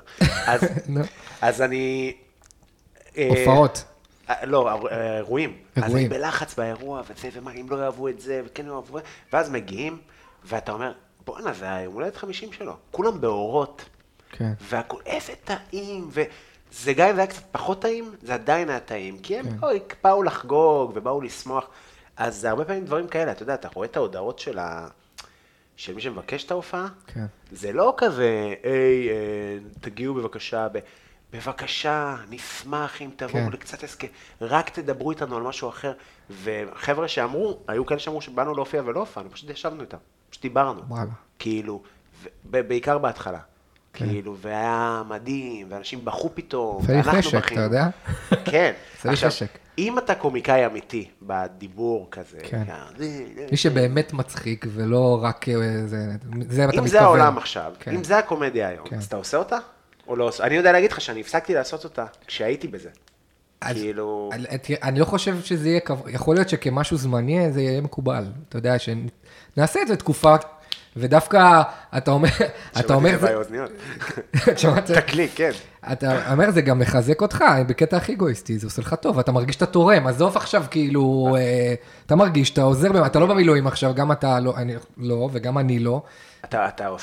אז אני... הופעות. לא, אירועים. אז אני בלחץ באירוע, וזה, ומה, אם לא יאהבו את זה, וכן לא יאהבו את זה, ואז מגיעים, ואתה אומר, בוא'נה, זה היום הולדת 50 שלו. כולם באורות. כן. והכל, איזה טעים, וזה גם אם זה היה קצת פחות טעים, זה עדיין היה טעים, כי הם באו לחגוג, ובאו לשמוח. אז זה הרבה פעמים דברים כאלה, אתה יודע, אתה רואה את ההודעות של מי שמבקש את ההופעה, כן. זה לא כזה, תגיעו בבקשה, בבקשה, נשמח אם תבואו לקצת הסכם, רק תדברו איתנו על משהו אחר. וחבר'ה שאמרו, היו כאלה שאמרו שבאנו להופיע ולא הופענו, פשוט ישבנו איתם, פשוט דיברנו. כאילו, בעיקר בהתחלה. כאילו, והיה מדהים, ואנשים בכו פתאום, ואנחנו בכינו. חשק, אתה יודע? כן. עכשיו, אם אתה קומיקאי אמיתי, בדיבור כזה, מי שבאמת מצחיק, ולא רק זה אתה מתכוון. אם זה העולם עכשיו, אם זה הקומדיה היום, אז אתה עושה אותה? או לא, אני יודע להגיד לך שאני הפסקתי לעשות אותה כשהייתי בזה. כאילו... אני לא חושב שזה יהיה, יכול להיות שכמשהו זמני זה יהיה מקובל. אתה יודע, שנעשה את זה תקופה, ודווקא אתה אומר... שמעתי לבעי אוזניות. תקליק, כן. אתה אומר, זה גם מחזק אותך, בקטע הכי אגואיסטי, זה עושה לך טוב, אתה מרגיש שאתה תורם, עזוב עכשיו כאילו, אתה מרגיש, אתה עוזר, אתה לא במילואים עכשיו, גם אתה לא, וגם אני לא. אתה עושה?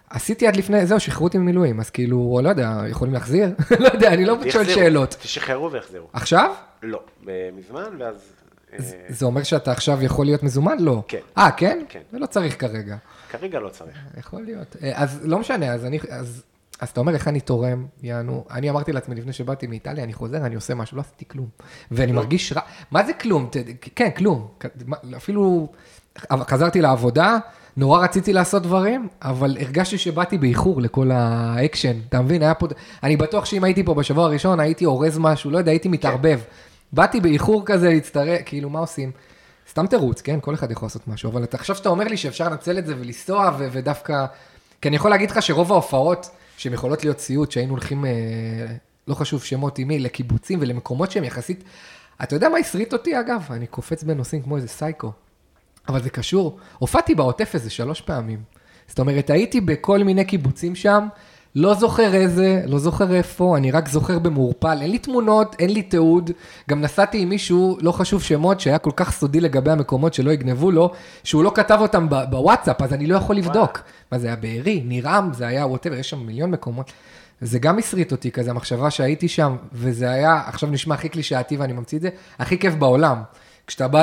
עשיתי עד לפני, זהו, שחררו אותי ממילואים, אז כאילו, לא יודע, יכולים להחזיר? לא יודע, אני לא שואל שאלות. תשחררו ויחזירו. עכשיו? לא, מזמן, ואז... זה אומר שאתה עכשיו יכול להיות מזומן? לא. כן. כן? כן. ולא צריך כרגע. כרגע לא צריך. יכול להיות. אז לא משנה, אז אתה אומר, איך אני תורם, יענו, אני אמרתי לעצמי לפני שבאתי מאיטליה, אני חוזר, אני עושה משהו, לא עשיתי כלום. ואני מרגיש רע, מה זה כלום? כן, כלום. אפילו חזרתי לעבודה, נורא רציתי לעשות דברים, אבל הרגשתי שבאתי באיחור לכל האקשן, אתה מבין? היה פה, אני בטוח שאם הייתי פה בשבוע הראשון, הייתי אורז משהו, לא יודע, הייתי מתערבב. באתי באיחור כזה להצטרף, כאילו, מה עושים? סתם תירוץ, כן? כל אחד יכול לעשות משהו, אבל עכשיו שאתה אומר לי שאפשר לנצל את זה ולנסוע, ודווקא, כי אני יכול להגיד לך שרוב ההופעות, שהן יכולות להיות סיוט, שהיינו הולכים, לא חשוב שמות עימי, לקיבוצים ולמקומות שהם יחסית, אתה יודע מה הסריט אותי אגב? אני קופץ בנושאים כמו איזה סייקו, אבל זה קשור, הופעתי בעוטף איזה 3 פעמים, זאת אומרת, הייתי בכל מיני קיבוצים שם, לא זוכר איזה, לא זוכר איפה, אני רק זוכר במעורפל, אין לי תמונות, אין לי תיעוד, גם נסעתי עם מישהו, לא חשוב שמות, שהיה כל כך סודי לגבי המקומות שלא יגנבו לו, שהוא לא כתב אותם בוואטסאפ, אז אני לא יכול לבדוק. מה זה היה בעירי, נירם, זה היה whatever, יש שם מיליון מקומות. זה גם הסריט אותי כזה, המחשבה שהייתי שם, וזה היה, עכשיו נשמע הכי קלישאתי ואני ממציא את זה, הכי כיף בעולם. כשאתה בא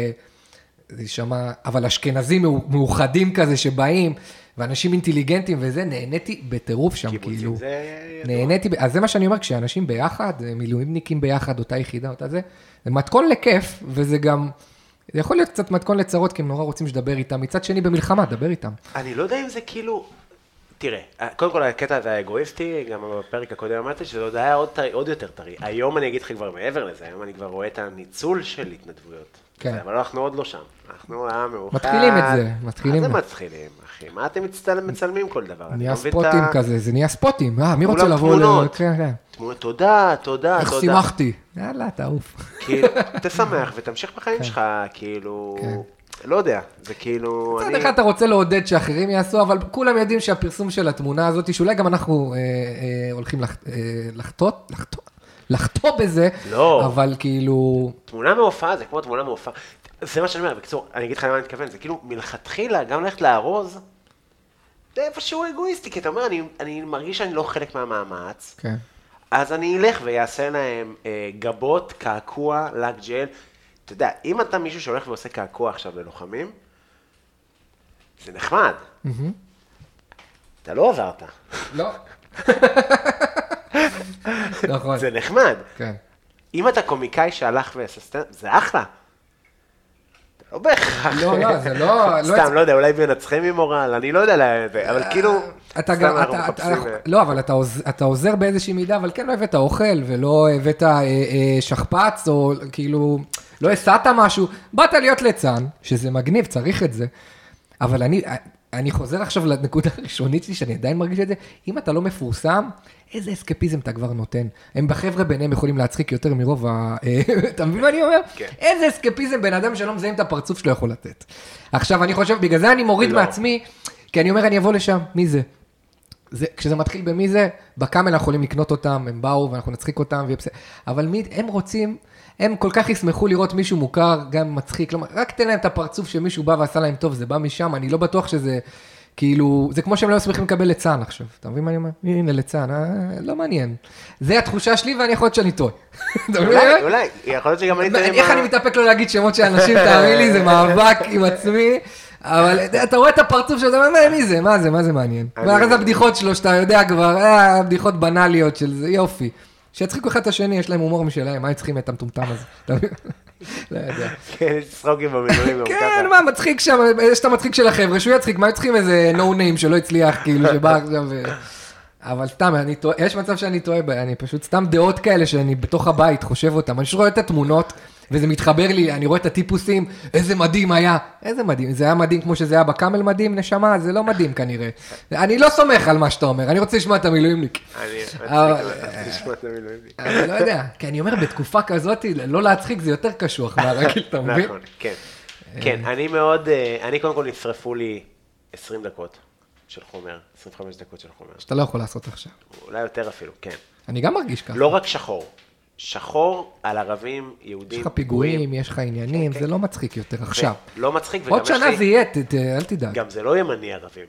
זה שמה, אבל אשכנזים מאוחדים כזה שבאים, ואנשים אינטליגנטים וזה, נהניתי בטירוף שם, כאילו. נהניתי, אז זה מה שאני אומר, כשאנשים ביחד, מילואימניקים ביחד, אותה יחידה, אותה זה מתכון לכיף, וזה גם, זה יכול להיות קצת מתכון לצרות, כי הם נורא רוצים שדבר איתם, מצד שני במלחמה, דבר איתם. אני לא יודע אם זה כאילו, תראה, קודם כל הקטע הזה האגואיסטי, גם בפרק הקודם אמרתי שזה עוד היה עוד יותר טרי. היום אני אגיד לך כבר מעבר לזה, היום אני כבר רואה את הניצול של התנדבויות. כן. אבל אנחנו עוד לא שם. אנחנו מאוחד. מתחילים את זה, מתחילים. מה זה מתחילים, אחי? מה אתם מצלמים כל דבר? נהיה ספוטים כזה, זה נהיה ספוטים. מי רוצה לבוא תמונות? תודה, תודה. איך שימחתי? יאללה, תעוף. כאילו, תשמח ותמשיך בחיים שלך, כאילו, לא יודע, זה כאילו... מצד אחד אתה רוצה לעודד שאחרים יעשו, אבל כולם יודעים שהפרסום של התמונה הזאת, שאולי גם אנחנו הולכים לחטוא בזה, אבל כאילו... תמונה מהופעה, זה כמו תמונה מהופעה. זה מה שאני אומר, בקיצור, אני אגיד לך למה אני מתכוון, זה כאילו מלכתחילה, גם ללכת לארוז, זה איפשהו אגואיסטי, כי אתה אומר, אני מרגיש שאני לא חלק מהמאמץ, כן. אז אני אלך ויעשה להם גבות, קעקוע, לק ג'ל. אתה יודע, אם אתה מישהו שהולך ועושה קעקוע עכשיו ללוחמים, זה נחמד. אתה לא עזרת. לא. נכון. זה נחמד. כן. אם אתה קומיקאי שהלך ועשה, זה אחלה. לא בהכרח. לא, זה לא... סתם, לא יודע, אולי מנצחים עם מורל, אני לא יודע, אבל כאילו... לא, אבל אתה עוזר באיזושהי מידה, אבל כן לא הבאת אוכל, ולא הבאת שכפץ, או כאילו, לא הסעת משהו, באת להיות ליצן, שזה מגניב, צריך את זה, אבל אני חוזר עכשיו לנקודה הראשונית שלי, שאני עדיין מרגיש את זה, אם אתה לא מפורסם, איזה אסקפיזם אתה כבר נותן. הם בחבר'ה ביניהם יכולים להצחיק יותר מרוב אתה מבין מה אני אומר? איזה אסקפיזם בן אדם שלא מזהים את הפרצוף שלו יכול לתת. עכשיו, אני חושב, בגלל זה אני מוריד מעצמי, כי אני אומר, אני אבוא לשם, מי זה? כשזה מתחיל במי זה, בקאמל אנחנו יכולים לקנות אותם, הם באו ואנחנו נצחיק אותם, אבל הם רוצים, הם כל כך ישמחו לראות מישהו מוכר, גם מצחיק, רק תן להם את הפרצוף שמישהו בא ועשה להם טוב, זה בא משם, אני לא בטוח שזה... כאילו, זה כמו שהם לא שמחים לקבל ליצן עכשיו. אתה מבין מה אני אומר? הנה ליצן, לא מעניין. זה התחושה שלי ואני יכול להיות שאני טועה. אולי, יכול להיות שגם אני טועה. איך אני מתאפק לא להגיד שמות של אנשים, תאמין לי, זה מאבק עם עצמי, אבל אתה רואה את הפרצוף שאתה אומר, מי זה? מה זה מעניין? ואחרי זה הבדיחות שלו, שאתה יודע כבר, הבדיחות בנאליות של זה, יופי. שיצחיקו אחד את השני, יש להם הומור משלהם, מה יצחים את המטומטם הזה? לא יודע. כן, יש צחוקים במילואים גם ככה. כן, מה, מצחיק שם, יש את המצחיק של החבר'ה, שהוא יצחיק, מה יצחיקים איזה no name שלא הצליח, כאילו, שבא עכשיו... אבל סתם, יש מצב שאני טועה, אני פשוט סתם דעות כאלה שאני בתוך הבית חושב אותם, אני רואה את התמונות, וזה מתחבר לי, אני רואה את הטיפוסים, איזה מדהים היה, איזה מדהים, זה היה מדהים כמו שזה היה בקאמל מדהים, נשמה, זה לא מדהים כנראה. אני לא סומך על מה שאתה אומר, אני רוצה לשמוע את המילואימניק. אני רוצה לשמוע את המילואימניק. אני לא יודע, כי אני אומר, בתקופה כזאת, לא להצחיק זה יותר קשוח מהרגיל, אתה מבין? נכון, כן. כן, אני קודם כל נשרפו לי 20 דקות של חומר, 25 דקות של חומר. שאתה לא יכול לעשות עכשיו. אולי יותר אפילו, כן. אני גם מרגיש ככה. לא רק שחור. שחור על ערבים, יהודים. יש לך פיגועים, יש לך עניינים, זה לא מצחיק יותר עכשיו. לא מצחיק, וגם עוד שנה זה יהיה, אל תדאג. גם זה לא ימני ערבים.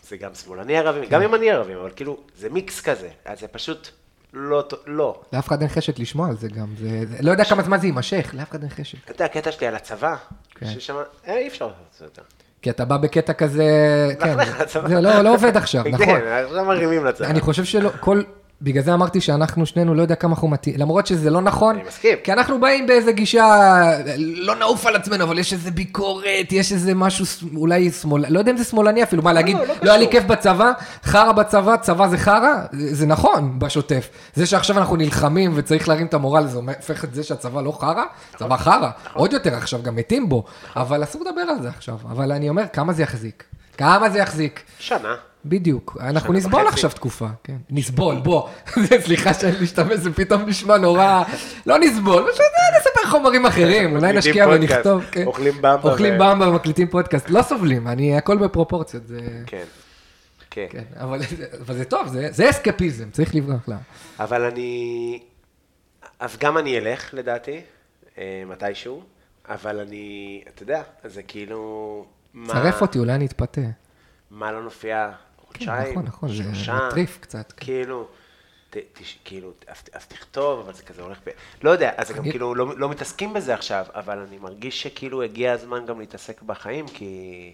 זה גם שמאלני ערבים, גם ימני ערבים, אבל כאילו, זה מיקס כזה, אז זה פשוט לא. לאף אחד אין חשת לשמוע על זה גם, לא יודע כמה זמן זה יימשך, לאף אחד אין חשת. אתה יודע, הקטע שלי על הצבא, ששמה, אי אפשר לעשות את זה יותר. כי אתה בא בקטע כזה, כן, לצבא. זה לא עובד עכשיו, נכון. כן, עכשיו מרימים לצבא. אני חושב שלא, בגלל זה אמרתי שאנחנו שנינו לא יודע כמה אנחנו מתאים, למרות שזה לא נכון. אני מסכים. כי אנחנו באים באיזה גישה, לא נעוף על עצמנו, אבל יש איזה ביקורת, יש איזה משהו אולי שמאלני, לא יודע אם זה שמאלני אפילו, מה להגיד, לא היה לי כיף בצבא, חרה בצבא, צבא זה חרה, זה נכון בשוטף. זה שעכשיו אנחנו נלחמים וצריך להרים את המורל, זה הופך את זה שהצבא לא חרה, צבא חרה, עוד יותר עכשיו גם מתים בו, אבל אסור לדבר על זה עכשיו. אבל אני אומר, כמה זה יחזיק? כמה זה יחזיק? שנה. בדיוק, אנחנו נסבול עכשיו תקופה, כן, נסבול, בוא, סליחה שאני משתמש, זה פתאום נשמע נורא, לא נסבול, נספר חומרים אחרים, אולי נשקיע ונכתוב, אוכלים במבה ומקליטים פודקאסט, לא סובלים, הכל בפרופורציות, כן, אבל זה טוב, זה אסקפיזם, צריך לברוח לה. אבל אז גם אני אלך לדעתי, מתישהו, אבל אתה יודע, זה כאילו, צרף אותי, אולי אני אתפתה. מה לא נופיע חודשיים, נכון, זה מטריף קצת. כאילו, אז תכתוב, אבל זה כזה הולך לא יודע, אז גם כאילו לא מתעסקים בזה עכשיו, אבל אני מרגיש שכאילו הגיע הזמן גם להתעסק בחיים, כי...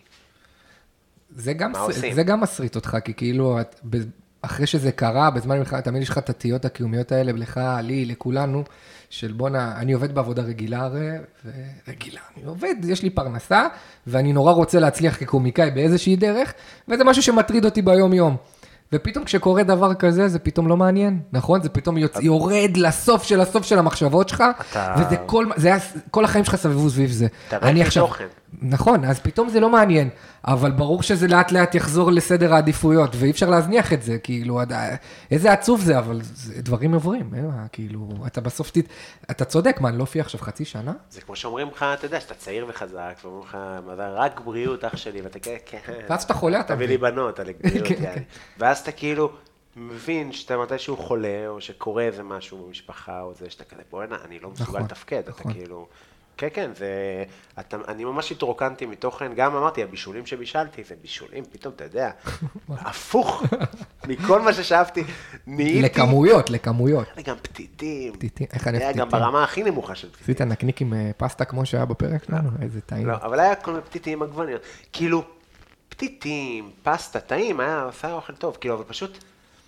זה גם מסריט אותך, כי כאילו, אחרי שזה קרה, בזמן ממך, תמיד יש לך את התהיות הקיומיות האלה, לך, לי, לכולנו, של בונה, אני עובד בעבודה רגילה הרי, ורגילה, אני עובד, יש לי פרנסה, ואני נורא רוצה להצליח כקומיקאי באיזושהי דרך, וזה משהו שמטריד אותי ביום יום. ופתאום כשקורה דבר כזה, זה פתאום לא מעניין, נכון? זה פתאום יורד לסוף של המחשבות שלך, וזה כל החיים שלך סבבו סביב זה. אתה ראית תוכן. נכון, אז פתאום זה לא מעניין, אבל ברור שזה לאט לאט יחזור לסדר העדיפויות, ואי אפשר להזניח את זה, כאילו, איזה עצוב זה, אבל דברים עוברים, כאילו, אתה בסוף, אתה צודק, מה, אני לא אופיע עכשיו חצי שנה? זה כמו שאומרים לך, אתה יודע, שאתה צעיר וחזק, ואומרים לך, רק בריאות, אח שלי, ואתה כן, ואז שאתה חולה, אתה תביא לי בנות, על בריאות, ואז אתה כאילו מבין שאתה מתישהו חולה, או שקורה איזה משהו במשפחה, או זה, שאתה כזה, בואי, אני לא מסוגל לתפקד, אתה כאילו... כן, אני ממש התרוקנתי מתוכן, גם אמרתי, הבישולים שבישלתי, זה בישולים, פתאום, אתה יודע, הפוך מכל מה ששאפתי, נהייתי... לכמויות. גם פתיתים. איך אני פתיתים? גם ברמה הכי נמוכה של פתיתים. עשית נקניק עם פסטה כמו שהיה בפרק שלנו, איזה טעים. לא, אבל היה כל מיני פתיתים עגבניות. כאילו, פתיתים, פסטה, טעים, עשה אוכל טוב, כאילו, אבל פשוט...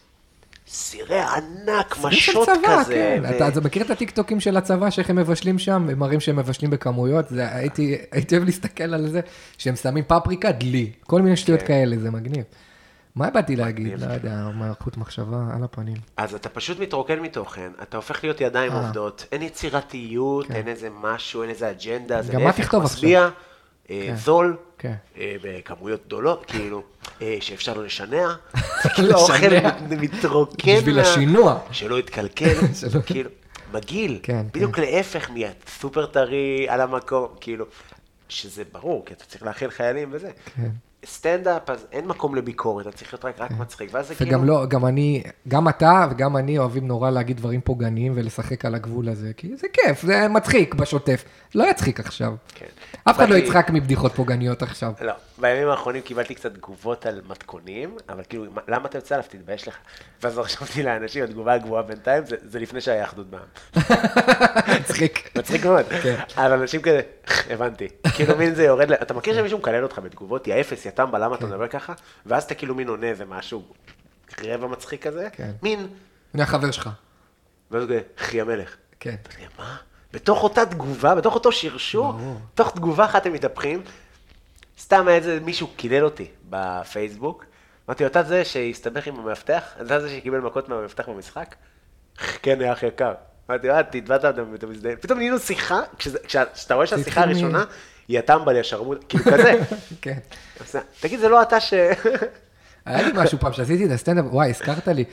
סירי ענק, משות כזה. אתה מכיר את הטיקטוקים של הצבא, שאיך הם מבשלים שם, הם מראים שהם מבשלים בכמויות, הייתי אוהב להסתכל על זה, שהם שמים פפריקה, דלי, כל מיני שטויות כאלה, זה מגניב. מה באתי להגיד? לא יודע, מערכות מחשבה על הפנים. אז אתה פשוט מתרוקן מתוכן, אתה הופך להיות ידיים עובדות, אין יצירתיות, אין איזה משהו, אין איזה אג'נדה, זה להפך משביע, זול, בכמויות גדולות, כאילו, שאפשר לו לשנע, כאילו האוכל מתרוקן, בשביל השינוע, שלא יתקלקל, כאילו, מגעיל, בדיוק להפך מהסופר טרי על המקום, כאילו, שזה ברור, כי אתה צריך להכיל חיילים וזה. סטנדאפ, אז אין מקום לביקורת, אתה צריך להיות רק מצחיק, ואז זה כאילו... וגם לא, גם אתה וגם אני אוהבים נורא להגיד דברים פוגעניים ולשחק על הגבול הזה, כי זה כיף, זה מצחיק בשוטף, לא יצחיק עכשיו. אף אחד לא יצחק מבדיחות פוגעניות עכשיו. לא, בימים האחרונים קיבלתי קצת תגובות על מתכונים, אבל כאילו, למה אתה יוצא עליו, תתבייש לך? ואז רשמתי לאנשים, התגובה הגבוהה בינתיים, זה לפני שהיה אחדות בעם. מצחיק. מצחיק מאוד. אבל אנשים כזה, הבנתי. כאילו מין זה יורד, אתה מכיר שמישהו מקלל אותך בתגובות, יא אפס, יא טמבה, למה אתה מדבר ככה? ואז אתה כאילו מין עונה איזה משהו, רבע מצחיק כזה, מין... אני החבר שלך. ואז הוא כזה, חי המלך. כן. מה? בתוך אותה תגובה, בתוך אותו שרשור, בתוך תגובה אחת הם מתהפכים, סתם היה איזה מישהו קילל אותי בפייסבוק, אמרתי, אתה זה שהסתבך עם המפתח? אתה זה שקיבל מכות מהמפתח במשחק? כן, אח יקר. אמרתי, תתבעת אותם מזדהים. פתאום נהיינו שיחה, כשאתה רואה שהשיחה הראשונה, היא הטמבל, היא השרמוד, כאילו כזה. כן. תגיד, זה לא אתה ש... היה לי משהו פעם שעשיתי את הסטנדאפ, וואי, הזכרת לי,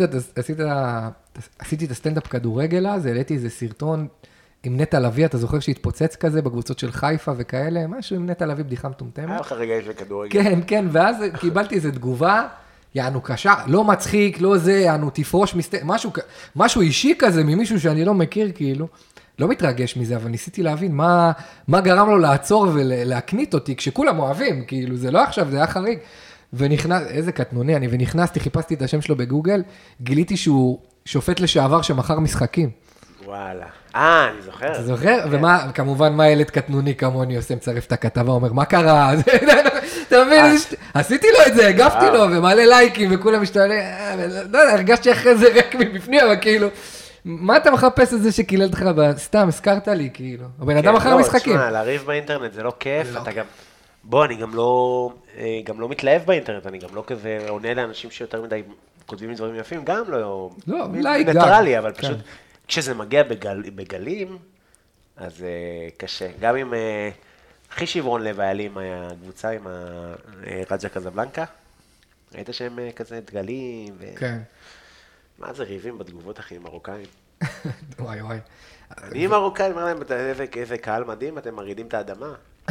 עשיתי את הסטנדאפ כדורגל אז, העליתי איזה סרטון עם נטע לביא, אתה זוכר שהתפוצץ כזה בקבוצות של חיפה וכאלה, משהו עם נטע לביא, בדיחה מטומטמת. היה לך רגעים של כדורגל. כן, כן, ואז קיבלתי איזו תגובה, יענו קשה, לא מצחיק, לא זה, יענו תפרוש, משהו אישי כזה ממישהו שאני לא מכיר, כאילו, לא מתרגש מזה, אבל ניסיתי להבין מה גרם לו לעצור ולהקנית אותי, כשכולם אוהבים, כאילו, זה לא עכשיו, זה היה חריג. ונכנס, איזה קטנוני אני, ונכנסתי, חיפשתי את השם שלו בגוגל, גיליתי שהוא שופט לשעבר שמכר משחקים. וואלה. אני זוכר. אתה זוכר? ומה, כמובן, מה ילד קטנוני כמוני עושה, מצרף את הכתבה, אומר, מה קרה? אתה מבין, עשיתי לו את זה, הגפתי לו, ומעלה לייקים, וכולם משתעלה, לא יודע, הרגשתי אחרי זה רק מבפנים, אבל כאילו, מה אתה מחפש את זה שקילל לך, סתם, הזכרת לי, כאילו, הבן אדם אחר משחקים. תשמע, להריב באינטרנט זה לא כיף, אתה גם, בוא, אני גם לא מתלהב באינטרנט, אני גם לא כזה עונה לאנשים שיותר מדי כותבים דברים יפים, גם לא, ניטרלי, אבל פשוט, כשזה מגיע בגלים, אז קשה. גם עם הכי שברון לב היה לי עם הקבוצה, עם רג'ה קזבלנקה, ראית שהם כזה דגלים, כן. מה זה ריבים בתגובות אחי, מרוקאים? וואי וואי. אני מרוקאי, אומר להם, איזה קהל מדהים, אתם מרעידים את האדמה.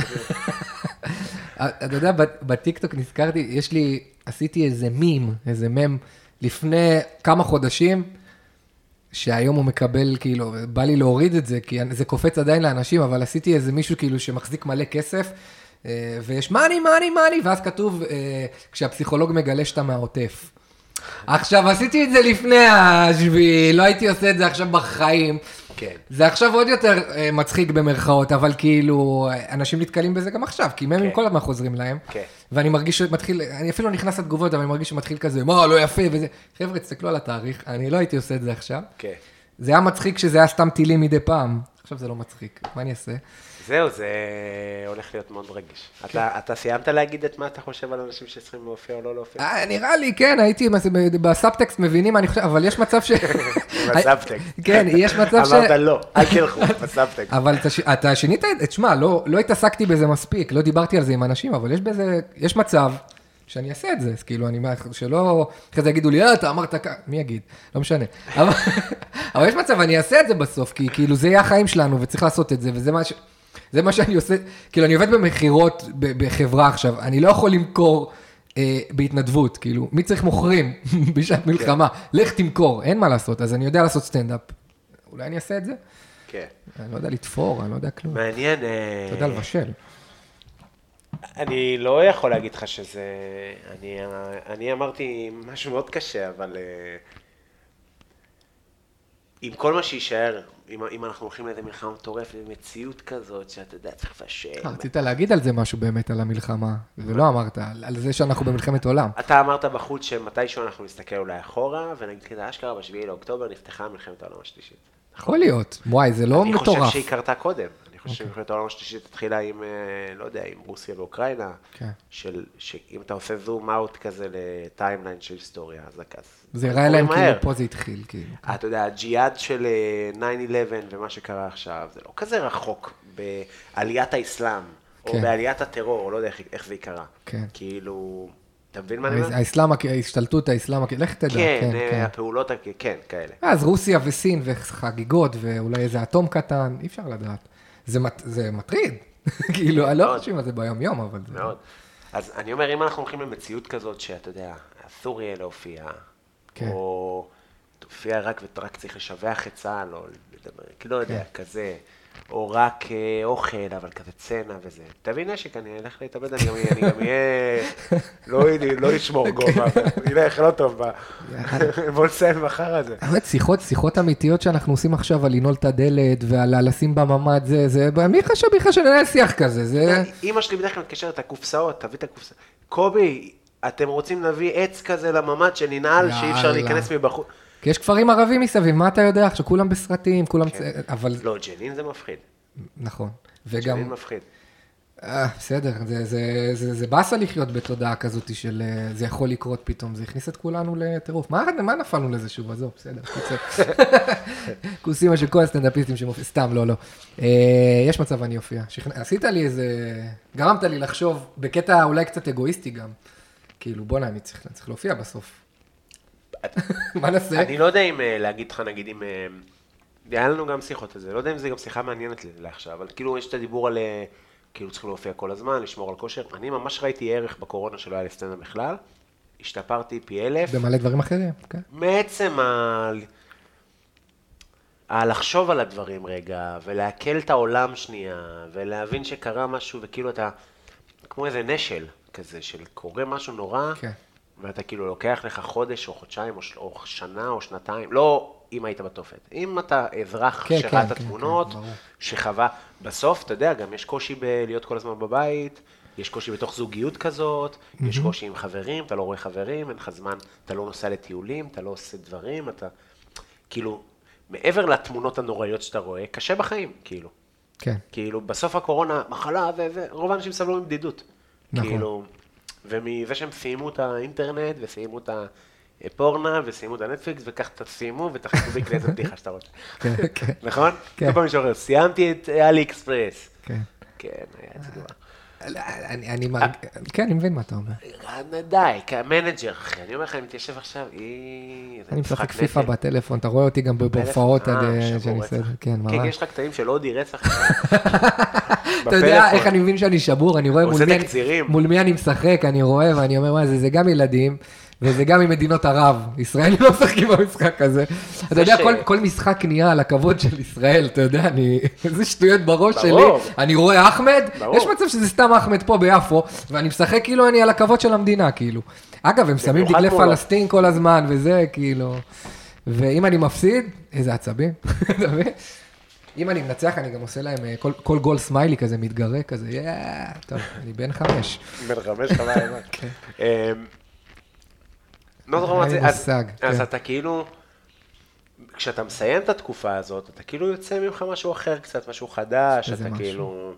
אתה יודע, בטיקטוק נזכרתי, עשיתי איזה מים לפני כמה חודשים, שהיום הוא מקבל, כאילו, בא לי להוריד את זה, כי זה קופץ עדיין לאנשים, אבל עשיתי איזה מישהו כאילו שמחזיק מלא כסף, ויש מאני, ואז כתוב, כשהפסיכולוג מגלה שאתה מהעוטף. עכשיו, עשיתי את זה לפני השביעי, לא הייתי עושה את זה עכשיו בחיים. כן. זה עכשיו עוד יותר מצחיק במרכאות, אבל כאילו, אנשים נתקלים בזה גם עכשיו, כי מהם כל הזמן חוזרים להם. כן. ואני מרגיש שמתחיל, אני אפילו לא נכנס לתגובות, אבל אני מרגיש שמתחיל כזה, מה, לא יפה, וזה. חבר'ה, תסתכלו על התאריך, אני לא הייתי עושה את זה עכשיו. כן. זה היה מצחיק שזה היה סתם טילים מדי פעם. עכשיו זה לא מצחיק, מה אני אעשה? זהו, זה הולך להיות מאוד רגיש. אתה סיימת להגיד את מה אתה חושב על אנשים שצריכים להופיע או לא להופיע? נראה לי, כן, הייתי בסאבטקסט מבינים מה אני חושב, אבל יש מצב ש... בסאבטקסט. כן, יש מצב ש... אמרת לא, אל תלכו, בסאבטקסט. אבל אתה שינית את שמה, לא התעסקתי בזה מספיק, לא דיברתי על זה עם אנשים, אבל יש מצב שאני אעשה את זה, אז כאילו, אני שלא... אחרי זה יגידו לי, אתה אמרת ככה, מי יגיד? לא משנה. אבל יש מצב, אני אעשה את זה בסוף, כי כאילו זה יהיה החיים שלנו, וצריך לעשות את זה, וזה מה זה מה שאני עושה, כאילו אני עובד במחירות בחברה עכשיו, אני לא יכול למכור בהתנדבות, כאילו, מי צריך מוכרים בשעת מלחמה? לך תמכור, אין מה לעשות, אז אני יודע לעשות סטנדאפ. אולי אני אעשה את זה? כן. אני לא יודע לתפור, אני לא יודע כלום. מעניין. אתה יודע לבשל. אני לא יכול להגיד לך שזה... אני אמרתי משהו מאוד קשה, אבל... עם כל מה שישאר, אם אנחנו הולכים לאיזה מלחמה מטורפת, מציאות כזאת, שאתה יודע, צריך לפשל. רצית להגיד על זה משהו באמת, על המלחמה, ולא אמרת, על זה שאנחנו במלחמת עולם. אתה אמרת בחוץ שמתישהו אנחנו נסתכל אולי אחורה, ונגיד כזה, אשכרה ב7 לאוקטובר נפתחה מלחמת העולם השלישית. יכול להיות, וואי, זה לא מטורף. אני חושב שהיא קרתה קודם. אני חושב שמלחמת העולם השלישית התחילה עם, לא יודע, עם רוסיה ואוקראינה, שאם אתה עושה זום אאוט כזה לטיימליין של היסטוריה, אז זה יראה להם כאילו פה זה התחיל, כאילו. אתה יודע, הג'יהאד של 9/11 ומה שקרה עכשיו, זה לא כזה רחוק בעליית האסלאם, או בעליית הטרור, או לא יודע איך זה יקרה. כאילו, אתה מבין מה אני אומר? האסלאם, ההשתלטות האסלאם, לך תדע. כן, הפעולות, כן, כאלה. אז רוסיה וסין וחגיגות, ואולי איזה אטום קטן, אי אפשר לדעת. זה מטריד. כאילו, אני לא חושב על זה ביום יום, אבל זה... מאוד. אז אני אומר, אם אנחנו הולכים למציאות כזאת, שאתה יודע, אסור יהיה להופיע, או תופיע רק צריך לשבח את צה"ל, או לדבר, כאילו לא יודע, כזה, או רק אוכל, אבל כזה צנע וזה. תביא נשק, אני אלך להתאבד, אני גם אהיה, לא ישמור גובה, ילך, לא טוב, בוא נסיים מחר הזה. באמת, שיחות אמיתיות שאנחנו עושים עכשיו על לנעול את הדלת, ועל לשים בממד, זה, מי חשב בכלל שננהל שיח כזה, זה... אמא שלי בדרך כלל מתקשרת את הקופסאות, תביא את הקופסאות. קובי, אתם רוצים להביא עץ כזה לממד שננעל, שאי אפשר להיכנס מבחוץ. כי יש כפרים ערבים מסביב, מה אתה יודע? עכשיו כולם בסרטים, כולם... אבל... לא, ג'נין זה מפחיד. נכון. ג'נין מפחיד. בסדר, זה באסה לחיות בתודעה כזאת של זה יכול לקרות פתאום, זה הכניס את כולנו לטירוף. מה נפלנו לזה שוב? עזוב, בסדר. כוסימה של כל הסטנדאפיסטים שמופיע, סתם, לא. יש מצב אני אופיע. עשית לי איזה... גרמת לי לחשוב, בקטע אולי קצת אגואיסטי גם. כאילו, בוא'נה, אני צריך להופיע בסוף. מה נעשה? אני לא יודע אם להגיד לך, נגיד, אם... היה לנו גם שיחות על זה, לא יודע אם זה גם שיחה מעניינת לעכשיו, אבל כאילו יש את הדיבור על... כאילו צריכים להופיע כל הזמן, לשמור על כושר. אני ממש ראיתי ערך בקורונה שלא היה לסטנדאפ בכלל. השתפרתי פי 1000. במלא דברים אחרים, כן. מעצם לחשוב על הדברים רגע, ולהקל את העולם שנייה, ולהבין שקרה משהו, וכאילו אתה, כמו איזה נשל, כזה של קורה משהו נורא, ואתה כאילו לוקח לך חודש או חודשיים או שנה או שנתיים, לא אם היית בתופת. אם אתה אזרח שראה את התמונות, שחווה, בסוף, אתה יודע, גם יש קושי להיות כל הזמן בבית, יש קושי בתוך זוגיות כזאת, יש קושי עם חברים, אתה לא רואה חברים, אין לך זמן, אתה לא נוסע לטיולים, אתה לא עושה דברים, אתה כאילו, מעבר לתמונות הנוראיות שאתה רואה, קשה בחיים, כאילו. כן. כאילו, בסוף הקורונה, מחלה, ורוב האנשים סבלו מבדידות. נכון. כאילו, ומזה שהם סיימו את האינטרנט, וסיימו את הפורנה, וסיימו את הנטפליקס, וכך תסיימו, ותחכו בי איזה בדיחה שאתה רוצה. כן, כן. נכון? כן. כל פעם מישהו אומר, סיימתי את אלי אקספרס. כן. כן, היה את זה דבר. כן, אני מבין מה אתה אומר. די, כמנג'ר, אחי, אני אומר לך, אם תשב עכשיו, אני משחק פיפה בטלפון, אתה רואה אותי גם בהופעות שאני סדר, כן, ממש. כן, יש לך קטעים של אודי רצח. אתה יודע איך אני מבין שאני שבור, אני רואה מול מי אני משחק, אני רואה ואני אומר, מה זה גם ילדים, וזה גם ממדינות ערב, ישראלים לא משחקים במשחק הזה. אתה יודע, כל משחק נהיה על הכבוד של ישראל, אתה יודע, איזה שטויות בראש שלי, אני רואה אחמד, יש מצב שזה סתם אחמד פה ביפו, ואני משחק כאילו אני על הכבוד של המדינה, כאילו. אגב, הם שמים דגלי פלסטין כל הזמן, וזה כאילו, ואם אני מפסיד, איזה עצבים, אם אני מנצח, אני גם עושה להם כל גול סמיילי כזה, מתגרה כזה, טוב, אני בן 5. בן 5, אז אתה כאילו, כשאתה מסיים את התקופה הזאת, אתה כאילו יוצא ממך משהו אחר קצת, משהו חדש, אתה כאילו...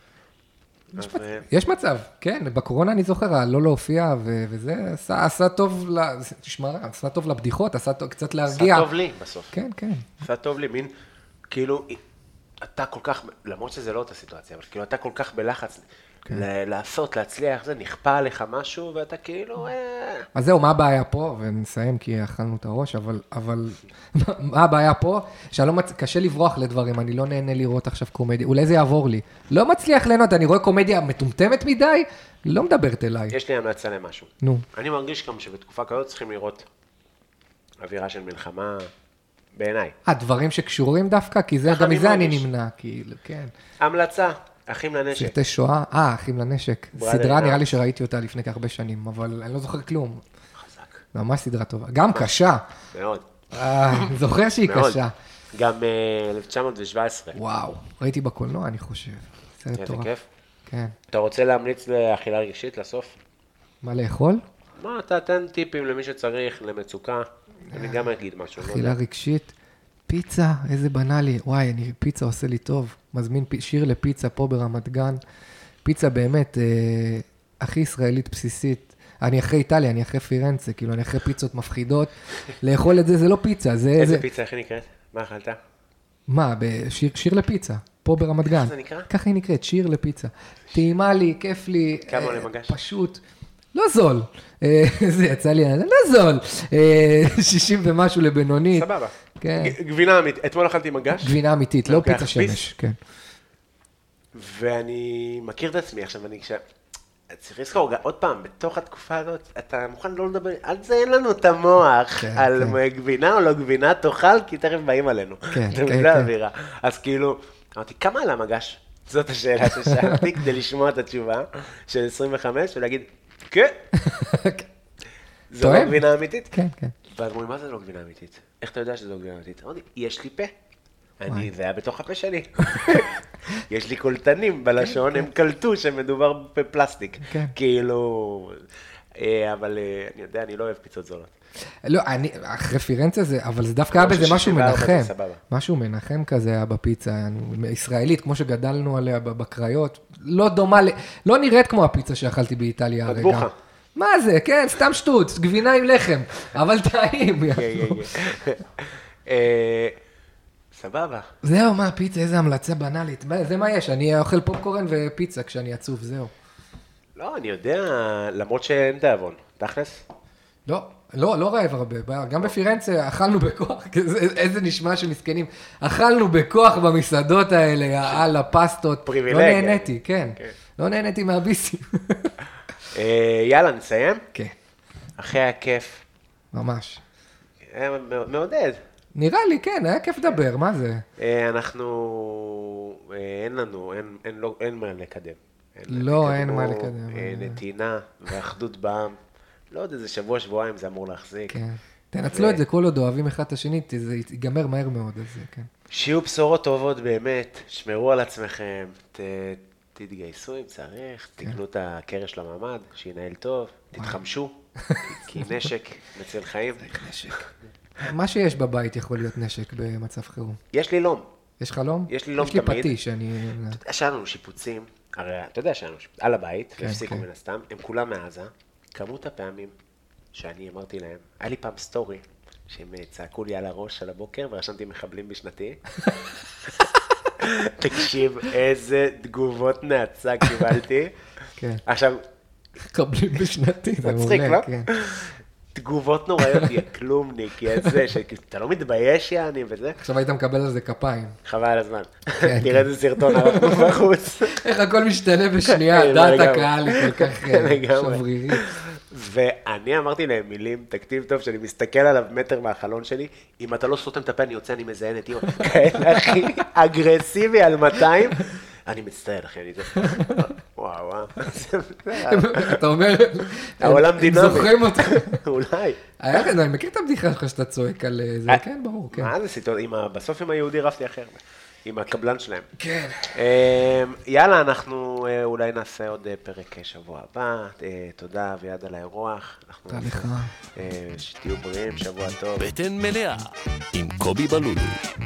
יש מצב, כן, בקורונה אני זוכר, לא להופיע וזה, עשה טוב, תשמע, עשה טוב לבדיחות, עשה קצת להרגיע. עשה טוב לי בסוף. כן, כן. עשה טוב לי, מין, כאילו, אתה כל כך, למרות שזה לא אותה סיטואציה, אבל כאילו אתה כל כך בלחץ, לעשות, להצליח, זה נכפה עליך משהו, ואתה כאילו... אז זהו, מה הבעיה פה? ונסיים כי אכלנו את הראש, אבל מה הבעיה פה? קשה לברוח לדברים, אני לא נהנה לראות עכשיו קומדיה, אולי זה יעבור לי. לא מצליח ליהנות, אני רואה קומדיה מטומטמת מדי, לא מדברת אליי. יש לי המלצה למשהו. נו. אני מרגיש גם שבתקופה כזאת צריכים לראות אווירה של מלחמה בעיניי. דברים שקשורים דווקא, כי גם מזה אני נמנע, כאילו, כן. המלצה. אחים לנשק. סרטי שואה, אחים לנשק. סדרה נראה לי שראיתי אותה לפני כהרבה שנים, אבל אני לא זוכר כלום. חזק. ממש סדרה טובה. גם קשה. מאוד. זוכר שהיא קשה. גם 1917. וואו, ראיתי בקולנוע, אני חושב. סרט טוב. איזה כיף. כן. אתה רוצה להמליץ לאכילה רגשית לסוף? מה לאכול? מה, אתה תן טיפים למי שצריך, למצוקה. אני גם אגיד משהו. אכילה רגשית. פיצה, איזה בנאלי, וואי, פיצה עושה לי טוב, מזמין שיר לפיצה פה ברמת גן, פיצה באמת הכי ישראלית בסיסית, אני אחרי איטליה, אני אחרי פירנצה, כאילו אני אחרי פיצות מפחידות, לאכול את זה, זה לא פיצה, זה... איזה פיצה, איך היא נקראת? מה אכלת? מה, שיר לפיצה, פה ברמת גן. איך זה נקרא? ככה היא נקראת, שיר לפיצה. טעימה לי, כיף לי, כמה עולה מגש? פשוט, לא זול, זה יצא לי, לא זול, 60 ומשהו לבינונית. סבבה. גבינה אמיתית, אתמול אכלתי מגש. גבינה אמיתית, לא פיצה שמש, כן. ואני מכיר את עצמי עכשיו, צריך לזכור, עוד פעם, בתוך התקופה הזאת, אתה מוכן לא לדבר, על זה אין לנו את המוח, על גבינה או לא גבינה, תאכל, כי תכף באים עלינו. כן, כן. אז כאילו, אמרתי, כמה עלה מגש? זאת השאלה ששאלתי, כדי לשמוע את התשובה של 25, ולהגיד, כן. זו לא גבינה אמיתית? כן, כן. ואז אומרים, מה זה לא גבינה אמיתית? איך אתה יודע שזו גבינה אמיתית? אמרתי, יש לי פה. זה היה בתוך הפה שלי. יש לי קולטנים בלשון, הם קלטו שמדובר בפלסטיק. כאילו, אבל אני יודע, אני לא אוהב פיצות זולות. לא, אחרי פירנצה זה, אבל זה דווקא היה בזה משהו מנחם. משהו מנחם כזה היה בפיצה, ישראלית, כמו שגדלנו עליה בקריות. לא דומה, לא נראית כמו הפיצה שאכלתי באיטליה הרגע. מטבוחה. מה זה? כן, סתם שטות, גבינה עם לחם, אבל טעים. סבבה. זהו, מה, פיצה, איזה המלצה בנאלית. זה מה יש, אני אוכל פופקורן ופיצה כשאני עצוב, זהו. לא, אני יודע, למרות שאין תאבון. תכלס? לא רעב הרבה, גם בפירנצה אכלנו בכוח, איזה נשמע שמסכנים, אכלנו בכוח במסעדות האלה, על הפסטות. פריבילגיה. לא נהניתי, כן. לא נהניתי מהביסים. יאללה, נסיים? כן. אחרי הכיף. ממש. מעודד. נראה לי, כן, היה כיף לדבר, מה זה? אנחנו, אין לנו, אין מה לקדם. לא, אין מה לקדם. נתינה ואחדות בעם. לא יודע, זה שבוע, שבועיים זה אמור להחזיק. כן. תנצלו את זה, כל עוד אוהבים אחד את השני, זה ייגמר מהר מאוד, אז כן. שיהיו בשורות טובות באמת, שמרו על עצמכם, תתגייסו אם צריך, תקנו את הקרש לממד, שינהל טוב, תתחמשו, כי נשק מציל חיים. נשק. מה שיש בבית יכול להיות נשק במצב חירום. יש לי לום. יש לך לום? יש לי לום תמיד. יש לי פטיש, אני... שהיה לנו שיפוצים, הרי אתה יודע שהיה לנו שיפוצים, על הבית, והפסיקו מן הסתם, הם כולם מעזה, כמות הפעמים שאני אמרתי להם, היה לי פעם סטורי, שהם צעקו לי על הראש על הבוקר, ורשמתי מחבלים בשנתי. תקשיב, איזה תגובות נאצה קיבלתי. כן. עכשיו... מחבלים בשנתי, זה מצחיק, לא? כן. תגובות נוראיות, יא כלומניק, יא זה, שאתה לא מתבייש יעני וזה. עכשיו היית מקבל על זה כפיים. חבל על הזמן. תראה איזה סרטון ערכנו בחוץ. איך הכל משתנה בשנייה, דעת הקהל היא כל כך שברירית. ואני אמרתי להם מילים, תקטיב טוב, שאני מסתכל עליו מטר מהחלון שלי, אם אתה לא סותם את הפה, אני יוצא, אני מזיין את אימא. כאלה, אחי, אגרסיבי על 200. אני מצטער, אחי, אני זה... וואו, וואו. אתה אומר, העולם דינמי. הם זוכרים אותך. אולי. אני מכיר את הבדיחה שלך שאתה צועק על זה, כן, ברור, כן. מה זה סיטואציה? בסוף עם היהודי רפתי אחר. עם הקבלן שלהם. כן. יאללה, אנחנו אולי נעשה עוד פרק שבוע הבא. תודה ויד על האירוח. תודה לך. שתהיו בריאים, שבוע טוב. בטן מלאה עם קובי בלולו.